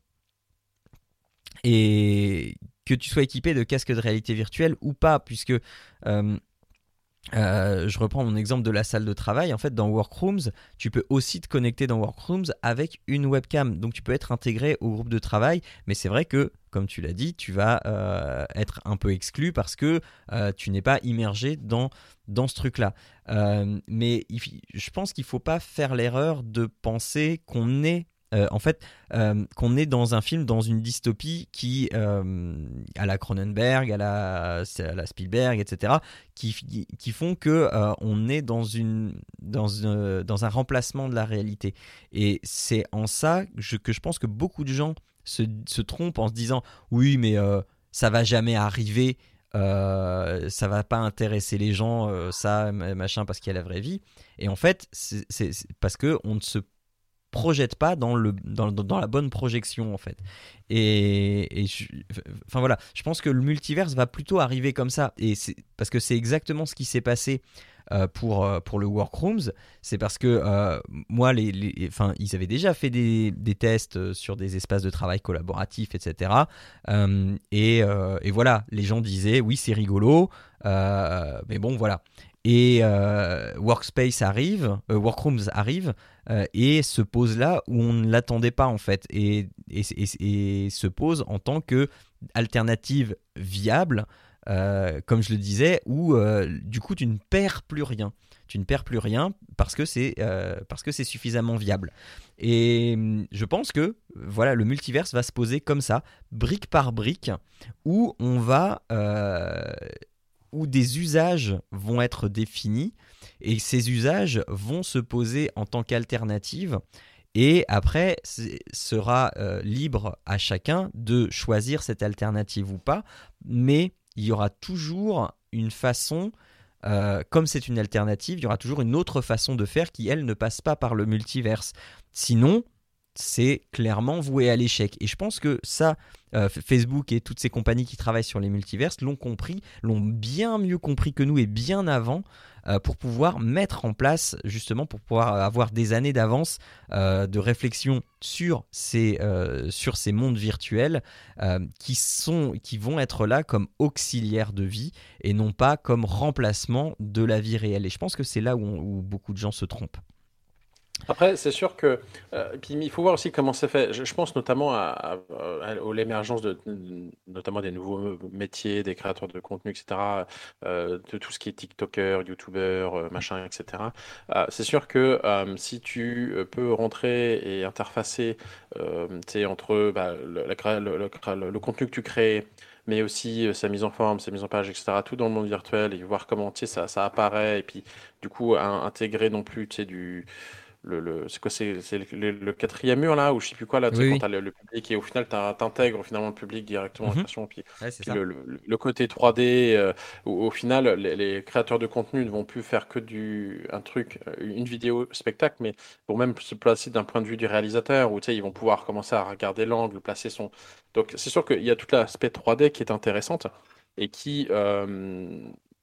et que tu sois équipé de casques de réalité virtuelle ou pas, puisque euh, euh, je reprends mon exemple de la salle de travail. En fait, dans Workrooms, tu peux aussi te connecter dans Workrooms avec une webcam. Donc, tu peux être intégré au groupe de travail. Mais c'est vrai que, comme tu l'as dit, tu vas euh, être un peu exclu parce que euh, tu n'es pas immergé dans, dans ce truc-là. Euh, mais il, je pense qu'il ne faut pas faire l'erreur de penser qu'on est euh, en fait, euh, qu'on est dans un film, dans une dystopie qui, euh, à la Cronenberg, à la, à la Spielberg, et cetera, qui, qui font que euh, on est dans, une, dans, une, dans un remplacement de la réalité. Et c'est en ça que je, que je pense que beaucoup de gens se, se trompent en se disant oui, mais euh, ça va jamais arriver. Euh, ça va pas intéresser les gens, euh, ça, machin, parce qu'il y a la vraie vie. Et en fait, c'est, c'est, c'est parce que on ne se projette pas dans, le, dans, dans la bonne projection en fait. Et, et je, enfin voilà, je pense que le multiverse va plutôt arriver comme ça. Et c'est, parce que c'est exactement ce qui s'est passé euh, pour, euh, pour le Workrooms. C'est parce que euh, moi, les, les, enfin, ils avaient déjà fait des, des tests sur des espaces de travail collaboratifs, et cetera. Euh, et, euh, et voilà, les gens disaient oui, c'est rigolo, euh, mais bon, voilà. Et euh, Workspace arrive, euh, Workrooms arrive euh, et se pose là où on ne l'attendait pas en fait, et, et, et, et se pose en tant que alternative viable, euh, comme je le disais, où euh, du coup tu ne perds plus rien. Tu ne perds plus rien parce que c'est euh, parce que c'est suffisamment viable. Et je pense que voilà, le multiverse va se poser comme ça, brique par brique, où on va euh, où des usages vont être définis et ces usages vont se poser en tant qu'alternative, et après sera euh, libre à chacun de choisir cette alternative ou pas, mais il y aura toujours une façon, euh, comme c'est une alternative, il y aura toujours une autre façon de faire qui, elle, ne passe pas par le multiverse. Sinon, c'est clairement voué à l'échec. Et je pense que ça, euh, Facebook et toutes ces compagnies qui travaillent sur les multiverses l'ont compris, l'ont bien mieux compris que nous et bien avant, euh, pour pouvoir mettre en place, justement, pour pouvoir avoir des années d'avance euh, de réflexion sur ces, euh, sur ces mondes virtuels euh, qui, sont, qui vont être là comme auxiliaires de vie et non pas comme remplacement de la vie réelle. Et je pense que c'est là où, on, où beaucoup de gens se trompent. Après, c'est sûr que, euh, puis il faut voir aussi comment c'est fait. Je, je pense notamment à, à- à l'émergence de, notamment des nouveaux métiers, des créateurs de contenu, et cetera, euh, de tout ce qui est TikToker, YouTuber, euh, machin, et cetera. Euh, c'est sûr que euh, si tu euh, peux rentrer et interfacer, euh, tu sais, entre bah, le, la cré- le- le cré- le contenu que tu crées, mais aussi euh, sa mise en forme, sa mise en page, et cetera, tout dans le monde virtuel, et voir comment, tu sais, ça, ça apparaît, et puis du coup, un- intégrer non plus, tu sais, du le, le- c'est quoi, c'est c'est le, le- le quatrième mur là, ou je sais plus quoi là, tu sais, Oui, quand oui. t'as le, le public et au final t'as- t'intègres finalement le public directement à la Mhm. création, puis, Ouais, c'est puis ça. le, le- le côté trois D, euh, où au final les, les créateurs de contenu ne vont plus faire que du, un truc, euh, une vidéo spectacle, mais vont même se placer d'un point de vue du réalisateur, où tu sais, ils vont pouvoir commencer à regarder l'angle, placer son. Donc c'est sûr qu'il y a tout l'aspect trois D qui est intéressante et qui, euh,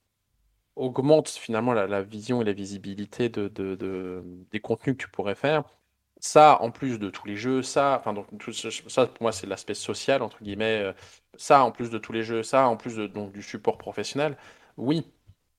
augmente finalement la, la vision et la visibilité de, de- de- des contenus que tu pourrais faire. Ça, en plus de tous les jeux, ça, enfin, donc, tout ce- ça, pour moi, c'est l'aspect social, entre guillemets. euh, Ça, en plus de tous les jeux, ça, en plus de, donc, du support professionnel. Oui.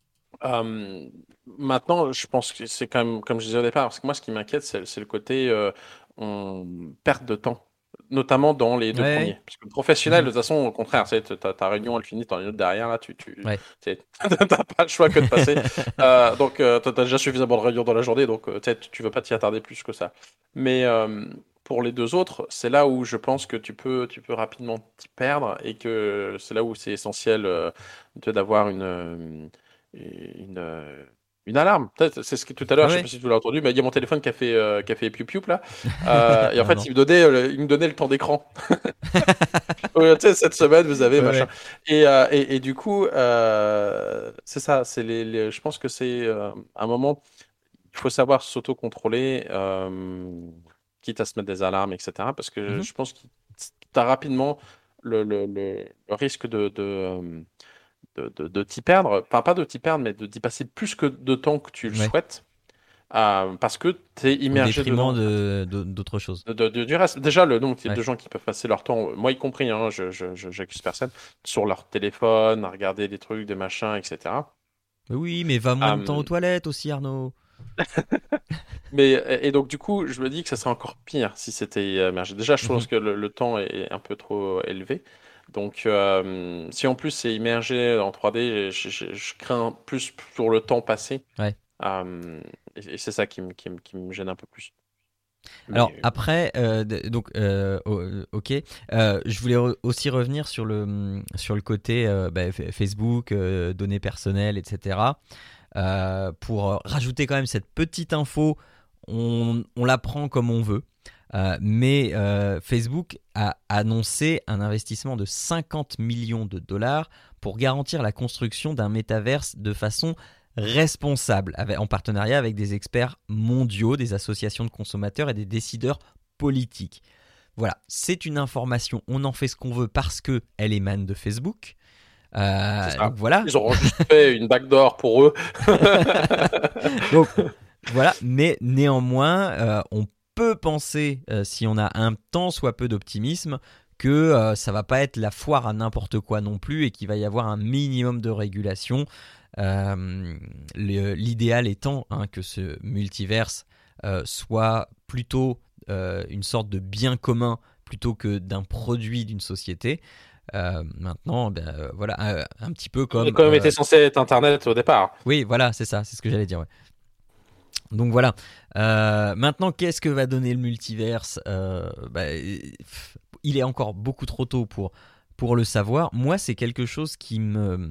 Euh, Maintenant, je pense que c'est quand même, comme je disais au départ, parce que moi, ce qui m'inquiète, c'est c'est le côté euh, on, perte de temps. notamment dans les deux Ouais. premiers. Parce que le professionnel, Mhm. de toute façon, au contraire, tu sais, ta, ta réunion, elle finit, t'en as une autre derrière, là, tu, tu, Ouais. tu sais, t'as pas le choix que de passer. Euh, donc, euh, t'as t'as déjà suffisamment de réunions dans la journée, donc euh, tu sais, tu tu veux pas t'y attarder plus que ça. Mais euh, pour les deux autres, c'est là où je pense que tu peux, tu peux rapidement t'y perdre et que c'est là où c'est essentiel euh, de- d'avoir une, euh, une, euh, une alarme. Peut-être, c'est ce que tout à l'heure, Ouais, je sais ouais. pas si tu l'as entendu, mais il y a mon téléphone qui a fait, euh, qui a fait piou piou là. Euh, et en Non, fait, non. il me donnait, euh, il me donnait le temps d'écran. Ouais, tu sais, cette semaine, vous avez Ouais, machin. ouais. Et, euh, et, et du coup, euh, c'est ça. C'est les, les- je pense que c'est euh, un moment, il faut savoir s'auto-contrôler, euh, quitte à se mettre des alarmes, et cetera. Parce que Mhm. je pense que tu as rapidement le, le, le, le risque de, de, euh, de, de, de t'y perdre. Enfin, pas de t'y perdre, mais de d'y passer plus que de temps que tu le Ouais. souhaites. euh, parce que tu es Au immergé dedans, détriment en fait. de, de- d'autres choses. De- de- du reste, déjà, le nombre Ouais. de gens qui peuvent passer leur temps, moi y compris, hein, je, je, je- j'accuse personne, sur leur téléphone, à regarder des trucs, des machins, et cetera. Mais oui, mais va moins de temps aux Euh, toilettes aussi, Arnaud. mais, et, et donc, du coup, je me dis que ça serait encore pire si c'était immergé. Déjà, je Mhm. pense que le, le temps est un peu trop élevé. Donc, euh, si en plus c'est immergé en trois D, je, je- je crains plus sur le temps passé. Ouais. Euh, et et c'est ça qui me, qui me, qui me gêne un peu plus. Alors Mais après, euh, d- donc euh, o- ok, Euh, je voulais re- aussi revenir sur le mm, sur le côté euh, bah, F- Facebook, euh, données personnelles, et cetera. Euh, pour euh, rajouter quand même cette petite info, on, on la prend comme on veut. Euh, mais euh, Facebook a annoncé un investissement de cinquante millions de dollars pour garantir la construction d'un métaverse de façon responsable, avec- en partenariat avec des experts mondiaux, des associations de consommateurs et des décideurs politiques. Voilà, c'est une information, on en fait ce qu'on veut parce qu'elle émane de Facebook. c'est Euh, ça. donc voilà. Ils auront juste fait une backdoor pour eux. Donc voilà, mais néanmoins, euh, on peut penser, euh, si on a un tant soit peu d'optimisme, que euh, ça va pas être la foire à n'importe quoi non plus et qu'il va y avoir un minimum de régulation. Euh, le- L'idéal étant hein, que ce multiverse euh, soit plutôt euh, une sorte de bien commun plutôt que d'un produit d'une société. Euh, maintenant, ben, euh, voilà, un, un petit peu Il a comme... quand même euh, été censé être Internet au départ. oui, voilà, c'est ça, c'est ce que j'allais dire. Ouais. Donc voilà. Euh, maintenant, qu'est-ce que va donner le multiverse Euh, bah, pff, Il est encore beaucoup trop tôt pour, pour le savoir. Moi, c'est quelque chose qui, me,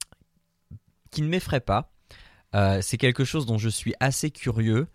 qui ne m'effraie pas. Euh, c'est quelque chose dont je suis assez curieux.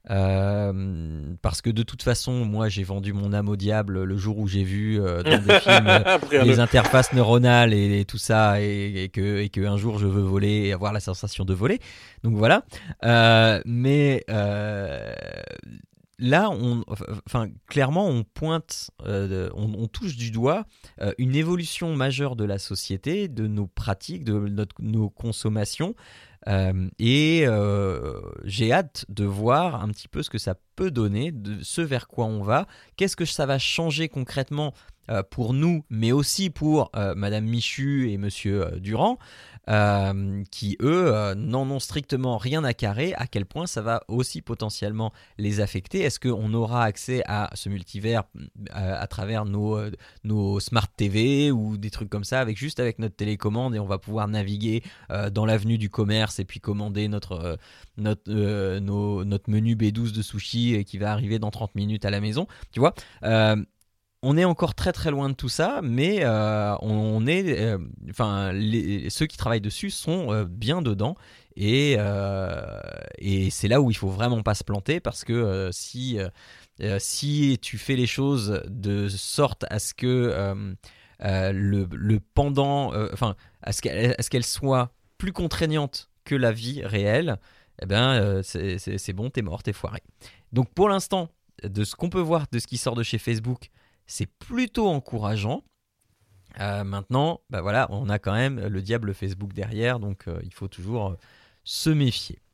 Euh, parce que de toute façon, moi j'ai vendu mon âme au diable le jour où j'ai vu euh, dans des films euh, Après, un les autre. interfaces neuronales et, et tout ça, et, et que et que un jour je veux voler et avoir la sensation de voler. Donc voilà. Euh, mais euh, là, on, enfin clairement, on pointe, euh, on, on touche du doigt euh, une évolution majeure de la société, de nos pratiques, de notre, nos consommations. Euh, et euh, j'ai hâte de voir un petit peu ce que ça peut donner, de ce vers quoi on va, qu'est-ce que ça va changer concrètement euh, pour nous, mais aussi pour euh, Madame Michu et Monsieur euh, Durand, euh, qui eux euh, n'en ont strictement rien à carrer, à quel point ça va aussi potentiellement les affecter. Est-ce qu'on aura accès à ce multivers euh, à travers nos, euh, nos smart T V ou des trucs comme ça, avec juste avec notre télécommande et on va pouvoir naviguer euh, dans l'avenue du commerce et puis commander notre, euh, notre, euh, nos, notre menu B douze de sushi euh, qui va arriver dans trente minutes à la maison, tu vois. Euh, on est encore très très loin de tout ça, mais euh, on est, euh, enfin, les, ceux qui travaillent dessus sont euh, bien dedans, et, euh, et c'est là où il faut vraiment pas se planter parce que euh, si euh, si tu fais les choses de sorte à ce que euh, euh, le, le pendant, euh, enfin, à ce qu'elle, à ce qu'elle soit plus contraignante que la vie réelle, eh ben euh, c'est, c'est, c'est bon, t'es mort, t'es foiré. Donc pour l'instant, de ce qu'on peut voir de ce qui sort de chez Facebook, c'est plutôt encourageant. Euh, maintenant, bah voilà, on a quand même le diable Facebook derrière, donc euh, il faut toujours euh, se méfier.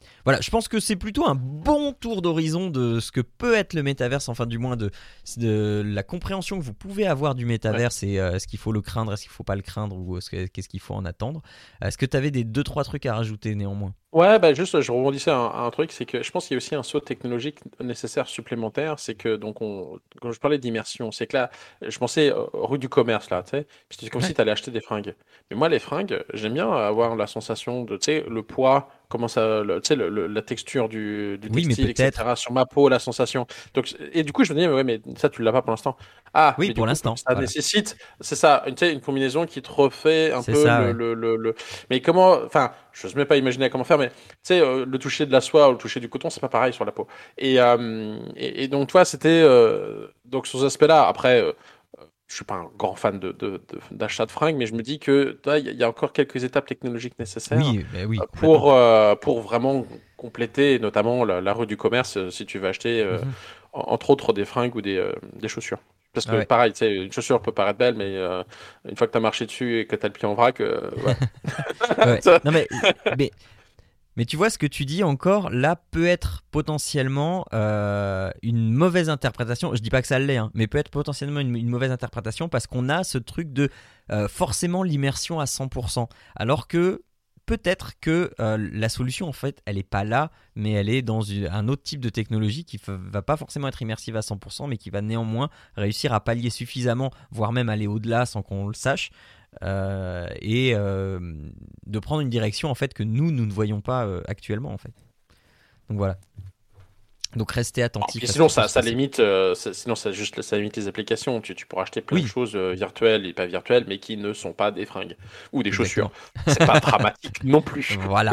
Voilà, je pense que c'est plutôt un bon tour d'horizon de ce que peut être le métaverse, enfin du moins de, de la compréhension que vous pouvez avoir du métaverse ouais. et euh, est-ce qu'il faut le craindre, est-ce qu'il ne faut pas le craindre ou est-ce que, qu'est-ce qu'il faut en attendre. Est-ce que tu avais des deux trois trucs à rajouter néanmoins ? Ouais, bah juste, je rebondissais à un, à un truc, c'est que je pense qu'il y a aussi un saut technologique nécessaire supplémentaire, c'est que donc on, quand je parlais d'immersion, c'est que là, je pensais euh, rue du commerce là, tu sais, puis c'est comme ouais. si tu allais acheter des fringues. Mais moi, les fringues, j'aime bien avoir la sensation de, tu sais, le poids, comment ça, tu sais, le, le, la texture du, du oui, textile, et cetera. Sur ma peau, la sensation. Donc, et du coup, je me dis, mais ouais, mais ça, tu l'as pas pour l'instant. Ah, oui, mais pour coup, l'instant. Ça voilà. nécessite, c'est ça, une, tu sais, une combinaison qui te refait un c'est peu ça, le, ouais. le, le, le, mais comment, enfin, je n'ose même pas imaginer comment faire, mais tu sais, euh, le toucher de la soie ou le toucher du coton, c'est pas pareil sur la peau. Et, euh, et, et donc, toi, c'était euh, donc sur cet aspect-là. Après, euh, je suis pas un grand fan de, de, de, d'achat de fringues, mais je me dis que il y, y a encore quelques étapes technologiques nécessaires oui, bah oui, pour euh, pour vraiment compléter, notamment la, la rue du commerce, euh, si tu veux acheter, euh, mm-hmm. entre autres, des fringues ou des, euh, des chaussures. Parce que ah ouais. pareil, tu sais, une chaussure peut paraître belle, mais euh, une fois que tu as marché dessus et que tu as le pied en vrac, euh, ouais. ouais. Non mais, mais, mais tu vois, ce que tu dis encore, là, peut être potentiellement euh, une mauvaise interprétation. Je dis pas que ça l'est, hein, mais peut être potentiellement une, une mauvaise interprétation parce qu'on a ce truc de euh, forcément l'immersion à cent pour cent. Alors que peut-être que euh, la solution, en fait, elle n'est pas là, mais elle est dans une, un autre type de technologie qui ne va pas forcément être immersive à cent pour cent, mais qui va néanmoins réussir à pallier suffisamment, voire même aller au-delà sans qu'on le sache, euh, et euh, de prendre une direction en fait, que nous, nous ne voyons pas euh, actuellement. En fait. Donc voilà. Donc restez attentifs. Oh, sinon, ça, ça limite, euh, ça, sinon ça, juste, ça limite les applications. Tu, tu pourras acheter plein oui. de choses euh, virtuelles et pas virtuelles, mais qui ne sont pas des fringues ou des Exactement. chaussures. C'est pas dramatique non plus. Voilà.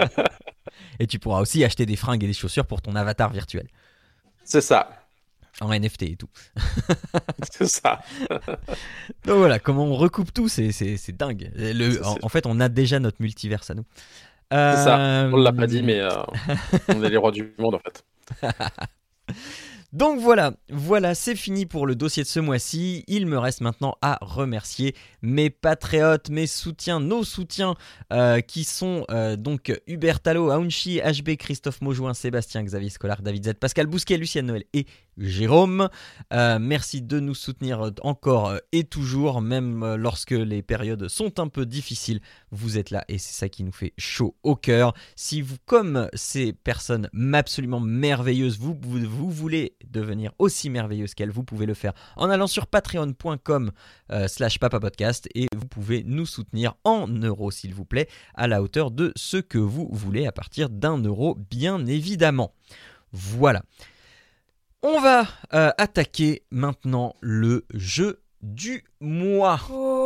Et tu pourras aussi acheter des fringues et des chaussures pour ton avatar virtuel. C'est ça. En N F T et tout. C'est ça. Donc voilà, comment on recoupe tout, c'est, c'est, c'est dingue. Le, c'est, en, c'est... en fait, on a déjà notre multiverse à nous. Euh... C'est ça. On l'a pas dit, mais euh, on est les rois du monde en fait. Donc voilà, voilà, c'est fini pour le dossier de ce mois-ci. Il me reste maintenant à remercier mes patriotes, mes soutiens, nos soutiens euh, qui sont euh, donc Hubert Talot, Aounchi, H B, Christophe Maujoin, Sébastien, Xavier Scolar, David Z, Pascal Bousquet, Lucienne Noël et Jérôme. Euh, merci de nous soutenir encore et toujours, même lorsque les périodes sont un peu difficiles. Vous êtes là et c'est ça qui nous fait chaud au cœur. Si vous, comme ces personnes absolument merveilleuses, vous, vous, vous voulez devenir aussi merveilleuse qu'elle, vous pouvez le faire en allant sur patreon.com euh, slash papapodcast et vous pouvez nous soutenir en euros s'il vous plaît, à la hauteur de ce que vous voulez à partir d'un euro bien évidemment. Voilà. On va euh, attaquer maintenant le jeu du mois.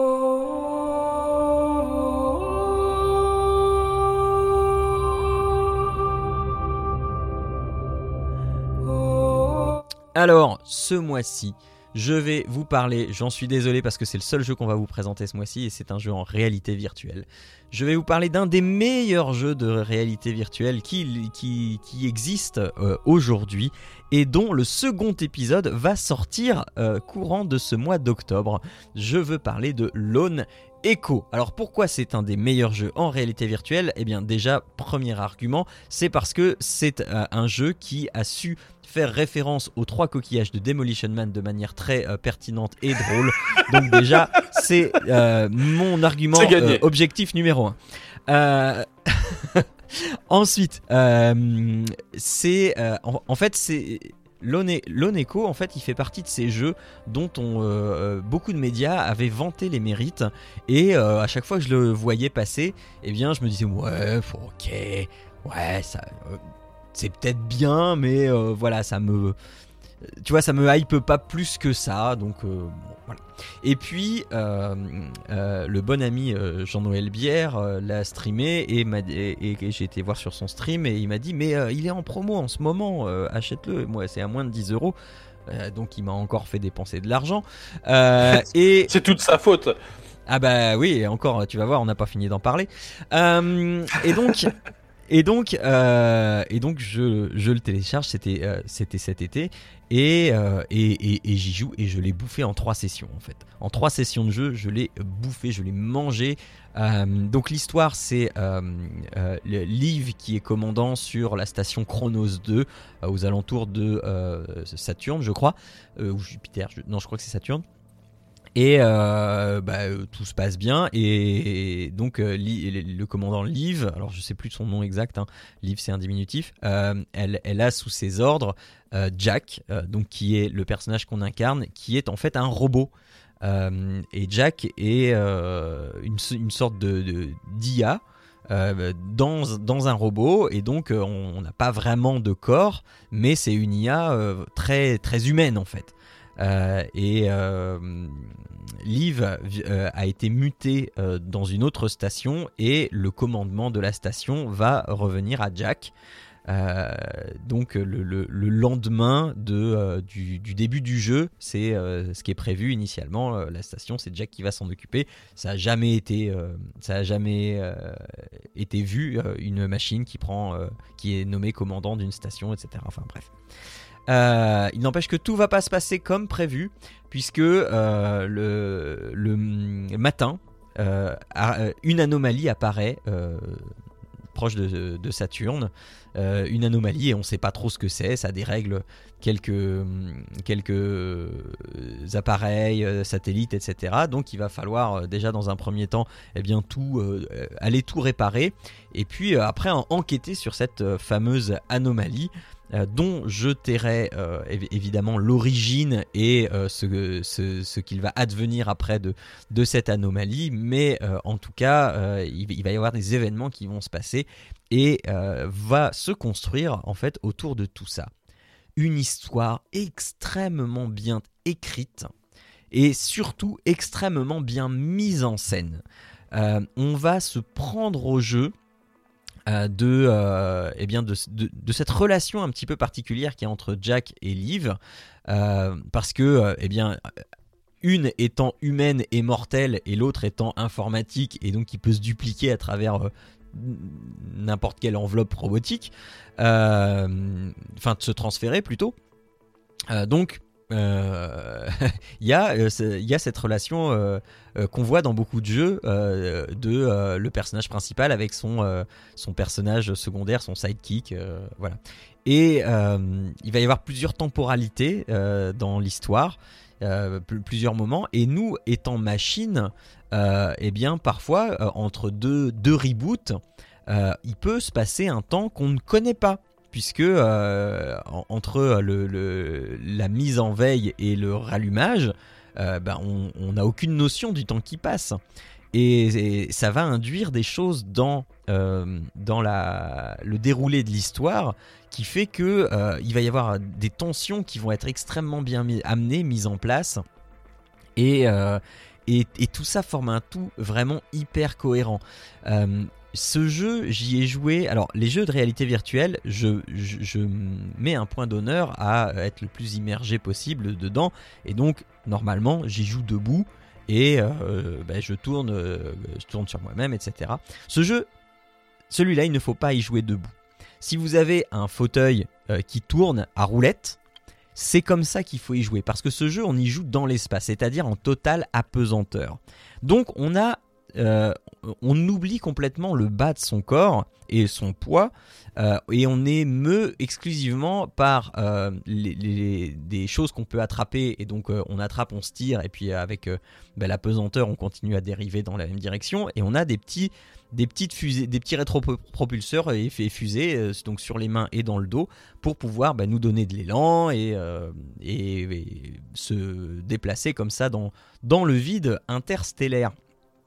Alors, ce mois-ci, je vais vous parler, j'en suis désolé parce que c'est le seul jeu qu'on va vous présenter ce mois-ci et c'est un jeu en réalité virtuelle. Je vais vous parler d'un des meilleurs jeux de réalité virtuelle qui, qui, qui existe euh, aujourd'hui et dont le second épisode va sortir euh, courant de ce mois d'octobre. Je veux parler de Lone Echo. Alors pourquoi c'est un des meilleurs jeux en réalité virtuelle ? Eh bien déjà, premier argument, c'est parce que c'est euh, un jeu qui a su faire référence aux trois coquillages de Demolition Man de manière très euh, pertinente et drôle. Donc déjà, c'est euh, mon argument euh, objectif numéro un. Euh... Ensuite, euh, c'est euh, en, en fait c'est Lone, Lone Echo, en fait, il fait partie de ces jeux dont on, euh, beaucoup de médias avaient vanté les mérites et euh, à chaque fois que je le voyais passer, eh bien, je me disais ouais, ok, ouais, ça, euh, c'est peut-être bien, mais euh, voilà, ça me, tu vois, ça me hype pas plus que ça, donc euh, bon, voilà. Et puis euh, euh, le bon ami euh, Jean-Noël Bière euh, l'a streamé et, m'a, et, et j'ai été voir sur son stream et il m'a dit mais euh, il est en promo en ce moment, euh, achète-le. Moi c'est à moins de dix euros, euh, donc il m'a encore fait dépenser de l'argent. Euh, et c'est toute sa faute. Ah bah oui, encore tu vas voir, on n'a pas fini d'en parler. Euh, et donc Et donc, euh, et donc je, je le télécharge, c'était, euh, c'était cet été, et, euh, et, et, et j'y joue, et je l'ai bouffé en trois sessions en fait. En trois sessions de jeu, je l'ai bouffé, je l'ai mangé. Euh, donc l'histoire, c'est euh, euh, Liv qui est commandant sur la station Chronos deux, euh, aux alentours de euh, Saturne, je crois, euh, ou Jupiter, je, non je crois que c'est Saturne. Et euh, bah, tout se passe bien, et, et donc euh, li, le commandant Liv, alors je sais plus de son nom exact, hein, Liv c'est un diminutif, euh, elle, elle a sous ses ordres euh, Jack, euh, donc qui est le personnage qu'on incarne, qui est en fait un robot. Euh, et Jack est euh, une, une sorte de, de, d'I A euh, dans, dans un robot, et donc euh, on n'a pas vraiment de corps, mais c'est une I A euh, très, très humaine en fait. Euh, et euh, Liv euh, a été muté euh, dans une autre station, et le commandement de la station va revenir à Jack. Euh, donc le, le, le lendemain de, euh, du, du début du jeu, c'est euh, ce qui est prévu initialement. Euh, la station, c'est Jack qui va s'en occuper. Ça a jamais été, euh, ça a jamais euh, été vu euh, une machine qui prend, euh, qui est nommée commandant d'une station, et cetera. Enfin bref. Euh, il n'empêche que tout va pas se passer comme prévu, puisque euh, le, le matin, euh, une anomalie apparaît euh, proche de, de Saturne, euh, une anomalie, et on ne sait pas trop ce que c'est. Ça dérègle quelques, quelques appareils, satellites, et cetera. Donc il va falloir déjà dans un premier temps eh bien, tout, euh, aller tout réparer, et puis euh, après enquêter sur cette fameuse anomalie, Euh, dont je tairai euh, évidemment l'origine et euh, ce, ce, ce qu'il va advenir après de, de cette anomalie, mais euh, en tout cas euh, il, il va y avoir des événements qui vont se passer, et euh, va se construire en fait autour de tout ça une histoire extrêmement bien écrite, et surtout extrêmement bien mise en scène. Euh, on va se prendre au jeu Euh, de, euh, eh bien de, de, de cette relation un petit peu particulière qui est entre Jack et Liv, euh, parce que euh, eh bien, une étant humaine et mortelle, et l'autre étant informatique, et donc qui peut se dupliquer à travers euh, n'importe quelle enveloppe robotique, euh, enfin de se transférer plutôt. Euh, donc il euh, y, euh, y a cette relation euh, euh, qu'on voit dans beaucoup de jeux euh, de euh, le personnage principal avec son, euh, son personnage secondaire, son sidekick, euh, voilà. Et euh, il va y avoir plusieurs temporalités euh, dans l'histoire, euh, plusieurs moments, et nous étant machine, euh, eh bien parfois euh, entre deux, deux reboots, euh, il peut se passer un temps qu'on ne connaît pas, puisque euh, entre le, le, la mise en veille et le rallumage, euh, ben on n'a aucune notion du temps qui passe. Et, et ça va induire des choses dans, euh, dans la, le déroulé de l'histoire, qui fait qu'il euh, va y avoir des tensions qui vont être extrêmement bien mis, amenées, mises en place. Et, euh, et, et tout ça forme un tout vraiment hyper cohérent. Euh, Ce jeu, j'y ai joué. Alors, les jeux de réalité virtuelle, je, je, je mets un point d'honneur à être le plus immergé possible dedans. Et donc, normalement, j'y joue debout, et euh, ben, je, tourne, euh, je tourne sur moi-même, et cetera. Ce jeu, celui-là, il ne faut pas y jouer debout. Si vous avez un fauteuil euh, qui tourne à roulette, c'est comme ça qu'il faut y jouer. Parce que ce jeu, on y joue dans l'espace, c'est-à-dire en totale apesanteur. Donc, on a... Euh, on oublie complètement le bas de son corps et son poids, euh, et on est meut exclusivement par euh, les, les, des choses qu'on peut attraper, et donc euh, on attrape, on se tire, et puis avec euh, ben, la pesanteur on continue à dériver dans la même direction, et on a des petits, des petites fusées, des petits rétropropulseurs et, et fusées euh, donc sur les mains et dans le dos, pour pouvoir ben, nous donner de l'élan et, euh, et, et se déplacer comme ça dans, dans le vide interstellaire.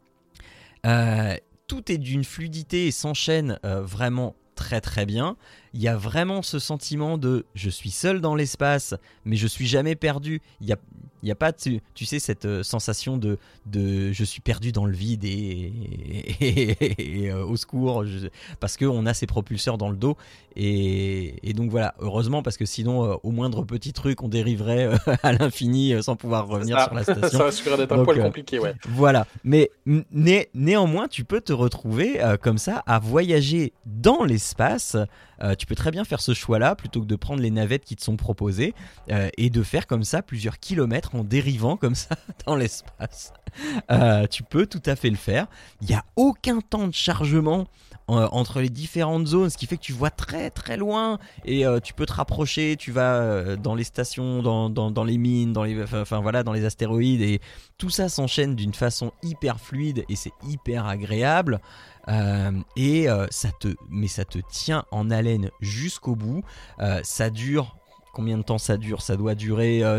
Euh, tout est d'une fluidité et s'enchaîne euh, vraiment très très bien. il y a vraiment ce sentiment de je suis seul dans l'espace, mais je suis jamais perdu. Il y a, il y a pas, tu, tu sais, cette euh, sensation de, de je suis perdu dans le vide et, et, et, et, euh, au secours, je, parce qu'on a ces propulseurs dans le dos. Et, et donc voilà, heureusement, parce que sinon, euh, au moindre petit truc, on dériverait euh, à l'infini euh, sans pouvoir revenir Ça, sur la station. ça risquerait d'être un Donc, poil euh, compliqué, ouais. Voilà, mais né- néanmoins, tu peux te retrouver euh, comme ça à voyager dans l'espace. Euh, tu peux très bien faire ce choix-là plutôt que de prendre les navettes qui te sont proposées euh, et de faire comme ça plusieurs kilomètres en dérivant comme ça dans l'espace. Euh, tu peux tout à fait le faire. Il n'y a aucun temps de chargement euh, entre les différentes zones, ce qui fait que tu vois très très loin et euh, tu peux te rapprocher. Tu vas euh, dans les stations, dans, dans, dans les mines, dans les, enfin, enfin voilà, dans les astéroïdes et tout ça s'enchaîne d'une façon hyper fluide et c'est hyper agréable. Euh, et euh, ça te, mais ça te tient en haleine jusqu'au bout. Euh, ça dure, combien de temps ça dure? Ça doit durer, euh,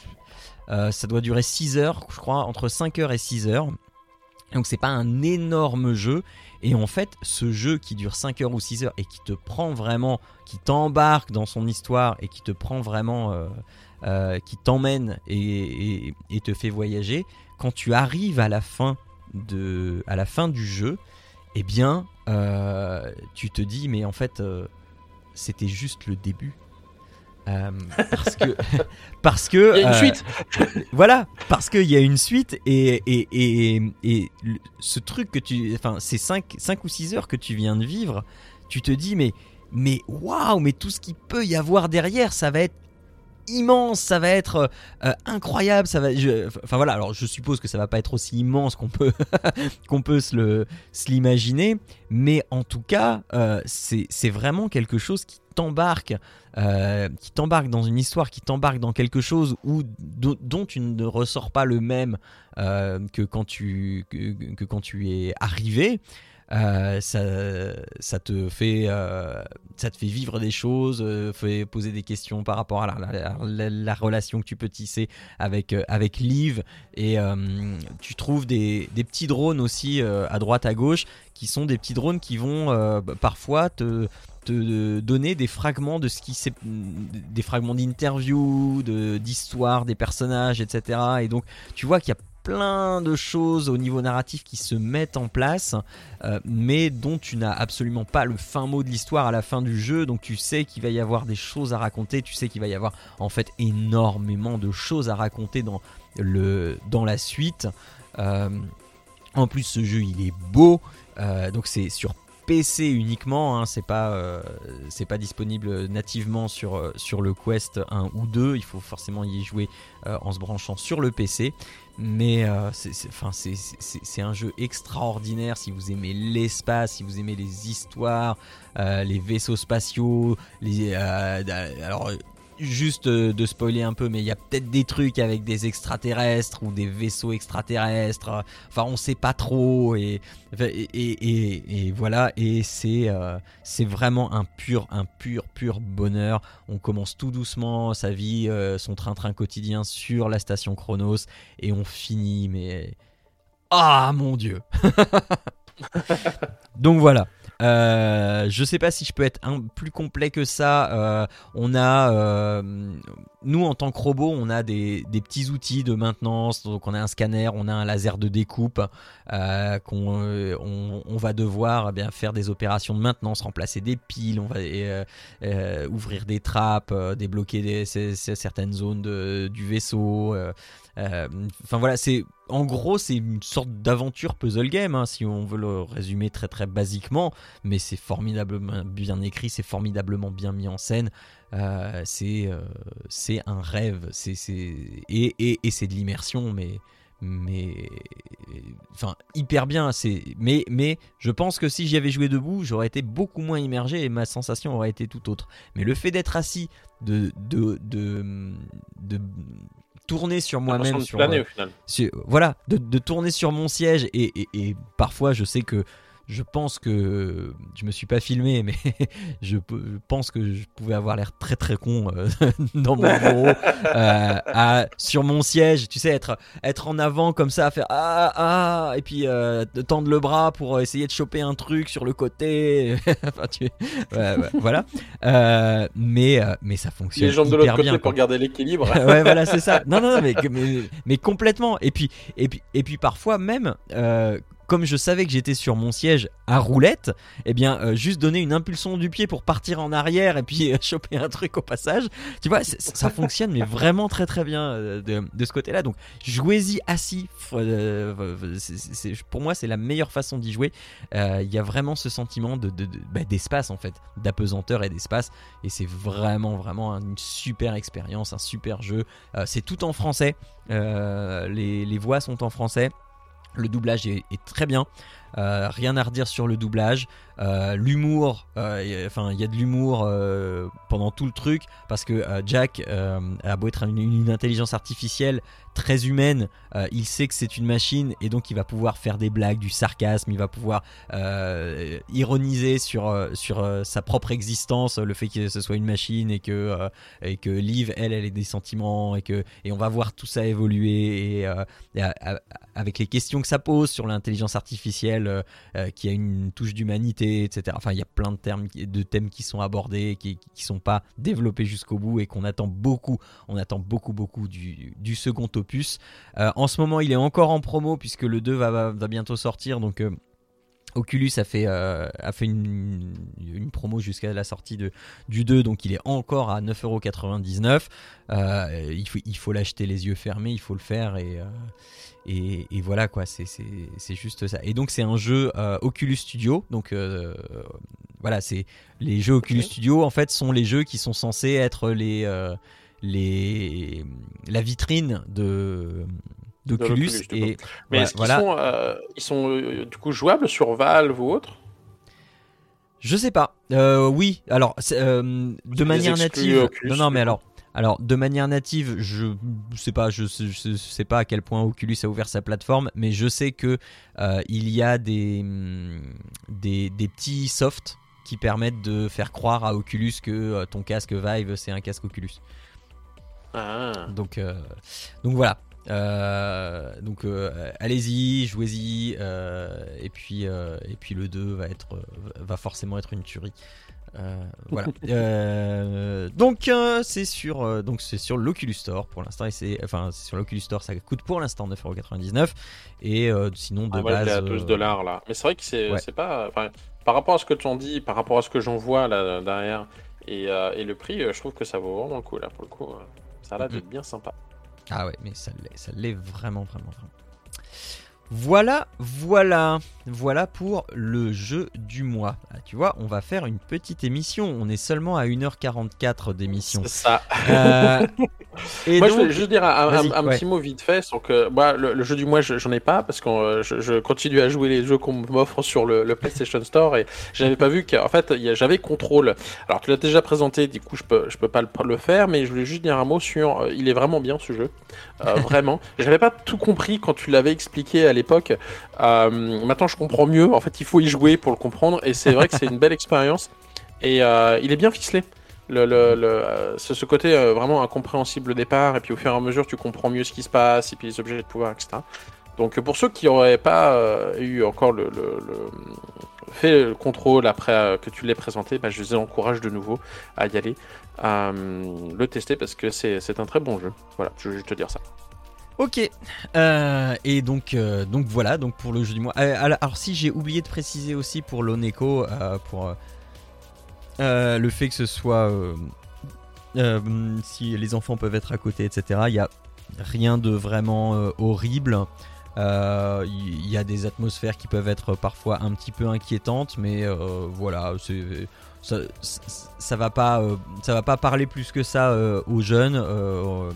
euh, ça doit durer six heures, je crois, entre cinq heures et six heures. Donc c'est pas un énorme jeu. Et en fait, ce jeu qui dure cinq heures ou six heures et qui te prend vraiment, qui t'embarque dans son histoire et qui te prend vraiment, euh, euh, qui t'emmène et, et, et te fait voyager, quand tu arrives à la fin, de, à la fin du jeu, eh bien, euh, tu te dis, mais en fait, euh, c'était juste le début. Euh, parce que, parce que, il y a une euh, suite. Voilà, parce qu'il y a une suite et et et, et le, ce truc que tu, enfin, ces cinq ou six heures que tu viens de vivre, tu te dis, mais mais waouh, mais tout ce qu'il peut y avoir derrière, ça va être immense, ça va être euh, incroyable, ça va. Je, enfin voilà, alors je suppose que ça va pas être aussi immense qu'on peut qu'on peut se le se l'imaginer, mais en tout cas, euh, c'est c'est vraiment quelque chose qui t'embarque, euh, qui t'embarque dans une histoire, qui t'embarque dans quelque chose où do, dont tu ne ressors pas le même euh, que quand tu que, que quand tu es arrivé. Euh, ça, ça te fait, euh, ça te fait vivre des choses, euh, fait poser des questions par rapport à la, la, la, la relation que tu peux tisser avec euh, avec Liv et euh, tu trouves des, des petits drones aussi euh, à droite à gauche qui sont des petits drones qui vont euh, parfois te te donner des fragments de ce qui s'est, des fragments d'interviews, de d'histoire des personnages, et cetera. Et donc tu vois qu'il y a plein de choses au niveau narratif qui se mettent en place, euh, mais dont tu n'as absolument pas le fin mot de l'histoire à la fin du jeu. Donc tu sais qu'il va y avoir des choses à raconter, tu sais qu'il va y avoir en fait énormément de choses à raconter dans, le, dans la suite. Euh, en plus ce jeu il est beau, euh, donc c'est sur P C uniquement, hein, c'est pas euh, c'est pas disponible nativement sur euh, sur le Quest un ou deux, il faut forcément y jouer euh, en se branchant sur le P C, mais euh, c'est c'est enfin c'est c'est c'est un jeu extraordinaire si vous aimez l'espace, si vous aimez les histoires, euh, les vaisseaux spatiaux, les euh, alors juste de spoiler un peu, mais il y a peut-être des trucs avec des extraterrestres ou des vaisseaux extraterrestres, enfin on sait pas trop, et, et, et, et voilà, et c'est, euh, c'est vraiment un pur, un pur, pur bonheur. On commence tout doucement sa vie, euh, son train-train quotidien sur la station Chronos, et on finit, mais... Ah mon Dieu. Donc voilà. Euh, je sais pas si je peux être un, plus complet que ça. Euh, on a, euh, nous en tant que robot, on a des, des petits outils de maintenance. Donc on a un scanner, on a un laser de découpe, euh, qu'on on, on va devoir eh bien faire des opérations de maintenance, remplacer des piles, on va euh, euh, ouvrir des trappes, euh, débloquer des, ces, ces, certaines zones de, du vaisseau. Euh, euh, enfin voilà, c'est en gros c'est une sorte d'aventure puzzle game, hein, si on veut le résumer très très basiquement, mais c'est formidablement bien écrit, c'est formidablement bien mis en scène, euh, c'est, euh, c'est un rêve, c'est, c'est... Et, et, et c'est de l'immersion, mais, mais enfin hyper bien, c'est... Mais, mais je pense que si j'y avais joué debout, j'aurais été beaucoup moins immergé et ma sensation aurait été tout autre. Mais le fait d'être assis, de... de, de, de tourner sur moi-même, sur, planer, au final. sur, voilà, de, de tourner sur mon siège et, et, et parfois je sais que je pense que je me suis pas filmé, mais je, je pense que je pouvais avoir l'air très très con euh, dans mon bureau, euh, à, sur mon siège, tu sais, être être en avant comme ça, à faire ah ah, et puis euh, tendre le bras pour essayer de choper un truc sur le côté. Enfin, tu, ouais, ouais, voilà. Euh, mais euh, mais ça fonctionne. Les jambes de hyper l'autre côté bien, pour quoi. garder l'équilibre. Ouais, voilà, c'est ça. Non, non, non, mais, mais, mais complètement. Et puis, et puis, et puis parfois même, euh, comme je savais que j'étais sur mon siège à roulette, eh bien, euh, juste donner une impulsion du pied pour partir en arrière et puis euh, choper un truc au passage. Tu vois, ça fonctionne, mais vraiment très très bien euh, de, de ce côté-là. Donc, jouez-y assis. Euh, c'est, c'est, pour moi, c'est la meilleure façon d'y jouer. Il euh, y a vraiment ce sentiment de, de, de, bah, d'espace en fait, d'apesanteur et d'espace. Et c'est vraiment vraiment une super expérience, un super jeu. Euh, c'est tout en français. Euh, les, les voix sont en français. Le doublage est, est très bien, euh, rien à redire sur le doublage. Euh, l'humour, euh, enfin il y a de l'humour euh, pendant tout le truc parce que euh, Jack euh, a beau être une, une intelligence artificielle très humaine, euh, il sait que c'est une machine et donc il va pouvoir faire des blagues, du sarcasme, il va pouvoir euh, ironiser sur, euh, sur euh, sa propre existence, le fait que ce soit une machine et que, euh, et que Liv, elle, elle ait des sentiments et, que, et on va voir tout ça évoluer et, euh, et à, à, avec les questions que ça pose sur l'intelligence artificielle euh, euh, qui a une touche d'humanité, et cetera. Enfin, il y a plein de, termes, de thèmes qui sont abordés, qui ne sont pas développés jusqu'au bout et qu'on attend beaucoup, on attend beaucoup, beaucoup du, du second opus. Euh, en ce moment, il est encore en promo puisque le deux va, va, va bientôt sortir, donc... Euh, Oculus a fait, euh, a fait une, une promo jusqu'à la sortie de, du deux, donc il est encore à neuf euros quatre-vingt-dix-neuf. Euh, il faut, il faut l'acheter les yeux fermés, il faut le faire et, euh, et, et voilà quoi, c'est, c'est, c'est juste ça. Et donc c'est un jeu euh, Oculus Studio, donc euh, voilà, c'est les jeux Oculus okay. Studio en fait sont les jeux qui sont censés être les, euh, les la vitrine de d'Oculus. De et mais ouais, est-ce qu'ils voilà. sont, euh, ils sont euh, du coup jouables sur Valve ou autre? Je sais pas. Euh, oui, alors euh, de manière native. Oculus, non, non, mais alors, alors de manière native, je sais pas, je sais, je sais pas à quel point Oculus a ouvert sa plateforme, mais je sais que euh, il y a des, des des petits softs qui permettent de faire croire à Oculus que euh, ton casque Vive c'est un casque Oculus. Ah. Donc euh, donc voilà. Euh, donc euh, allez-y, jouez-y, euh, et puis euh, et puis le deux va être va forcément être une tuerie. Euh, voilà. euh, donc euh, c'est sur euh, donc c'est sur l'Oculus Store pour l'instant et c'est enfin c'est sur l'Oculus Store, ça coûte pour l'instant neuf euros quatre-vingt-dix-neuf et euh, sinon de ah, base ouais, à douze dollars là. Mais c'est vrai que c'est ouais. c'est pas par rapport à ce que tu en dis, par rapport à ce que j'en vois là derrière et, euh, et le prix, je trouve que ça vaut vraiment le coup là pour le coup. Ça a l'air d'être bien sympa. Ah ouais, mais ça l'est, ça l'est vraiment, vraiment, vraiment. Voilà, voilà, voilà pour le jeu du mois. Ah, tu vois, on va faire une petite émission. On est seulement à une heure quarante-quatre d'émission. C'est ça. Euh, et moi, donc... je voulais juste dire un, un, un ouais. petit mot vite fait. Donc, euh, moi, le, le jeu du mois, je, j'en ai pas parce que euh, je, je continue à jouer les jeux qu'on m'offre sur le, le PlayStation Store et j'avais pas vu qu'en fait, y a, j'avais Control. Alors, tu l'as déjà présenté, du coup, je peux, je peux pas le, le faire, mais je voulais juste dire un mot sur. Euh, il est vraiment bien ce jeu, euh, vraiment. J'avais pas tout compris quand tu l'avais expliqué à l'époque. Euh, maintenant, je comprends mieux. En fait, il faut y jouer pour le comprendre et c'est vrai que c'est une belle expérience et euh, il est bien ficelé. Le, le, le, euh, ce, ce côté euh, vraiment incompréhensible au départ et puis au fur et à mesure tu comprends mieux ce qui se passe et puis les objets de pouvoir, et cetera. Donc pour ceux qui n'auraient pas euh, eu encore le, le, le fait le contrôle après euh, que tu l'aies présenté, bah, je les encourage de nouveau à y aller, à euh, le tester parce que c'est, c'est un très bon jeu. Voilà, je veux juste te dire ça. Ok, euh, et donc, euh, donc voilà, donc pour le jeu du mois. Euh, alors, alors si j'ai oublié de préciser aussi pour l'Oneco, euh, pour euh, le fait que ce soit euh, euh, si les enfants peuvent être à côté, et cetera. Il y a rien de vraiment euh, horrible. Il euh, y a des atmosphères qui peuvent être parfois un petit peu inquiétantes, mais euh, voilà, c'est, ça, ça, ça va pas, euh, ça va pas parler plus que ça euh, aux jeunes. Euh,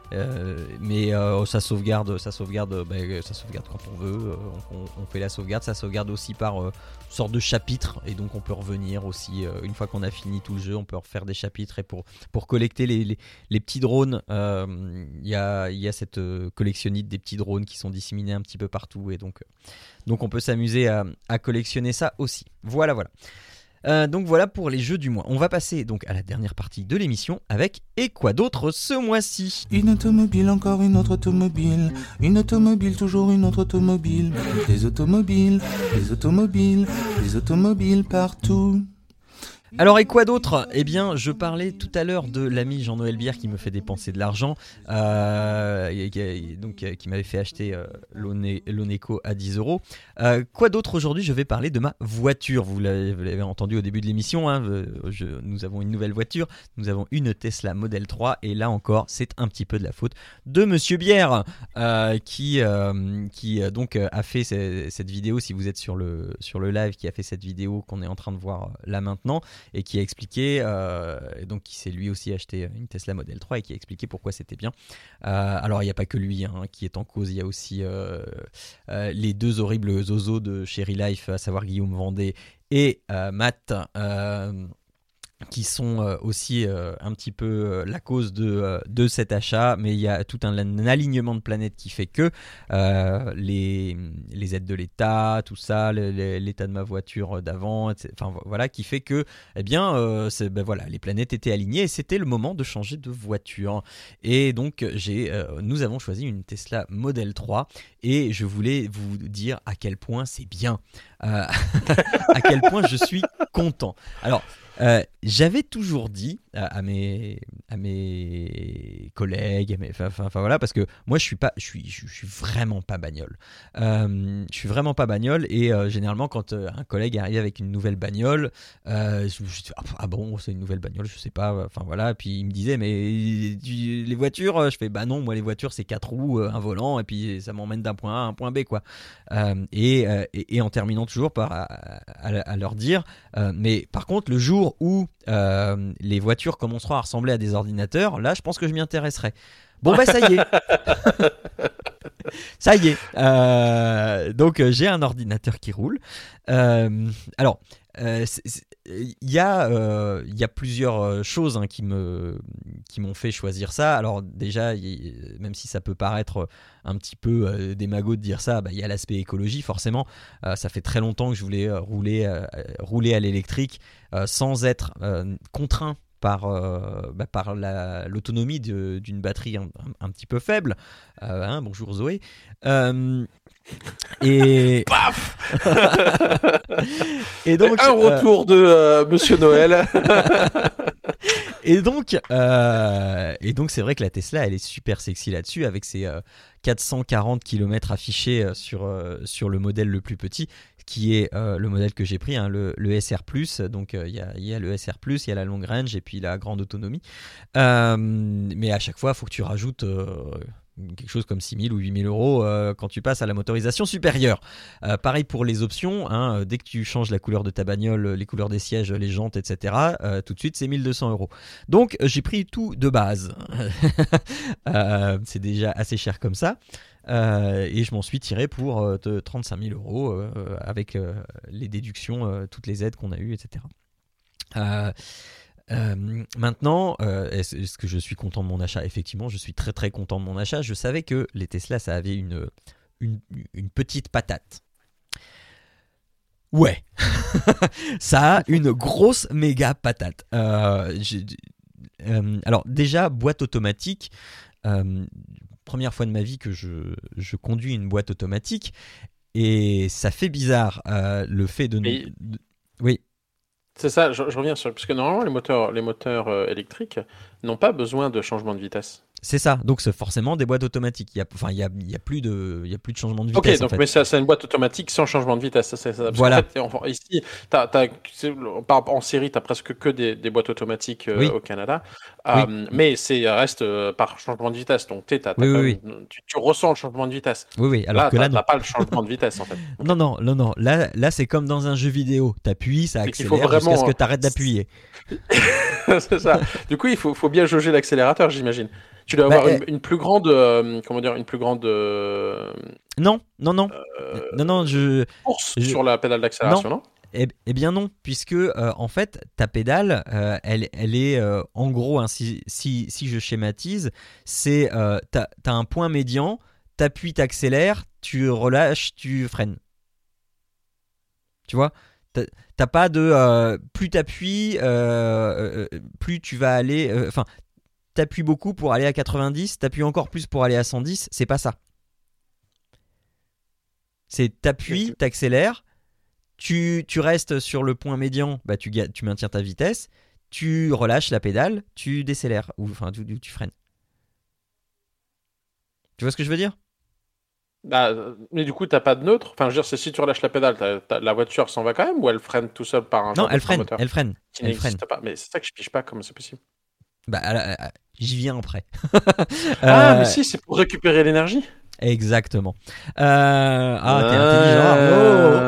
Euh, mais euh, ça sauvegarde, ça sauvegarde, bah, ça sauvegarde quand on veut. Euh, on, on fait la sauvegarde. Ça sauvegarde aussi par euh, sorte de chapitre, et donc on peut revenir aussi euh, une fois qu'on a fini tout le jeu. On peut refaire des chapitres, et pour pour collecter les les, les petits drones, il euh, y a il y a cette euh, collectionnite des petits drones qui sont disséminés un petit peu partout, et donc euh, donc on peut s'amuser à, à collectionner ça aussi. Voilà, voilà. Euh, donc voilà pour les jeux du mois. On va passer donc à la dernière partie de l'émission avec Et quoi d'autre ce mois-ci ? Une automobile, encore une autre automobile. Une automobile, toujours une autre automobile. Des automobiles, des automobiles, des automobiles partout. Alors et quoi d'autre ? Eh bien, je parlais tout à l'heure de l'ami Jean-Noël Bière qui me fait dépenser de l'argent, euh, et, et, donc euh, qui m'avait fait acheter euh, l'One- l'Oneco à dix euros. Euh, quoi d'autre aujourd'hui ? Je vais parler de ma voiture. Vous l'avez, vous l'avez entendu au début de l'émission, hein, je, nous avons une nouvelle voiture, nous avons une Tesla Model trois, et là encore, c'est un petit peu de la faute de Monsieur Bière, euh, qui, euh, qui euh, donc a fait ce, cette vidéo, si vous êtes sur le, sur le live, qui a fait cette vidéo qu'on est en train de voir là maintenant, et qui a expliqué, euh, et donc qui s'est lui aussi acheté une Tesla Model trois, et qui a expliqué pourquoi c'était bien. Euh, alors il n'y a pas que lui hein, qui est en cause, il y a aussi euh, euh, les deux horribles zozos de Cherry Life, à savoir Guillaume Vendée et euh, Matt, euh, qui sont euh, aussi euh, un petit peu euh, la cause de, euh, de cet achat, mais il y a tout un, un alignement de planètes qui fait que euh, les, les aides de l'État, tout ça, le, le, l'état de ma voiture d'avant, et cetera, enfin voilà, qui fait que eh bien, euh, c'est, ben, voilà, les planètes étaient alignées, et c'était le moment de changer de voiture. Et donc j'ai, euh, nous avons choisi une Tesla Model trois, et je voulais vous dire à quel point c'est bien, euh, à quel point je suis content. Alors, Euh, j'avais toujours dit à, à mes à mes collègues, à mes, enfin, enfin voilà, parce que moi je suis pas, je suis je, je suis vraiment pas bagnole. Euh, je suis vraiment pas bagnole, et euh, généralement quand euh, un collègue arrive avec une nouvelle bagnole, euh, je, je dis ah, ah bon c'est une nouvelle bagnole, je sais pas, enfin voilà. Puis il me disait mais tu, les voitures, je fais bah non moi les voitures c'est quatre roues, un volant, et puis ça m'emmène d'un point A à un point B quoi. Euh, et, euh, et et en terminant toujours par à, à, à leur dire euh, mais par contre le jour où euh, les voitures commenceront à ressembler à des ordinateurs, là je pense que je m'y intéresserai. Bon bah ça y est, ça y est. Euh, donc euh, j'ai un ordinateur qui roule. Euh, alors il euh, y a il euh, y a plusieurs choses hein, qui me qui m'ont fait choisir ça. Alors déjà, y, même si ça peut paraître un petit peu euh, démago de dire ça, bah il y a l'aspect écologie forcément. Euh, ça fait très longtemps que je voulais euh, rouler euh, rouler à l'électrique euh, sans être euh, contraint par, euh, bah, par la, l'autonomie de, d'une batterie un, un, un petit peu faible. Euh, hein, bonjour Zoé. Euh, et paf. Et donc un retour euh... de euh, Monsieur Noël. et donc euh, et donc c'est vrai que la Tesla elle est super sexy là-dessus, avec ses euh, quatre cent quarante kilomètres affichés sur euh, sur le modèle le plus petit, qui est euh, le modèle que j'ai pris, hein, le, le S R plus. Donc il euh, y, a, y a le S R plus, il y a la long range et puis la grande autonomie. Euh, mais à chaque fois, il faut que tu rajoutes euh, quelque chose comme six mille ou huit mille euros euh, quand tu passes à la motorisation supérieure. Euh, pareil pour les options, hein, dès que tu changes la couleur de ta bagnole, les couleurs des sièges, les jantes, et cetera, euh, tout de suite c'est mille deux cents euros. Donc j'ai pris tout de base. euh, c'est déjà assez cher comme ça. Euh, et je m'en suis tiré pour euh, trente-cinq mille euros euh, avec euh, les déductions, euh, toutes les aides qu'on a eues, et cetera. Euh, euh, maintenant, euh, est-ce, est-ce que je suis content de mon achat ? Effectivement, je suis très très content de mon achat. Je savais que les Tesla, ça avait une, une, une petite patate. Ouais, ça a une grosse méga patate. Euh, j'ai, euh, alors déjà, boîte automatique. Euh, Première fois de ma vie que je, je conduis une boîte automatique, et ça fait bizarre euh, le fait de, Et... de... Oui. C'est ça, je, je reviens sur... Parce que normalement, les moteurs, les moteurs euh, électriques n'ont pas besoin de changement de vitesse. C'est ça, donc c'est forcément des boîtes automatiques. Il y a, enfin, il y a, il y a plus de, il y a plus de changement de vitesse. Ok, donc en fait. mais ça, c'est une boîte automatique sans changement de vitesse. Ça, c'est, ça. Parce voilà. En fait, ici, t'as, t'as, en série, tu as presque que des, des boîtes automatiques euh, oui. au Canada, oui. euh, mais c'est reste euh, par changement de vitesse. Donc t'es, t'as, t'as oui, oui, même, oui. Tu, tu ressens le changement de vitesse. Oui, oui. Alors là, que t'as, là, t'as pas le changement de vitesse en fait. Okay. Non, non, non, non. Là, là, c'est comme dans un jeu vidéo. T'appuies, ça accélère vraiment... jusqu'à ce que t'arrêtes d'appuyer. C'est ça. Du coup, il faut, faut bien jauger l'accélérateur, j'imagine. Tu dois Bah, avoir euh, une, une plus grande, euh, comment dire, une plus grande euh, non, non, non, euh, non, non, je, force je sur la pédale non. d'accélération, non? Eh, eh bien non, puisque euh, en fait ta pédale, euh, elle, elle est euh, en gros, hein, si, si, si je schématise, c'est euh, t'as, t'as un point médian, t'appuies, t'accélères, tu relâches, tu freines. Tu vois, t'as, t'as pas de euh, plus t'appuies, euh, euh, plus tu vas aller. euh, Enfin, t'appuies beaucoup pour aller à quatre-vingt-dix, t'appuies encore plus pour aller à cent dix. C'est pas ça. C'est t'appuies, t'accélères. Tu, tu restes sur le point médian, bah tu, ga- tu maintiens ta vitesse, tu relâches la pédale, tu décélères, ou enfin tu, tu- tu freines. Tu vois ce que je veux dire? Bah, euh, mais du coup, t'as pas de neutre. Enfin, je veux dire, c'est si tu relâches la pédale, t'as- t'as- la voiture s'en va quand même ou elle freine tout seul par un Non, genre de elle frein freine, moteur elle freine, qui elle freine. n'existe pas. Mais c'est ça que je pige pas, comment c'est possible? Bah, elle- elle- elle- j'y viens après. Ah, mais Euh, si, c'est pour récupérer l'énergie. exactement. Euh, ah, t'es intelligent. Oh.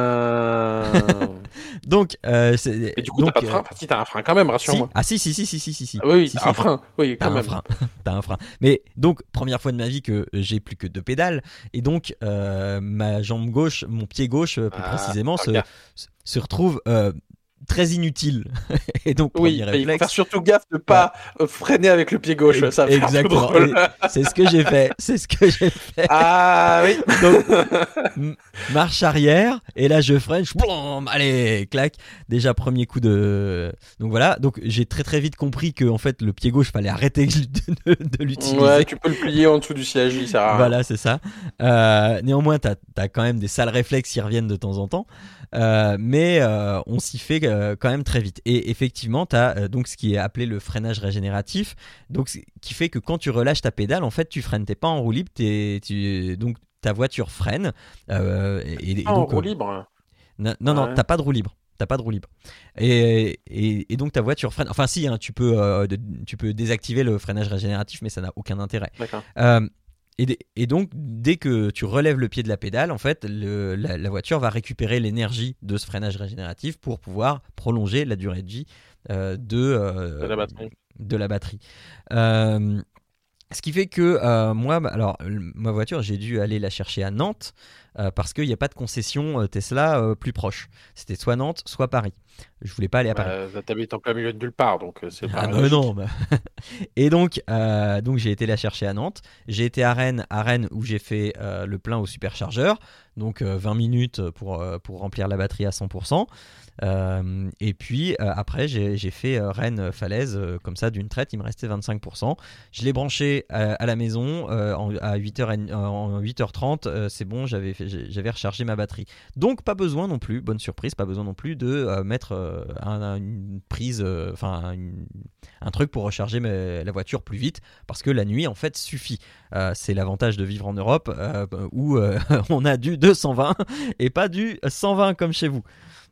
Ah. Donc, euh, c'est- Mais du coup, t'as pas donc de euh, frein. Enfin, si, t'as un frein quand même, si, rassure-moi. ah si, si, si, si, si, si, si, Ah oui, oui, si, t'as si, un frein. Oui, T'as quand un même. frein, t'as un frein. Mais donc, première fois de ma vie que j'ai plus que deux pédales, et donc euh, ma jambe gauche, mon pied gauche euh, plus Ah, précisément, se, regarde. se se retrouve euh, très inutile. Et donc, Oui, premier mais il faut faire réflexe, surtout gaffe de ouais, pas euh, freiner avec le pied gauche. ex- Ça va faire tout exactement. drôle. Et c'est ce que j'ai fait, c'est ce que j'ai fait. Ah oui. Donc, m- marche arrière, et là je freine, je plombe, allez, clac. Déjà premier coup de. Donc voilà, donc j'ai très très vite compris que en fait le pied gauche fallait arrêter de, de- de Ouais, l'utiliser. tu peux le plier en dessous du siège, il sert à rien. Voilà, c'est ça. Euh, néanmoins, t'as as quand même des sales réflexes qui reviennent de temps en temps, Euh, mais euh, on s'y fait euh, quand même très vite. Et effectivement, t'as euh, donc ce qui est appelé le freinage régénératif, donc ce qui fait que quand tu relâches ta pédale, en fait, tu freines, t'es pas en roue libre, t'es- tu, donc ta voiture freine. euh, et, et Ah, en donc, roue euh, libre. non, non, non, Ouais. t'as pas de roue libre. T'as pas de roue libre. Et, et, et donc ta voiture freine. Enfin, si, hein, tu, peux, euh, de- tu peux désactiver le freinage régénératif, mais ça n'a aucun intérêt. D'accord. Euh, et, d- et donc, dès que tu relèves le pied de la pédale, en fait, le- la, la voiture va récupérer l'énergie de ce freinage régénératif pour pouvoir prolonger la durée de vie euh, de, euh, De la batterie. de la batterie. Euh, ce qui fait que euh, moi, bah, alors l- ma voiture, j'ai dû aller la chercher à Nantes euh, parce qu'il n'y a pas de concession euh, Tesla euh, plus proche. C'était soit Nantes, soit Paris. Je voulais pas aller à Paris. Bah, t'habites en plein milieu de nulle part, donc euh, c'est Ah pas bah logique. non, bah. Et donc, euh, donc j'ai été la chercher à Nantes. J'ai été à Rennes, à Rennes où j'ai fait euh, le plein au superchargeur, donc euh, vingt minutes pour, euh, pour remplir la batterie à cent pour cent. Euh, et puis euh, après, j'ai j'ai fait euh, Rennes-Falaise euh, comme ça d'une traite, il me restait vingt-cinq pour cent. Je l'ai branché à, à la maison euh, en, à huit heures, en huit heures trente, euh, c'est bon, j'avais fait- j'ai- j'avais rechargé ma batterie. Donc pas besoin non plus, bonne surprise, pas besoin non plus de euh, mettre euh, un- une prise, euh, enfin une- un truc pour recharger ma- la voiture plus vite, parce que la nuit en fait suffit. Euh, c'est l'avantage de vivre en Europe euh, où euh, on a du deux cent vingt et pas du cent vingt comme chez vous.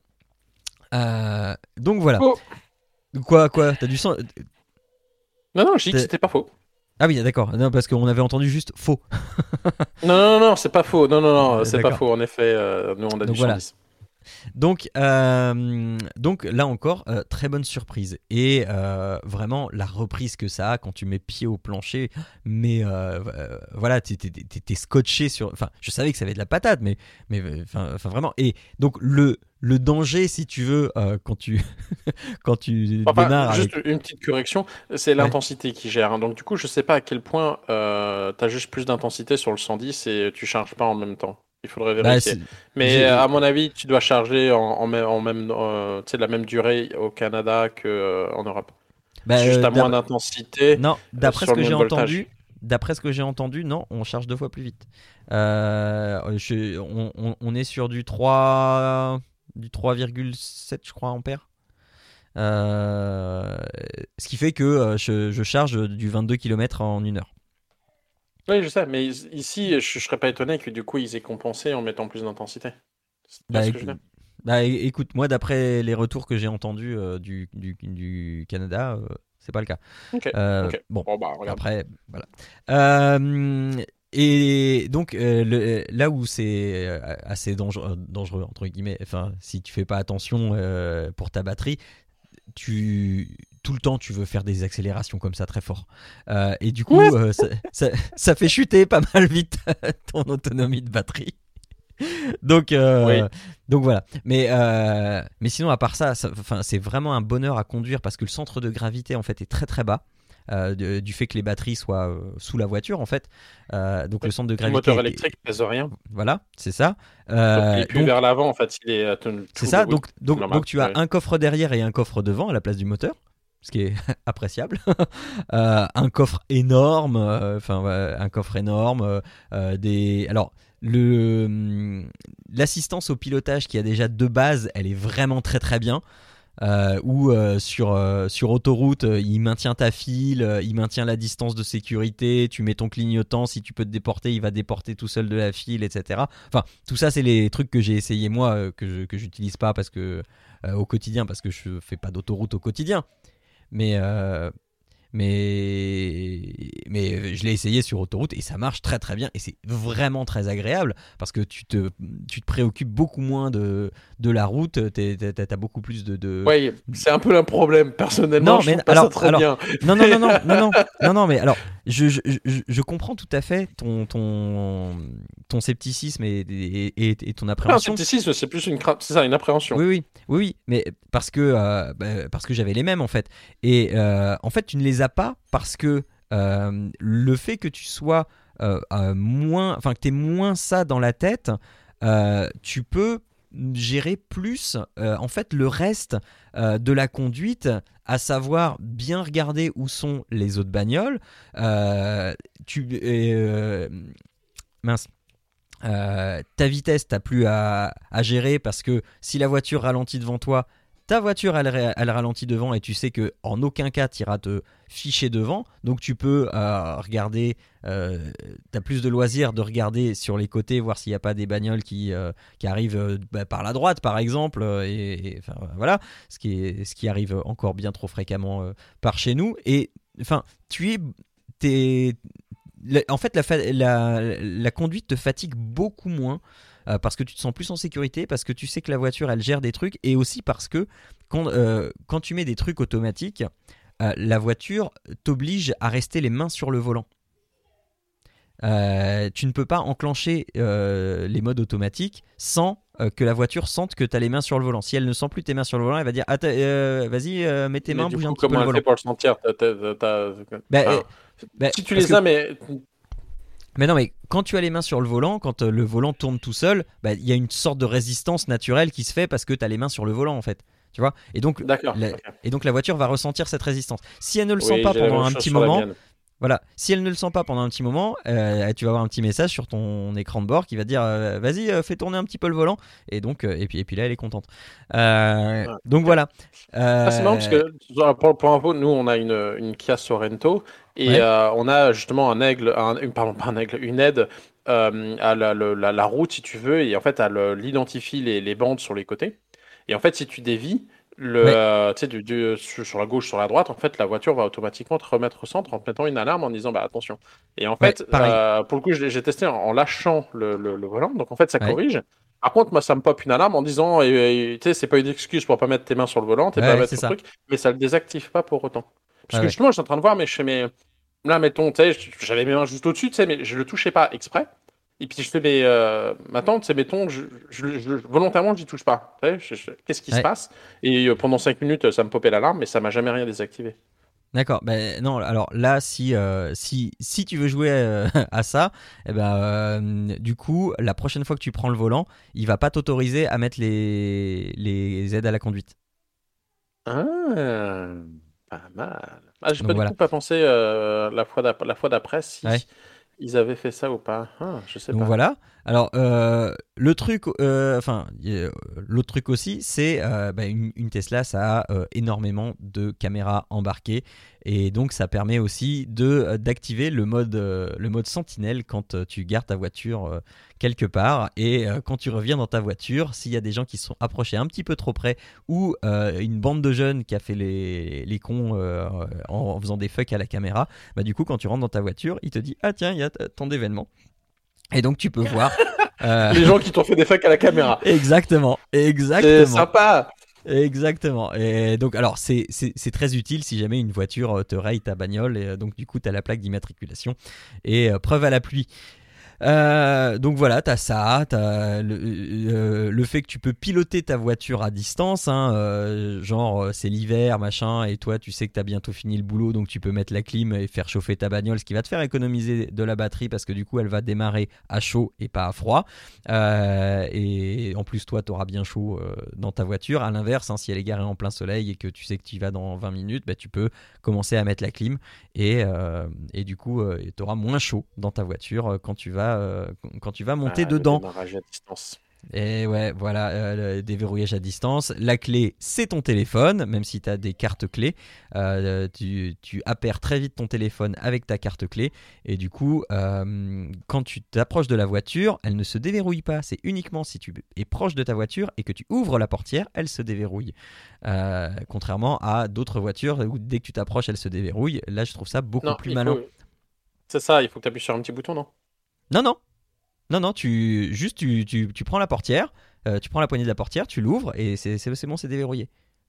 Euh, donc voilà. Oh. Quoi, quoi T'as du sang Non, non, je dis que T'es- c'était pas faux. Ah oui, d'accord. Non, parce qu'on avait entendu juste faux. Non, non, non, non, c'est pas faux. Non, non, non, Euh, c'est pas d'accord. faux. En effet, euh, nous, on a Donc du voilà. cent dix. Donc, euh, donc là encore, euh, très bonne surprise. Et euh, vraiment, la reprise que ça a quand tu mets pied au plancher, mais euh, euh, voilà, t'es, t'es- t'es- t'es scotché sur. Enfin, je savais que ça avait de la patate, mais, mais euh, enfin, enfin, vraiment. Et donc, le, le danger, si tu veux, euh, quand tu, quand tu Enfin, démarres juste avec. une petite correction, c'est l'intensité qui gère, hein. Donc, du coup, je sais pas à quel point euh, t'as juste plus d'intensité sur le cent dix et tu charges pas en même temps. Il faudrait Bah, vérifier. c'est- Mais j'ai- euh, à mon avis, tu dois charger en, en même, en même euh, tu sais, la même durée au Canada qu'en Europe. bah, C'est juste euh, à moins d'ap- d'intensité Non, euh, d'après ce sur que le j'ai même voltage. entendu, d'après ce que j'ai entendu, non, on charge deux fois plus vite. Euh, je- on, on- on est sur du trois, du trois virgule sept, je crois, ampères. Euh, ce qui fait que euh, je, je charge du vingt-deux kilomètres en une heure. Oui, je sais, mais is- ici, je, je serais pas étonné que du coup, ils aient compensé en mettant plus d'intensité. C'est Bah, ce que je veux éc- dire. bah, é- écoute, moi, d'après les retours que j'ai entendus euh, du, du, du Canada, euh, c'est pas le cas. Ok, Euh, ok. bon, Bon, bah, regarde. après, voilà. Euh, et donc, euh, le- là où c'est euh, assez dangereux, dangereux, entre guillemets, enfin, si tu fais pas attention euh, pour ta batterie, tu, tout le temps tu veux faire des accélérations comme ça très fort. Euh, et du coup, euh, ça, ça, ça fait chuter pas mal vite ton autonomie de batterie. Donc, euh, Oui. donc voilà. Mais, euh, mais sinon, à part ça, ça, enfin, c'est vraiment un bonheur à conduire parce que le centre de gravité en fait est très très bas. Euh, de- du fait que les batteries soient euh, sous la voiture en fait. Euh, donc le centre de Le gravité. moteur est- électrique pèse rien. Voilà, c'est ça. Donc, il Euh, est plus donc, vers l'avant, en fait. Il est, euh, tout- c'est tout ça. le- Donc, donc, normal, donc tu as ouais. un coffre derrière et un coffre devant à la place du moteur, ce qui est appréciable. Euh, un coffre énorme, euh, enfin ouais, un coffre énorme. euh, euh, des, alors le hum, l'assistance au pilotage qui a déjà de base, elle est vraiment très très bien. Euh, ou euh, sur, euh, sur autoroute, euh, il maintient ta file, euh, il maintient la distance de sécurité, tu mets ton clignotant, si tu peux te déporter, il va déporter tout seul de la file, et cetera. Enfin, tout ça, c'est les trucs que j'ai essayé moi, euh, que je que j'utilise pas parce que euh, au quotidien, parce que je fais pas d'autoroute au quotidien. Mais euh, mais mais je l'ai essayé sur autoroute et ça marche très très bien et c'est vraiment très agréable parce que tu te tu te préoccupes beaucoup moins de de la route, t'es- t'as t'as beaucoup plus de, de... Ouais, c'est un peu un problème, personnellement. Non, je mais trouve pas alors- ça très alors, bien. Non, non, non, non, non, non, non, non, mais alors, je, je, je, je comprends tout à fait ton, ton, ton scepticisme et, et, et- et ton Non, appréhension. scepticisme, c'est plus une crainte, c'est ça, une appréhension. Oui, oui, oui, oui, mais parce que, euh, bah, parce que j'avais les mêmes en fait. Et euh, en fait, tu ne les as pas parce que euh, le fait que tu sois euh, euh, moins, enfin que tu aies moins ça dans la tête, euh, tu peux gérer plus euh, en fait le reste euh, de la conduite, à savoir bien regarder où sont les autres bagnoles. Euh, tu euh, mince. Euh, ta vitesse, t'as plus à, à gérer parce que si la voiture ralentit devant toi, ta voiture elle, ré- elle ralentit devant et tu sais que en aucun cas tu iras te ficher devant. Donc tu peux euh, regarder, euh, t'as plus de loisirs de regarder sur les côtés, voir s'il n'y a pas des bagnoles qui, euh, qui arrivent euh, bah, par la droite par exemple. euh, Et, et, enfin, voilà, ce qui, est, ce qui arrive encore bien trop fréquemment euh, par chez nous. Et enfin, tu es, t'es, la- en fait, la, fa- la, la conduite te fatigue beaucoup moins euh, parce que tu te sens plus en sécurité, parce que tu sais que la voiture elle gère des trucs et aussi parce que quand, euh, quand tu mets des trucs automatiques, euh, la voiture t'oblige à rester les mains sur le volant. Euh, tu ne peux pas enclencher euh, les modes automatiques sans euh, que la voiture sente que tu as les mains sur le volant. Si elle ne sent plus tes mains sur le volant, elle va dire ah, t'as- euh, vas-y, euh, mets tes Mais mains, du bouge coup, un petit peu comment le elle volant. fait pour le sentir? T'as- t'as- t'as- Bah, enfin, euh, bah, si tu parce les que- as, mais Mais non, mais quand tu as les mains sur le volant, quand euh, le volant tourne tout seul, bah, il y a une sorte de résistance naturelle qui se fait parce que tu as les mains sur le volant en fait. Tu vois, et donc, d'accord. la, ok. et donc la voiture va ressentir cette résistance. Si elle ne le Oui, sent pas j'ai la pendant même un chose petit sur la moment, mienne. voilà, si elle ne le sent pas pendant un petit moment, euh, tu vas avoir un petit message sur ton écran de bord qui va dire euh, vas-y, euh, fais tourner un petit peu le volant. Et donc, euh, et puis, et puis là, elle est contente. Euh, Ah, donc ok. voilà. Ah, c'est marrant parce Euh, que pour, pour info, nous on a une, une Kia Sorento et Ouais. euh, on a justement un aigle, un, une- pardon pas un aigle, une aide euh, à la, le- la, la route si tu veux et en fait elle euh, l'identifie les, les bandes sur les côtés et en fait si tu dévies le, Ouais. euh, tu sais, du, du- sur, sur la gauche sur la droite en fait la voiture va automatiquement te remettre au centre en te mettant une alarme en disant bah attention et en Ouais, fait pareil. euh, pour le coup j'ai j'ai testé en, en lâchant le, le, le volant donc en fait ça Ouais. corrige. Par contre, moi, ça me pop une alarme en disant, et, et, tu sais, c'est pas une excuse pour pas mettre tes mains sur le volant, t'es Ouais, pas à ouais, mettre c'est ton ça. truc, mais ça le désactive pas pour autant. Parce Ouais, que ouais. justement, je suis en train de voir, mais je fais mes. Là, mettons, tu sais, j'avais mes mains juste au-dessus, tu sais, mais je le touchais pas exprès. Et puis je fais mes. Euh... Maintenant, tu sais, mettons, je, je, je- volontairement, j'y touche pas. Tu sais, je- je- qu'est-ce qui se Ouais. passe? Et euh, pendant cinq minutes, ça me popait l'alarme, mais ça m'a jamais rien désactivé. D'accord, ben non, alors là, si, euh, si, si tu veux jouer euh, à ça, eh ben, euh, du coup, la prochaine fois que tu prends le volant, il va pas t'autoriser à mettre les, les aides à la conduite. Ah, pas mal. Ah, j'ai Donc pas du voilà. coup pas pensé euh, la fois d'ap- la fois d'après si Ouais. ils avaient fait ça ou pas. Ah, je sais Donc pas. voilà. Alors euh, le truc, euh, enfin euh, l'autre truc aussi, c'est euh, bah, une, une Tesla, ça a euh, énormément de caméras embarquées et donc ça permet aussi de euh, d'activer le mode euh, le mode sentinelle quand euh, tu gares ta voiture euh, quelque part et euh, quand tu reviens dans ta voiture, s'il y a des gens qui se sont approchés un petit peu trop près ou euh, une bande de jeunes qui a fait les les cons euh, en, en faisant des fucks à la caméra, bah du coup quand tu rentres dans ta voiture, il te dit ah tiens il y a t- tant d'événements. Et donc tu peux voir. euh, Les gens qui t'ont fait des fucks à la caméra. Exactement, C'est exactement. sympa. Exactement. Et donc, alors, c'est, c'est, c'est très utile si jamais une voiture te raye ta bagnole. Et donc, du coup, tu as la plaque d'immatriculation. Et euh, preuve à la pluie. Euh, donc voilà, t'as ça, t'as le, euh, le fait que tu peux piloter ta voiture à distance, hein, euh, genre euh, c'est l'hiver, machin, et toi tu sais que t'as bientôt fini le boulot, donc tu peux mettre la clim et faire chauffer ta bagnole, ce qui va te faire économiser de la batterie parce que du coup elle va démarrer à chaud et pas à froid. Euh, et en plus toi t'auras bien chaud euh, dans ta voiture. À l'inverse, hein, si elle est garée en plein soleil et que tu sais que tu y vas dans vingt minutes, bah, tu peux commencer à mettre la clim et, euh, et du coup euh, t'auras moins chaud dans ta voiture euh, quand tu vas Euh, quand tu vas monter Ah, dedans. le démarrage à distance. Et ouais, voilà, euh, le déverrouillage à distance. La clé, c'est ton téléphone, même si tu as des cartes clés. Euh, tu, tu appaires très vite ton téléphone avec ta carte clé. Et du coup, euh, quand tu t'approches de la voiture, elle ne se déverrouille pas. C'est uniquement si tu es proche de ta voiture et que tu ouvres la portière, elle se déverrouille. Euh, contrairement à d'autres voitures où dès que tu t'approches, elle se déverrouille. Là, je trouve ça beaucoup Non, plus il malin. faut... C'est ça, il faut que tu appuies sur un petit bouton, non? Non, non. Non, non, tu, juste tu, tu, tu prends la portière, euh, tu prends la poignée de la portière, tu l'ouvres et c'est, c'est, c'est bon, c'est déverrouillé.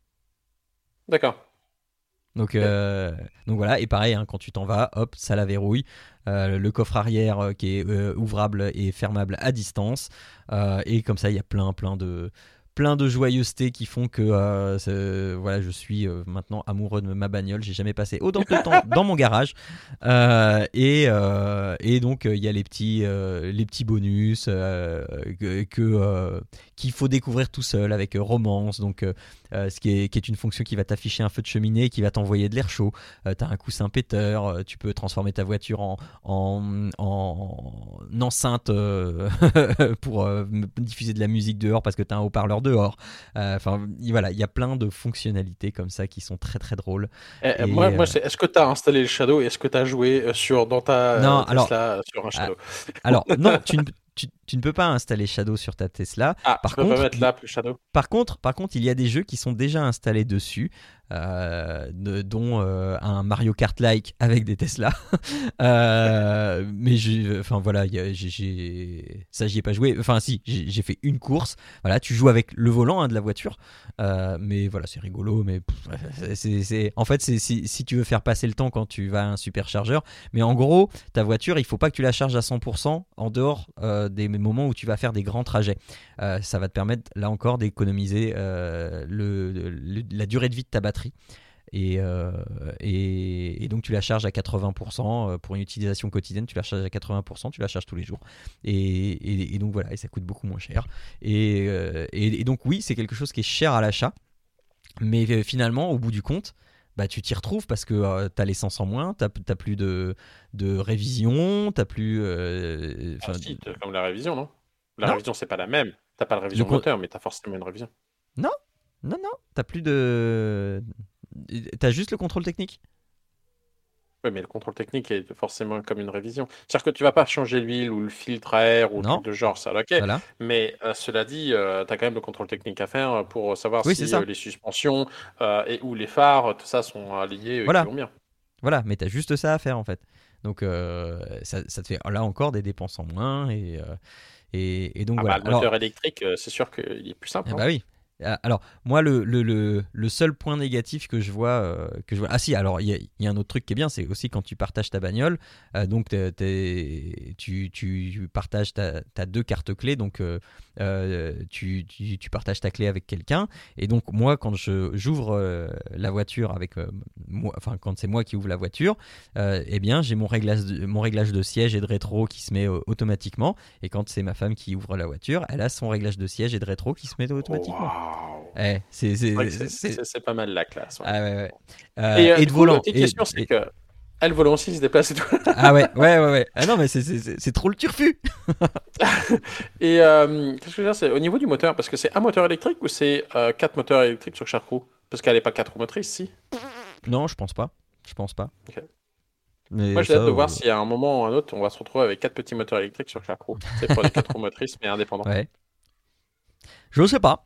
D'accord. Donc, euh, donc voilà, et pareil, hein, quand tu t'en vas, hop, ça la verrouille. Euh, le coffre arrière euh, qui est euh, ouvrable et fermable à distance. Euh, et comme ça, il y a plein, plein de... plein de joyeusetés qui font que euh, voilà, je suis euh, maintenant amoureux de ma bagnole. J'ai jamais passé autant de temps dans mon garage. Euh, et, euh, et donc, il euh, y a les petits, euh, les petits bonus euh, que, que, euh, qu'il faut découvrir tout seul avec euh, Romance. Donc, euh, ce qui est, qui est une fonction qui va t'afficher un feu de cheminée et qui va t'envoyer de l'air chaud. Euh, tu as un coussin péteur. Euh, tu peux transformer ta voiture en, en, en, en enceinte euh, pour euh, diffuser de la musique dehors parce que tu as un haut-parleur dehors. Enfin, euh, voilà, il y a plein de fonctionnalités comme ça qui sont très très drôles. Et, et moi, euh... moi c'est, est-ce que tu as installé le Shadow et est-ce que tu as joué sur, dans ta non, Tesla alors, sur un Shadow? Alors, non, tu ne, tu, tu ne peux pas installer Shadow sur ta Tesla. Ah, par tu peux contre, pas mettre l'app Shadow. Par contre, par contre, il y a des jeux qui sont déjà installés dessus. Euh, de, dont euh, un Mario Kart-like avec des Tesla. euh, mais j'ai, enfin voilà, j'ai, j'ai, ça j'y ai pas joué. Enfin si, j'ai, j'ai fait une course. Voilà, tu joues avec le volant hein, de la voiture. Euh, mais voilà, c'est rigolo. Mais pff, c'est, c'est, en fait, c'est si, si tu veux faire passer le temps quand tu vas à un superchargeur. Mais en gros, ta voiture, il faut pas que tu la charges à cent pour cent en dehors euh, des moments où tu vas faire des grands trajets. Euh, ça va te permettre là encore d'économiser euh, le, le, la durée de vie de ta batterie. Et, euh, et, et donc tu la charges à quatre-vingts pour cent pour une utilisation quotidienne, tu la charges à quatre-vingts pour cent, tu la charges tous les jours. Et, et, et donc voilà, et ça coûte beaucoup moins cher. Et, euh, et, et donc oui, c'est quelque chose qui est cher à l'achat, mais euh, finalement, au bout du compte, bah, tu t'y retrouves parce que euh, tu as l'essence en moins, tu n'as plus de, de révision, tu n'as plus... Euh, ah si, comme la révision, non? La non. révision, c'est pas la même. Tu n'as pas la révision le moteur, mais tu as forcément une révision. Non, non, non, tu n'as plus de... Tu as juste le contrôle technique. Oui, mais le contrôle technique est forcément comme une révision. C'est-à-dire que tu vas pas changer l'huile ou le filtre à air ou non. truc de genre, ça, ok. Voilà. Mais euh, cela dit, euh, tu as quand même le contrôle technique à faire pour savoir oui, si euh, les suspensions euh, et ou les phares, tout ça sont alignés voilà. et qui vont bien. Voilà, mais tu as juste ça à faire en fait. Donc euh, ça, ça te fait là encore des dépenses en moins et, euh, et, et donc ah voilà. Bah, le moteur Alors... électrique, c'est sûr qu'il est plus simple. Eh hein. bah oui. Alors moi le, le, le, le seul point négatif que je vois euh, que je vois ah si alors il y, y a un autre truc qui est bien, c'est aussi quand tu partages ta bagnole euh, donc t'es, t'es, tu, tu partages ta, ta deux cartes clés donc euh, euh, tu, tu, tu partages ta clé avec quelqu'un et donc moi quand je, j'ouvre euh, la voiture avec euh, moi, enfin quand c'est moi qui ouvre la voiture euh, eh bien j'ai mon réglage, de, mon réglage de siège et de rétro qui se met euh, automatiquement et quand c'est ma femme qui ouvre la voiture elle a son réglage de siège et de rétro qui se met automatiquement. Wow. Eh, c'est, c'est, c'est, c'est, c'est, c'est pas mal la classe. Ouais. Ah ouais, ouais. Euh, et, euh, et de volant. La petite question, et, c'est et... que elle, le volant aussi, il se déplace et tout. Ah ouais, ouais, ouais, ouais. Ah non, mais c'est, c'est, c'est, c'est trop le turfu. Et euh, qu'est-ce que je veux dire, c'est au niveau du moteur, parce que c'est un moteur électrique ou c'est euh, quatre moteurs électriques sur chaque roue? Parce qu'elle n'est pas quatre roues motrices, si? Non, je pense pas. Je pense pas. Okay. Mais moi, j'ai hâte de euh... voir si à un moment ou à un autre, on va se retrouver avec quatre petits moteurs électriques sur chaque roue. C'est pour les quatre roues motrices, mais indépendants. Ouais. Je sais pas.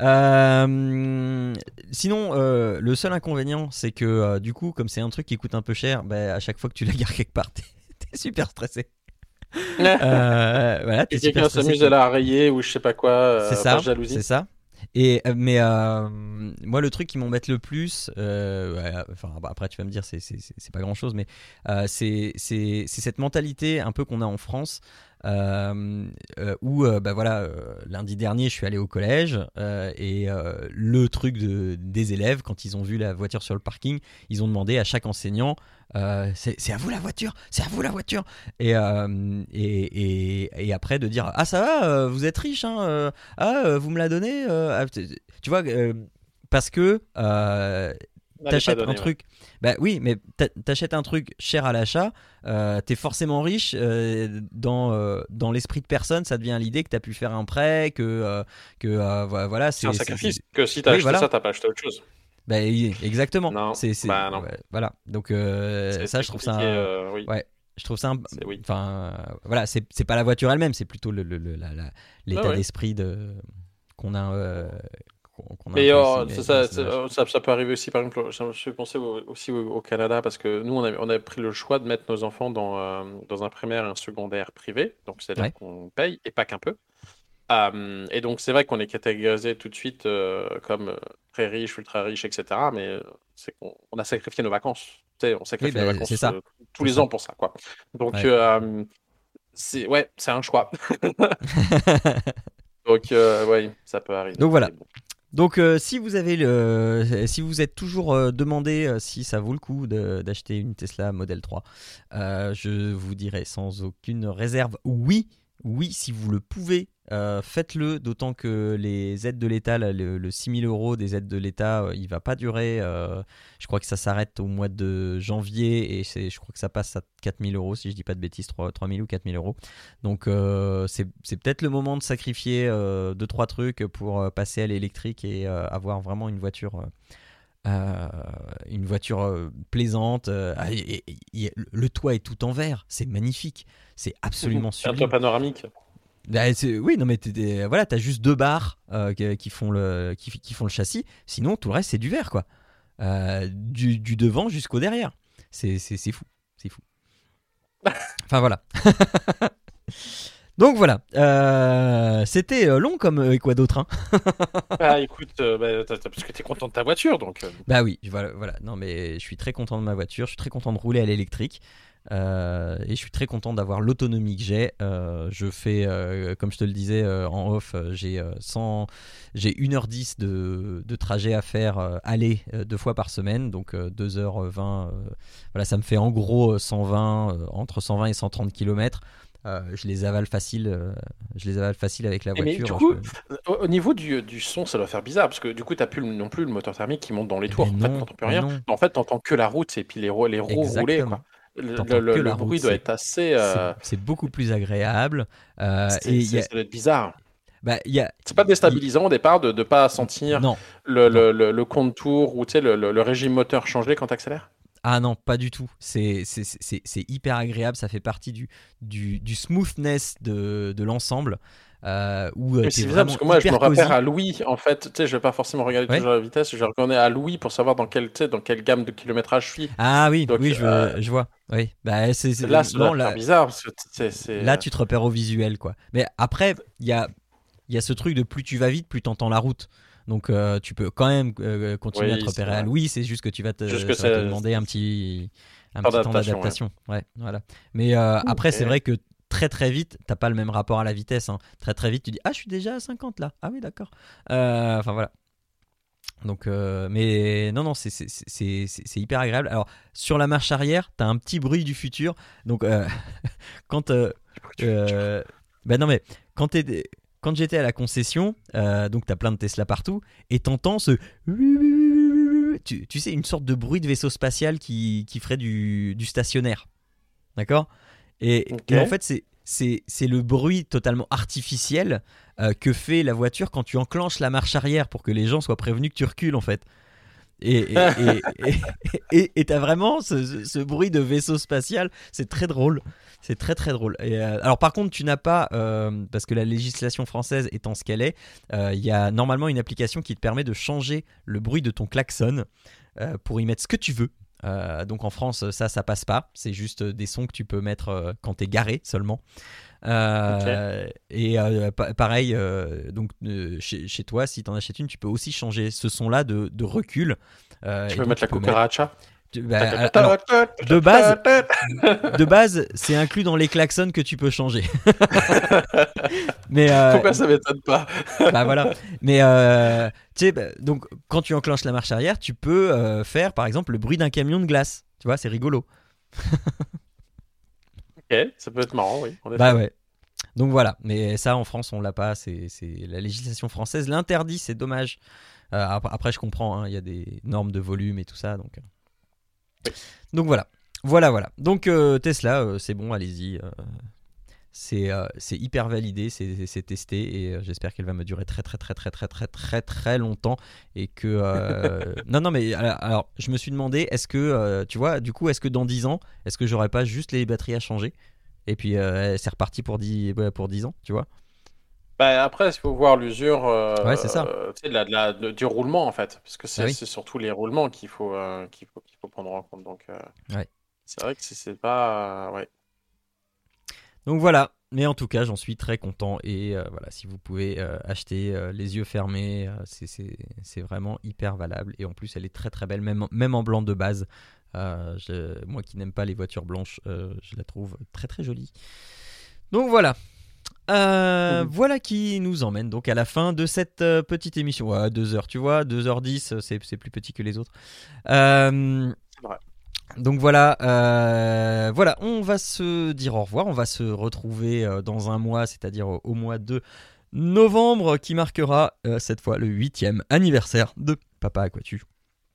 Euh, sinon, euh, le seul inconvénient, c'est que euh, du coup, comme c'est un truc qui coûte un peu cher, bah, à chaque fois que tu la gares quelque part, t'es, t'es super stressé. euh, voilà, t'es et quelqu'un super stressé. s'amuse à la rayer ou je sais pas quoi. Euh, c'est ça. Jalousie. C'est ça. Et euh, mais euh, moi, le truc qui m'embête le plus, euh, ouais, enfin bah, après tu vas me dire c'est c'est c'est, c'est pas grand chose, mais euh, c'est c'est c'est cette mentalité un peu qu'on a en France. Euh, euh, où euh, bah voilà euh, lundi dernier je suis allé au collège euh, et euh, le truc de, des élèves quand ils ont vu la voiture sur le parking, ils ont demandé à chaque enseignant euh, c'est, c'est à vous la voiture, c'est à vous la voiture et, euh, et, et, et après de dire ah ça va euh, vous êtes riche hein, euh, ah euh, vous me la donnez euh, ah, tu vois euh, parce que euh, N'allez pas t'achètes donner, un ouais. truc, bah oui, mais t'a- t'achètes un truc cher à l'achat, euh, t'es forcément riche. Euh, dans, euh, dans l'esprit de personne, ça devient l'idée que t'as pu faire un prêt, que, euh, que euh, vo- voilà, C'est un c'est, c'est- sacrifice. c'est- Que si t'as Oui, acheté voilà. ça, t'as pas acheté autre chose. Bah, y- exactement. Non, C'est, c'est, bah non. ouais, voilà. Donc euh, C'est ça, c'est je trouve compliqué. ça, euh, oui. ouais, je trouve ça, un- C'est oui. enfin, euh, voilà, c'est, c'est pas la voiture elle-même, c'est plutôt le, le- le- la- la- l'état Ah ouais. d'esprit de qu'on a, euh, qu'on, qu'on a un Mais peu euh, ici, ça, mais ça, bon, c'est dommage. ça, ça- ça peut arriver aussi, par exemple, je me suis pensé au- aussi au, au Canada, parce que nous, on a, on a pris le choix de mettre nos enfants dans, euh, dans un primaire et un secondaire privé, donc c'est-à-dire Ouais. qu'on paye, et pas qu'un peu. Euh, et donc, c'est vrai qu'on est catégorisé tout de suite euh, comme euh, très riche, ultra riche, et cetera. Mais euh, c'est qu'on on a sacrifié nos vacances. Tu sais, on sacrifie Oui, nos bah, vacances c'est ça. euh, tous C'est les ça. ans pour ça, quoi. Donc, Ouais. euh, c'est ouais, c'est un choix. Donc, euh, ouais, ça peut arriver. Donc voilà. Mais bon. Donc euh, si vous avez le, si vous êtes toujours euh, demandé euh, si ça vaut le coup de- d'acheter une Tesla Model trois, euh, je vous dirais sans aucune réserve oui, oui si vous le pouvez, euh, faites-le. D'autant que les aides de l'État, là, le, le six mille euros des aides de l'État, euh, il va pas durer. euh, je crois que ça s'arrête au mois de janvier et c'est, je crois que ça passe à quatre mille euros si je dis pas de bêtises, trois mille ou quatre mille euros. Donc euh, c'est, c'est peut-être le moment de sacrifier euh, deux trois trucs pour euh, passer à l'électrique et euh, avoir vraiment une voiture euh, euh, une voiture euh, plaisante. euh, ah, et- et- et le toit est tout en verre, c'est magnifique, c'est absolument C'est un toit sublime. panoramique. Bah, c'est- oui, non mais t'es- t'es- voilà, t'as juste deux barres euh, qui, qui font le qui, qui font le châssis, sinon tout le reste c'est du verre quoi. Euh, du, du devant jusqu'au derrière, c'est c'est c'est fou, c'est fou. Enfin voilà. Donc voilà, euh, c'était euh, long comme euh, et quoi d'autre hein. Ah, écoute, euh, bah, t'as- t'as- parce que t'es content de ta voiture, donc. euh, Bah oui, voilà, voilà. Non mais je suis très content de ma voiture, je suis très content de rouler à l'électrique. Euh, et je suis très content d'avoir l'autonomie que j'ai. Euh, je fais, euh, comme je te le disais euh, en off, euh, j'ai, euh, cent j'ai une heure dix de, de trajet à faire euh, aller euh, deux fois par semaine, donc euh, deux heures vingt. Euh, voilà, ça me fait en gros euh, cent vingt, euh, entre cent vingt et cent trente kilomètres. Euh, je les avale facile, euh, je les avale facile avec la Et mais voiture. du coup, je peux- Au, au niveau du, du son, ça doit faire bizarre parce que du coup, t'as plus le- non plus le moteur thermique qui monte dans les Eh tours. ben En fait, non, t'entends plus ben rien. non. En fait, t'entends que la route et puis les roues, les roues rouler, Exactement. quoi. Le, T'entends le- que le la bruit route, doit c'est- être assez. C'est euh, c'est beaucoup plus agréable. Euh, c'est- et il y c'est- a, ça doit être bizarre. bah, il y a, C'est pas il- déstabilisant au départ de ne pas sentir non. le, Non. le, le, le contour ou tu sais, le, le, le régime moteur changer quand t'accélères? Ah non, pas du tout. C'est c'est- c'est- c'est hyper agréable. Ça fait partie du, du, du smoothness de, de l'ensemble. Euh, où euh, Mais t'es c'est bizarre vraiment parce que moi, je me hyper repère cosy. à Louis. En fait, tu sais, je vais pas forcément regarder Ouais. toujours la vitesse. Je reconnais à Louis pour savoir dans quelle, tu sais, dans quelle gamme de kilométrage je suis. Ah oui, Donc, oui, je, euh, je vois. Oui. Bah, c'est, c'est- là, ça doit non, faire là, bizarre parce que c'est. c'est- là, tu te repères au visuel, quoi. Mais après, il y a, il y a ce truc de plus tu vas vite, plus t'entends la route. Donc, euh, tu peux quand même euh, continuer Oui, à te repérer c'est à vrai. Louis. C'est juste que tu vas te, Juste que ça va te c'est- demander un petit, un Temps petit temps d'adaptation, d'adaptation. Ouais, voilà. Mais euh, après, c'est Ok. vrai que très très vite, t'as pas le même rapport à la vitesse. Hein. Très très vite, tu dis ah, je suis déjà à cinquante là. Ah oui, d'accord. Euh, Enfin voilà. Donc, euh, mais non, non, c'est, c'est, c'est, c'est, c'est hyper agréable. Alors, sur la marche arrière, t'as un petit bruit du futur. Donc, euh, quand. Euh, euh, bah non, mais quand, t'es, quand j'étais à la concession, euh, donc t'as plein de Tesla partout, et t'entends ce. Tu, tu sais, une sorte de bruit de vaisseau spatial qui, qui ferait du, du stationnaire. D'accord ? Et, Ok. et en fait, c'est, c'est, c'est le bruit totalement artificiel euh, que fait la voiture quand tu enclenches la marche arrière pour que les gens soient prévenus que tu recules en fait. Et et et, et, et, et t'as vraiment ce, ce, ce bruit de vaisseau spatial, c'est très drôle, c'est très très drôle. Et, euh, alors par contre tu n'as pas, euh, parce que la législation française étant ce qu'elle est, euh, il y a normalement une application qui te permet de changer le bruit de ton klaxon euh, pour y mettre ce que tu veux. Euh, donc en France ça ça passe pas, c'est juste des sons que tu peux mettre euh, quand t'es garé seulement. Euh, Et euh, pa- pareil, euh, donc euh, chez, chez toi, si tu en achètes une, tu peux aussi changer ce son-là de, de recul. Euh, Tu et peux donc, mettre la peux cucaracha. tu- bah, alors, de base, de base, c'est inclus dans les klaxons que tu peux changer. Mais euh, Pourquoi ça m'étonne pas? bah voilà. Mais euh, tu sais, bah, donc quand tu enclenches la marche arrière, tu peux euh, faire par exemple le bruit d'un camion de glace. Tu vois, c'est rigolo. Ok, ça peut être marrant, oui. En effet. Bah ouais. Donc voilà. Mais ça, en France, on l'a pas. C'est, c'est la législation française l'interdit. C'est dommage. Euh, après, après, je comprends. hein, Il y a des normes de volume et tout ça. Donc, euh. Oui. donc voilà. Voilà, voilà. Donc euh, Tesla, euh, c'est bon. Allez-y. euh, C'est, euh, c'est hyper validé, c'est, c'est testé et euh, j'espère qu'elle va me durer très très très très très très très très longtemps et que euh, non non mais alors, alors, je me suis demandé est-ce que euh, tu vois du coup est-ce que dans dix ans est-ce que j'aurais pas juste les batteries à changer et puis euh, c'est reparti pour dix ouais, pour dix ans tu vois. Bah, après, il faut voir l'usure euh, Ouais, c'est ça. euh, tu sais, de la- de la- de- du roulement, en fait. Parce que c'est Ah oui. c'est surtout les roulements qu'il faut, euh, qu'il faut, qu'il faut prendre en compte. Donc, euh, Ouais. c'est vrai que c'est c'est pas. euh, ouais. Donc voilà, mais en tout cas j'en suis très content et euh, voilà si vous pouvez euh, acheter euh, les yeux fermés, euh, c'est, c'est, c'est vraiment hyper valable et en plus elle est très très belle même, même en blanc de base. Euh, je- moi qui n'aime pas les voitures blanches, euh, je la trouve très très jolie. Donc voilà. Euh, Mhm. Voilà qui nous emmène donc à la fin de cette euh, petite émission. Ouais, deux heures, tu vois, deux heures dix, c'est, c'est plus petit que les autres. Euh, C'est vrai. donc voilà, euh, voilà, on va se dire au revoir, on va se retrouver euh, dans un mois, c'est-à-dire au, au mois de novembre, qui marquera euh, cette fois le huitième anniversaire de Papa à quoi tu joues.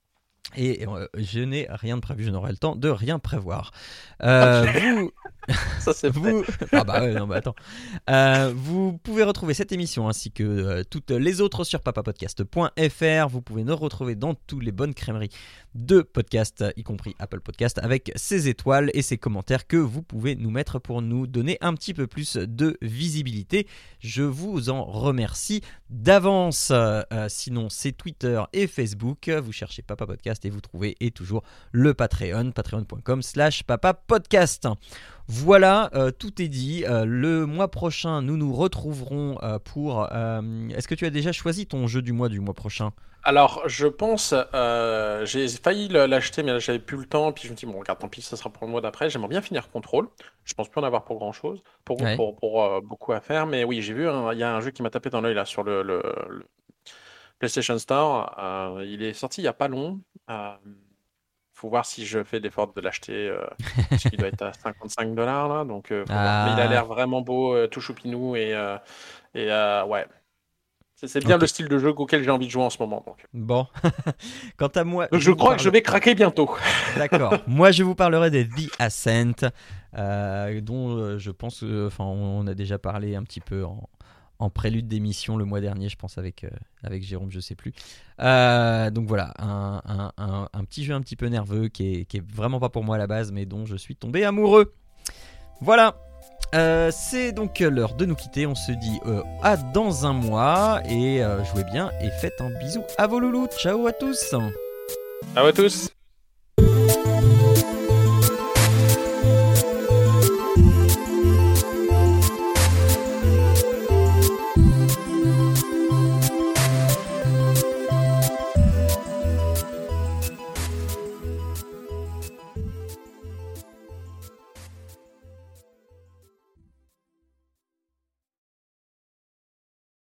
Et euh, je n'ai rien de prévu, je n'aurai le temps de rien prévoir. Euh, vous, Ça, c'est vrai. vous, ah bah ouais, non, bah attends. Euh, vous pouvez retrouver cette émission ainsi que euh, toutes les autres sur papapodcast point f r. Vous pouvez nous retrouver dans toutes les bonnes crèmeries de podcasts, y compris Apple Podcast, avec ses étoiles et ses commentaires que vous pouvez nous mettre pour nous donner un petit peu plus de visibilité. Je vous en remercie d'avance. Euh, sinon, c'est Twitter et Facebook. Vous cherchez Papa Podcast et vous trouvez et toujours le Patreon, patreon point com slash papapodcast. Voilà, euh, tout est dit. Euh, le mois prochain, nous nous retrouverons euh, pour... euh, est-ce que tu as déjà choisi ton jeu du mois du mois prochain ? Alors, je pense, euh, j'ai failli le- l'acheter, mais là, j'avais plus le temps. Puis je me dis, bon, regarde, tant pis, ça sera pour le mois d'après. J'aimerais bien finir Control. Je pense plus en avoir pour grand-chose, pour, Ouais. pour, pour, euh, beaucoup à faire. Mais oui, j'ai vu, hein, il y a un jeu qui m'a tapé dans l'œil là sur le, le- le PlayStation Store. Euh, il est sorti il y a pas long. Euh, faut voir si je fais l'effort de l'acheter, euh, parce qu'il doit être à cinquante-cinq dollars là. Donc, euh, faut voir. Mais il a Ah. l'air vraiment beau, euh, tout choupinou et, euh, et euh, ouais. C'est c'est bien Ok. le style de jeu auquel j'ai envie de jouer en ce moment. Donc, Bon, quant à moi... donc je vous crois que parle- je vais craquer bientôt. D'accord. Moi, je vous parlerai des The Ascent, euh, dont euh, je pense, euh, enfin, on a déjà parlé un petit peu en, en prélude d'émission le mois dernier, je pense avec euh, avec Jérôme, je sais plus. Euh, donc voilà, un, un, un, un petit jeu un petit peu nerveux qui est qui est vraiment pas pour moi à la base, mais dont je suis tombé amoureux. Voilà. Euh, c'est donc l'heure de nous quitter. On se dit euh, à dans un mois et euh, jouez bien et faites un bisou à vos loulous. Ciao à tous. Ciao à tous.